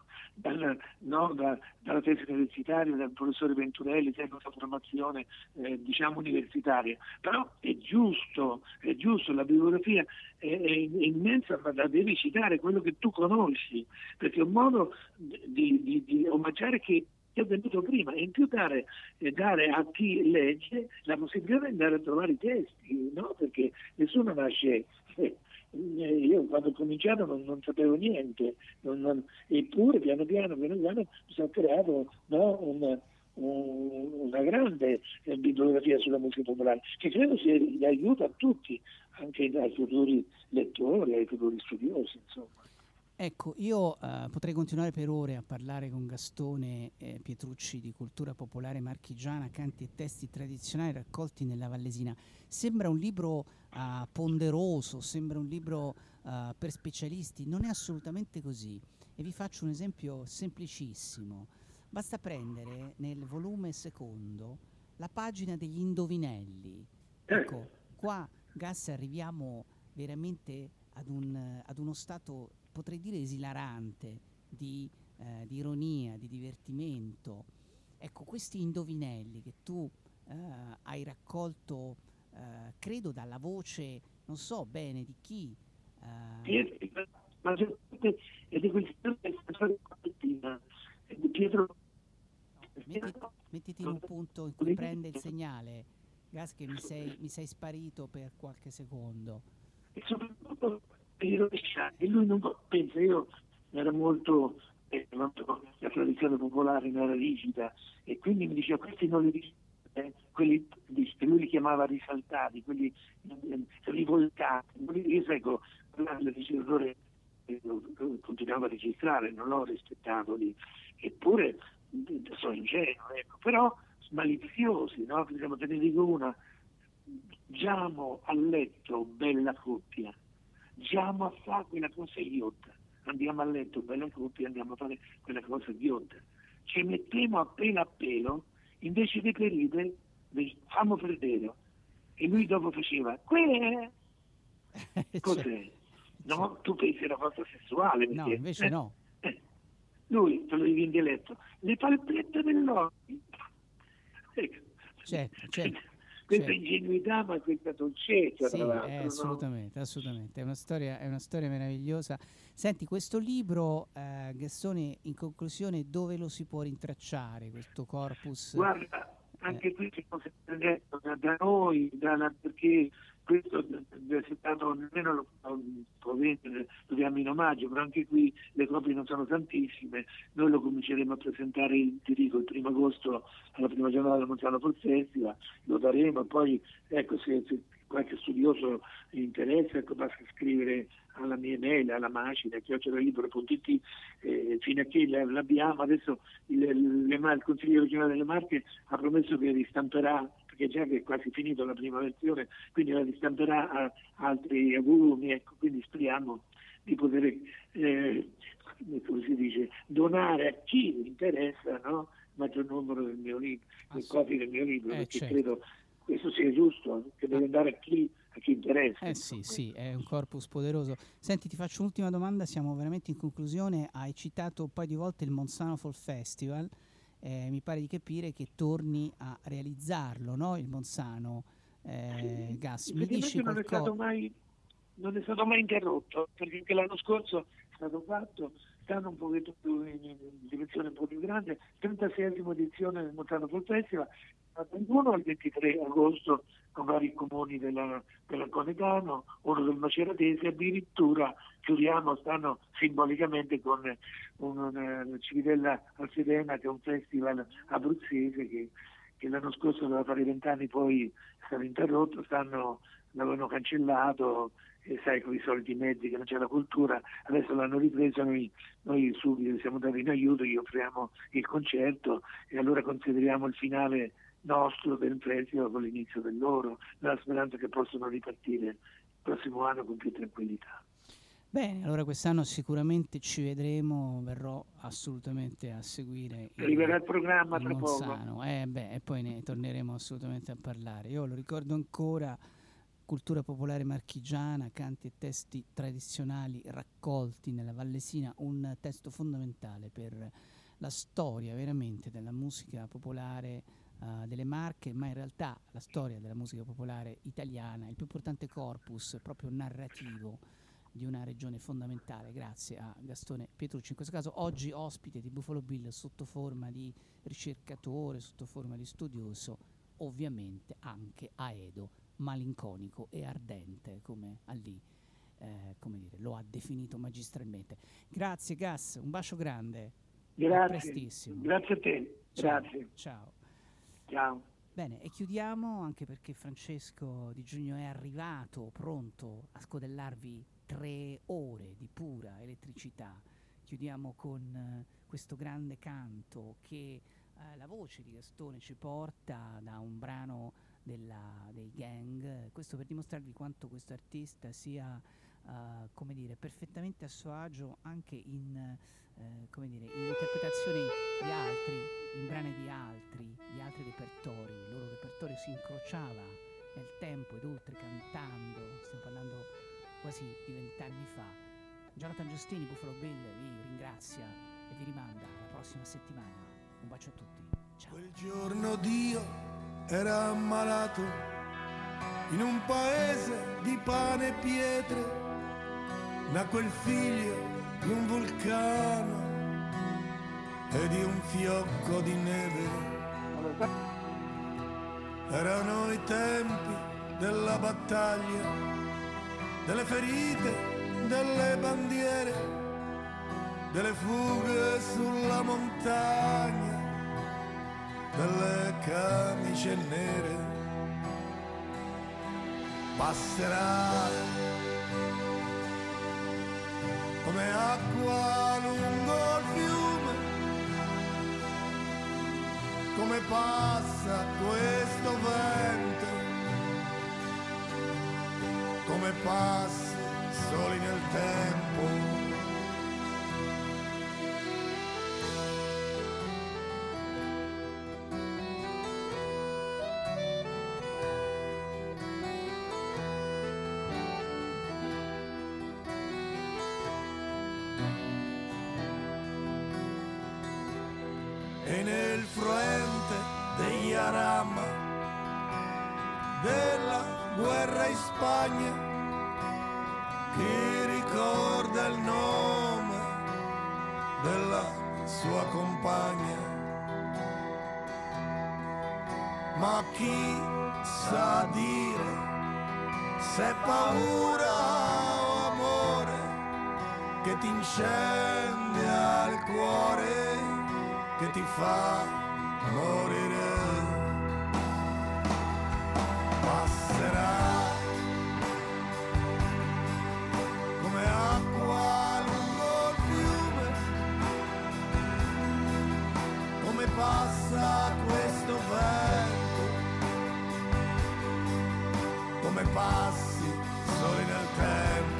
dalla tesi universitaria, dal professore Venturelli, tengo una formazione diciamo universitaria, però è giusto, la bibliografia è immensa, ma la devi citare quello che tu conosci, perché è un modo di omaggiare che è venuto prima e in più dare a chi legge la possibilità di andare a trovare i testi, no? Perché nessuno nasce. Io quando ho cominciato non sapevo niente, eppure piano piano mi sono creato, no, una grande bibliografia sulla musica popolare, che credo sia aiuta a tutti, anche ai futuri lettori, ai futuri studiosi, insomma. Ecco, io potrei continuare per ore a parlare con Gastone Pietrucci di cultura popolare marchigiana, canti e testi tradizionali raccolti nella Vallesina. Sembra un libro ponderoso, sembra un libro per specialisti, non è assolutamente così. E vi faccio un esempio semplicissimo. Basta prendere nel volume secondo la pagina degli indovinelli. Ecco, qua, Gas, arriviamo veramente ad uno stato, potrei dire, esilarante di ironia, di divertimento. Ecco, questi indovinelli che tu hai raccolto, credo dalla voce, non so bene di chi. Ma è di quel Pietro. Mettiti in un punto in cui prende il segnale, Gas, che mi sei sparito per qualche secondo. E soprattutto e lui non pensa, io era molto la tradizione popolare non era rigida e quindi mi diceva questi non li quelli che lui li chiamava risaltati, quelli rivoltati. Io seguo il legislatore, continuavo a registrare, non l'ho rispettato lì, eppure sono ingenuo, ecco. Però maliziosi, no? Diciamo, te ne dico una: giamo a letto bella coppia, giamo a fare quella cosa ghiotta, andiamo a letto bella coppia, andiamo a fare quella cosa ghiotta, ci mettiamo a pelo, invece di perire famo perdere. E lui dopo faceva cos'è? No, tu pensi alla cosa sessuale, perché, no, invece no. Lui te lo devi in dialetto, le palpette dell'occhio. Certo. Questa ingenuità, ma questa dolcezza, sì, tra l'altro. Assolutamente, è una storia meravigliosa. Senti, questo libro, Gastone, in conclusione, dove lo si può rintracciare, questo corpus? Guarda, anche qui si può detto da noi, perché questo è stato nemmeno lo diamo in omaggio, però anche qui le copie non sono tantissime. Noi lo cominceremo a presentare, ti dico, il 1 agosto alla prima giornata del Monzano Folk Festival, lo daremo, poi ecco, se qualche studioso interessa, ecco, basta scrivere alla mia email, alla macina, @libero.it, fino a che l'abbiamo. Adesso il Consiglio regionale delle Marche ha promesso che ristamperà, perché già che è quasi finito la prima versione, quindi la ristamperà altri volumi, ecco, quindi speriamo di poter come si dice, donare a chi interessa, no? maggior numero del mio libro, copie del mio libro, perché certo. credo questo sia giusto, che deve andare a chi interessa. Sì, è un corpus poderoso. Senti, ti faccio un'ultima domanda, siamo veramente in conclusione. Hai citato un paio di volte il Monzano Folk Festival, mi pare di capire che torni a realizzarlo, no? Il Monzano, Gas. Mi dici qualcosa? Non è stato mai interrotto, perché anche l'anno scorso è stato fatto, stanno un pochettino più in dimensione un po' più grande, 36esima edizione del Monzano Folk Festival, dal 21 al 23 agosto con vari comuni della Conegano, uno del Maceratese, addirittura chiudiamo, stanno simbolicamente con un Civitella al Sedena, che è un festival abruzzese che l'anno scorso doveva fare 20 anni, poi è stato interrotto, l'avevano cancellato, e sai, con i soliti mezzi che non c'è la cultura, adesso l'hanno ripreso, noi subito siamo andati in aiuto, gli offriamo il concerto e allora consideriamo il finale nostro del festival con l'inizio del loro, nella speranza che possano ripartire il prossimo anno con più tranquillità. Bene, allora quest'anno sicuramente ci vedremo, verrò assolutamente a seguire. Arriverà il programma tra Monzano. poco. E poi ne torneremo assolutamente a parlare. Io lo ricordo ancora, cultura popolare marchigiana, canti e testi tradizionali raccolti nella Vallesina, un testo fondamentale per la storia veramente della musica popolare delle Marche, ma in realtà la storia della musica popolare italiana, il più importante corpus proprio narrativo di una regione fondamentale, grazie a Gastone Pietrucci, in questo caso oggi ospite di Buffalo Bill sotto forma di ricercatore, sotto forma di studioso, ovviamente anche aedo, malinconico e ardente, come Allì lo ha definito magistralmente. Grazie Gas, un bacio grande. Grazie. A prestissimo. Grazie a te. Ciao. Grazie. Ciao. Ciao. Bene, e chiudiamo anche perché Francesco Di Giugno è arrivato, pronto a scodellarvi 3 ore di pura elettricità. Chiudiamo con questo grande canto che la voce di Gastone ci porta da un brano dei Gang, questo per dimostrarvi quanto questo artista sia perfettamente a suo agio anche in interpretazioni di altri, in brani di altri repertori. Il loro repertorio si incrociava nel tempo ed oltre cantando, stiamo parlando quasi di 20 anni fa. Jonathan Giustini, Buffalo Bill, vi ringrazia e vi rimanda alla prossima settimana. Un bacio a tutti, ciao. Quel giorno Dio era ammalato in un paese di pane e pietre, nacque il figlio di un vulcano e di un fiocco di neve. Erano i tempi della battaglia, delle ferite, delle bandiere, delle fughe sulla montagna, delle camicie nere. Passerà come acqua lungo il fiume, come passa questo vento, come passi soli nel tempo. E nel fronte degli Arama della guerra in Spagna, chi ricorda il nome della sua compagna, ma chi sa dire se è paura o amore che ti incendia il cuore, che ti fa morire. Passerà come acqua lungo il fiume, come passa questo vento, come passi soli nel tempo.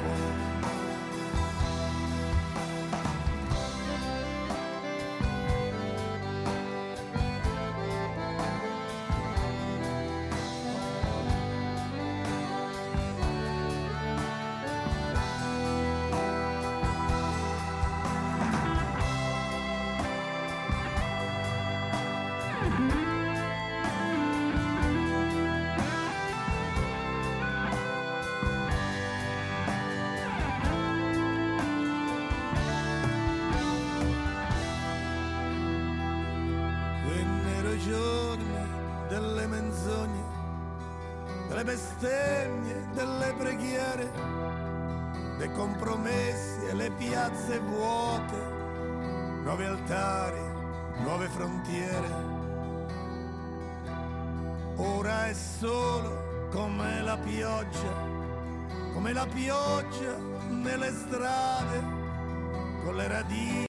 Delle menzogne, delle bestemmie, delle preghiere, dei compromessi e le piazze vuote, nuovi altari, nuove frontiere. Ora è solo come la pioggia nelle strade, con le radici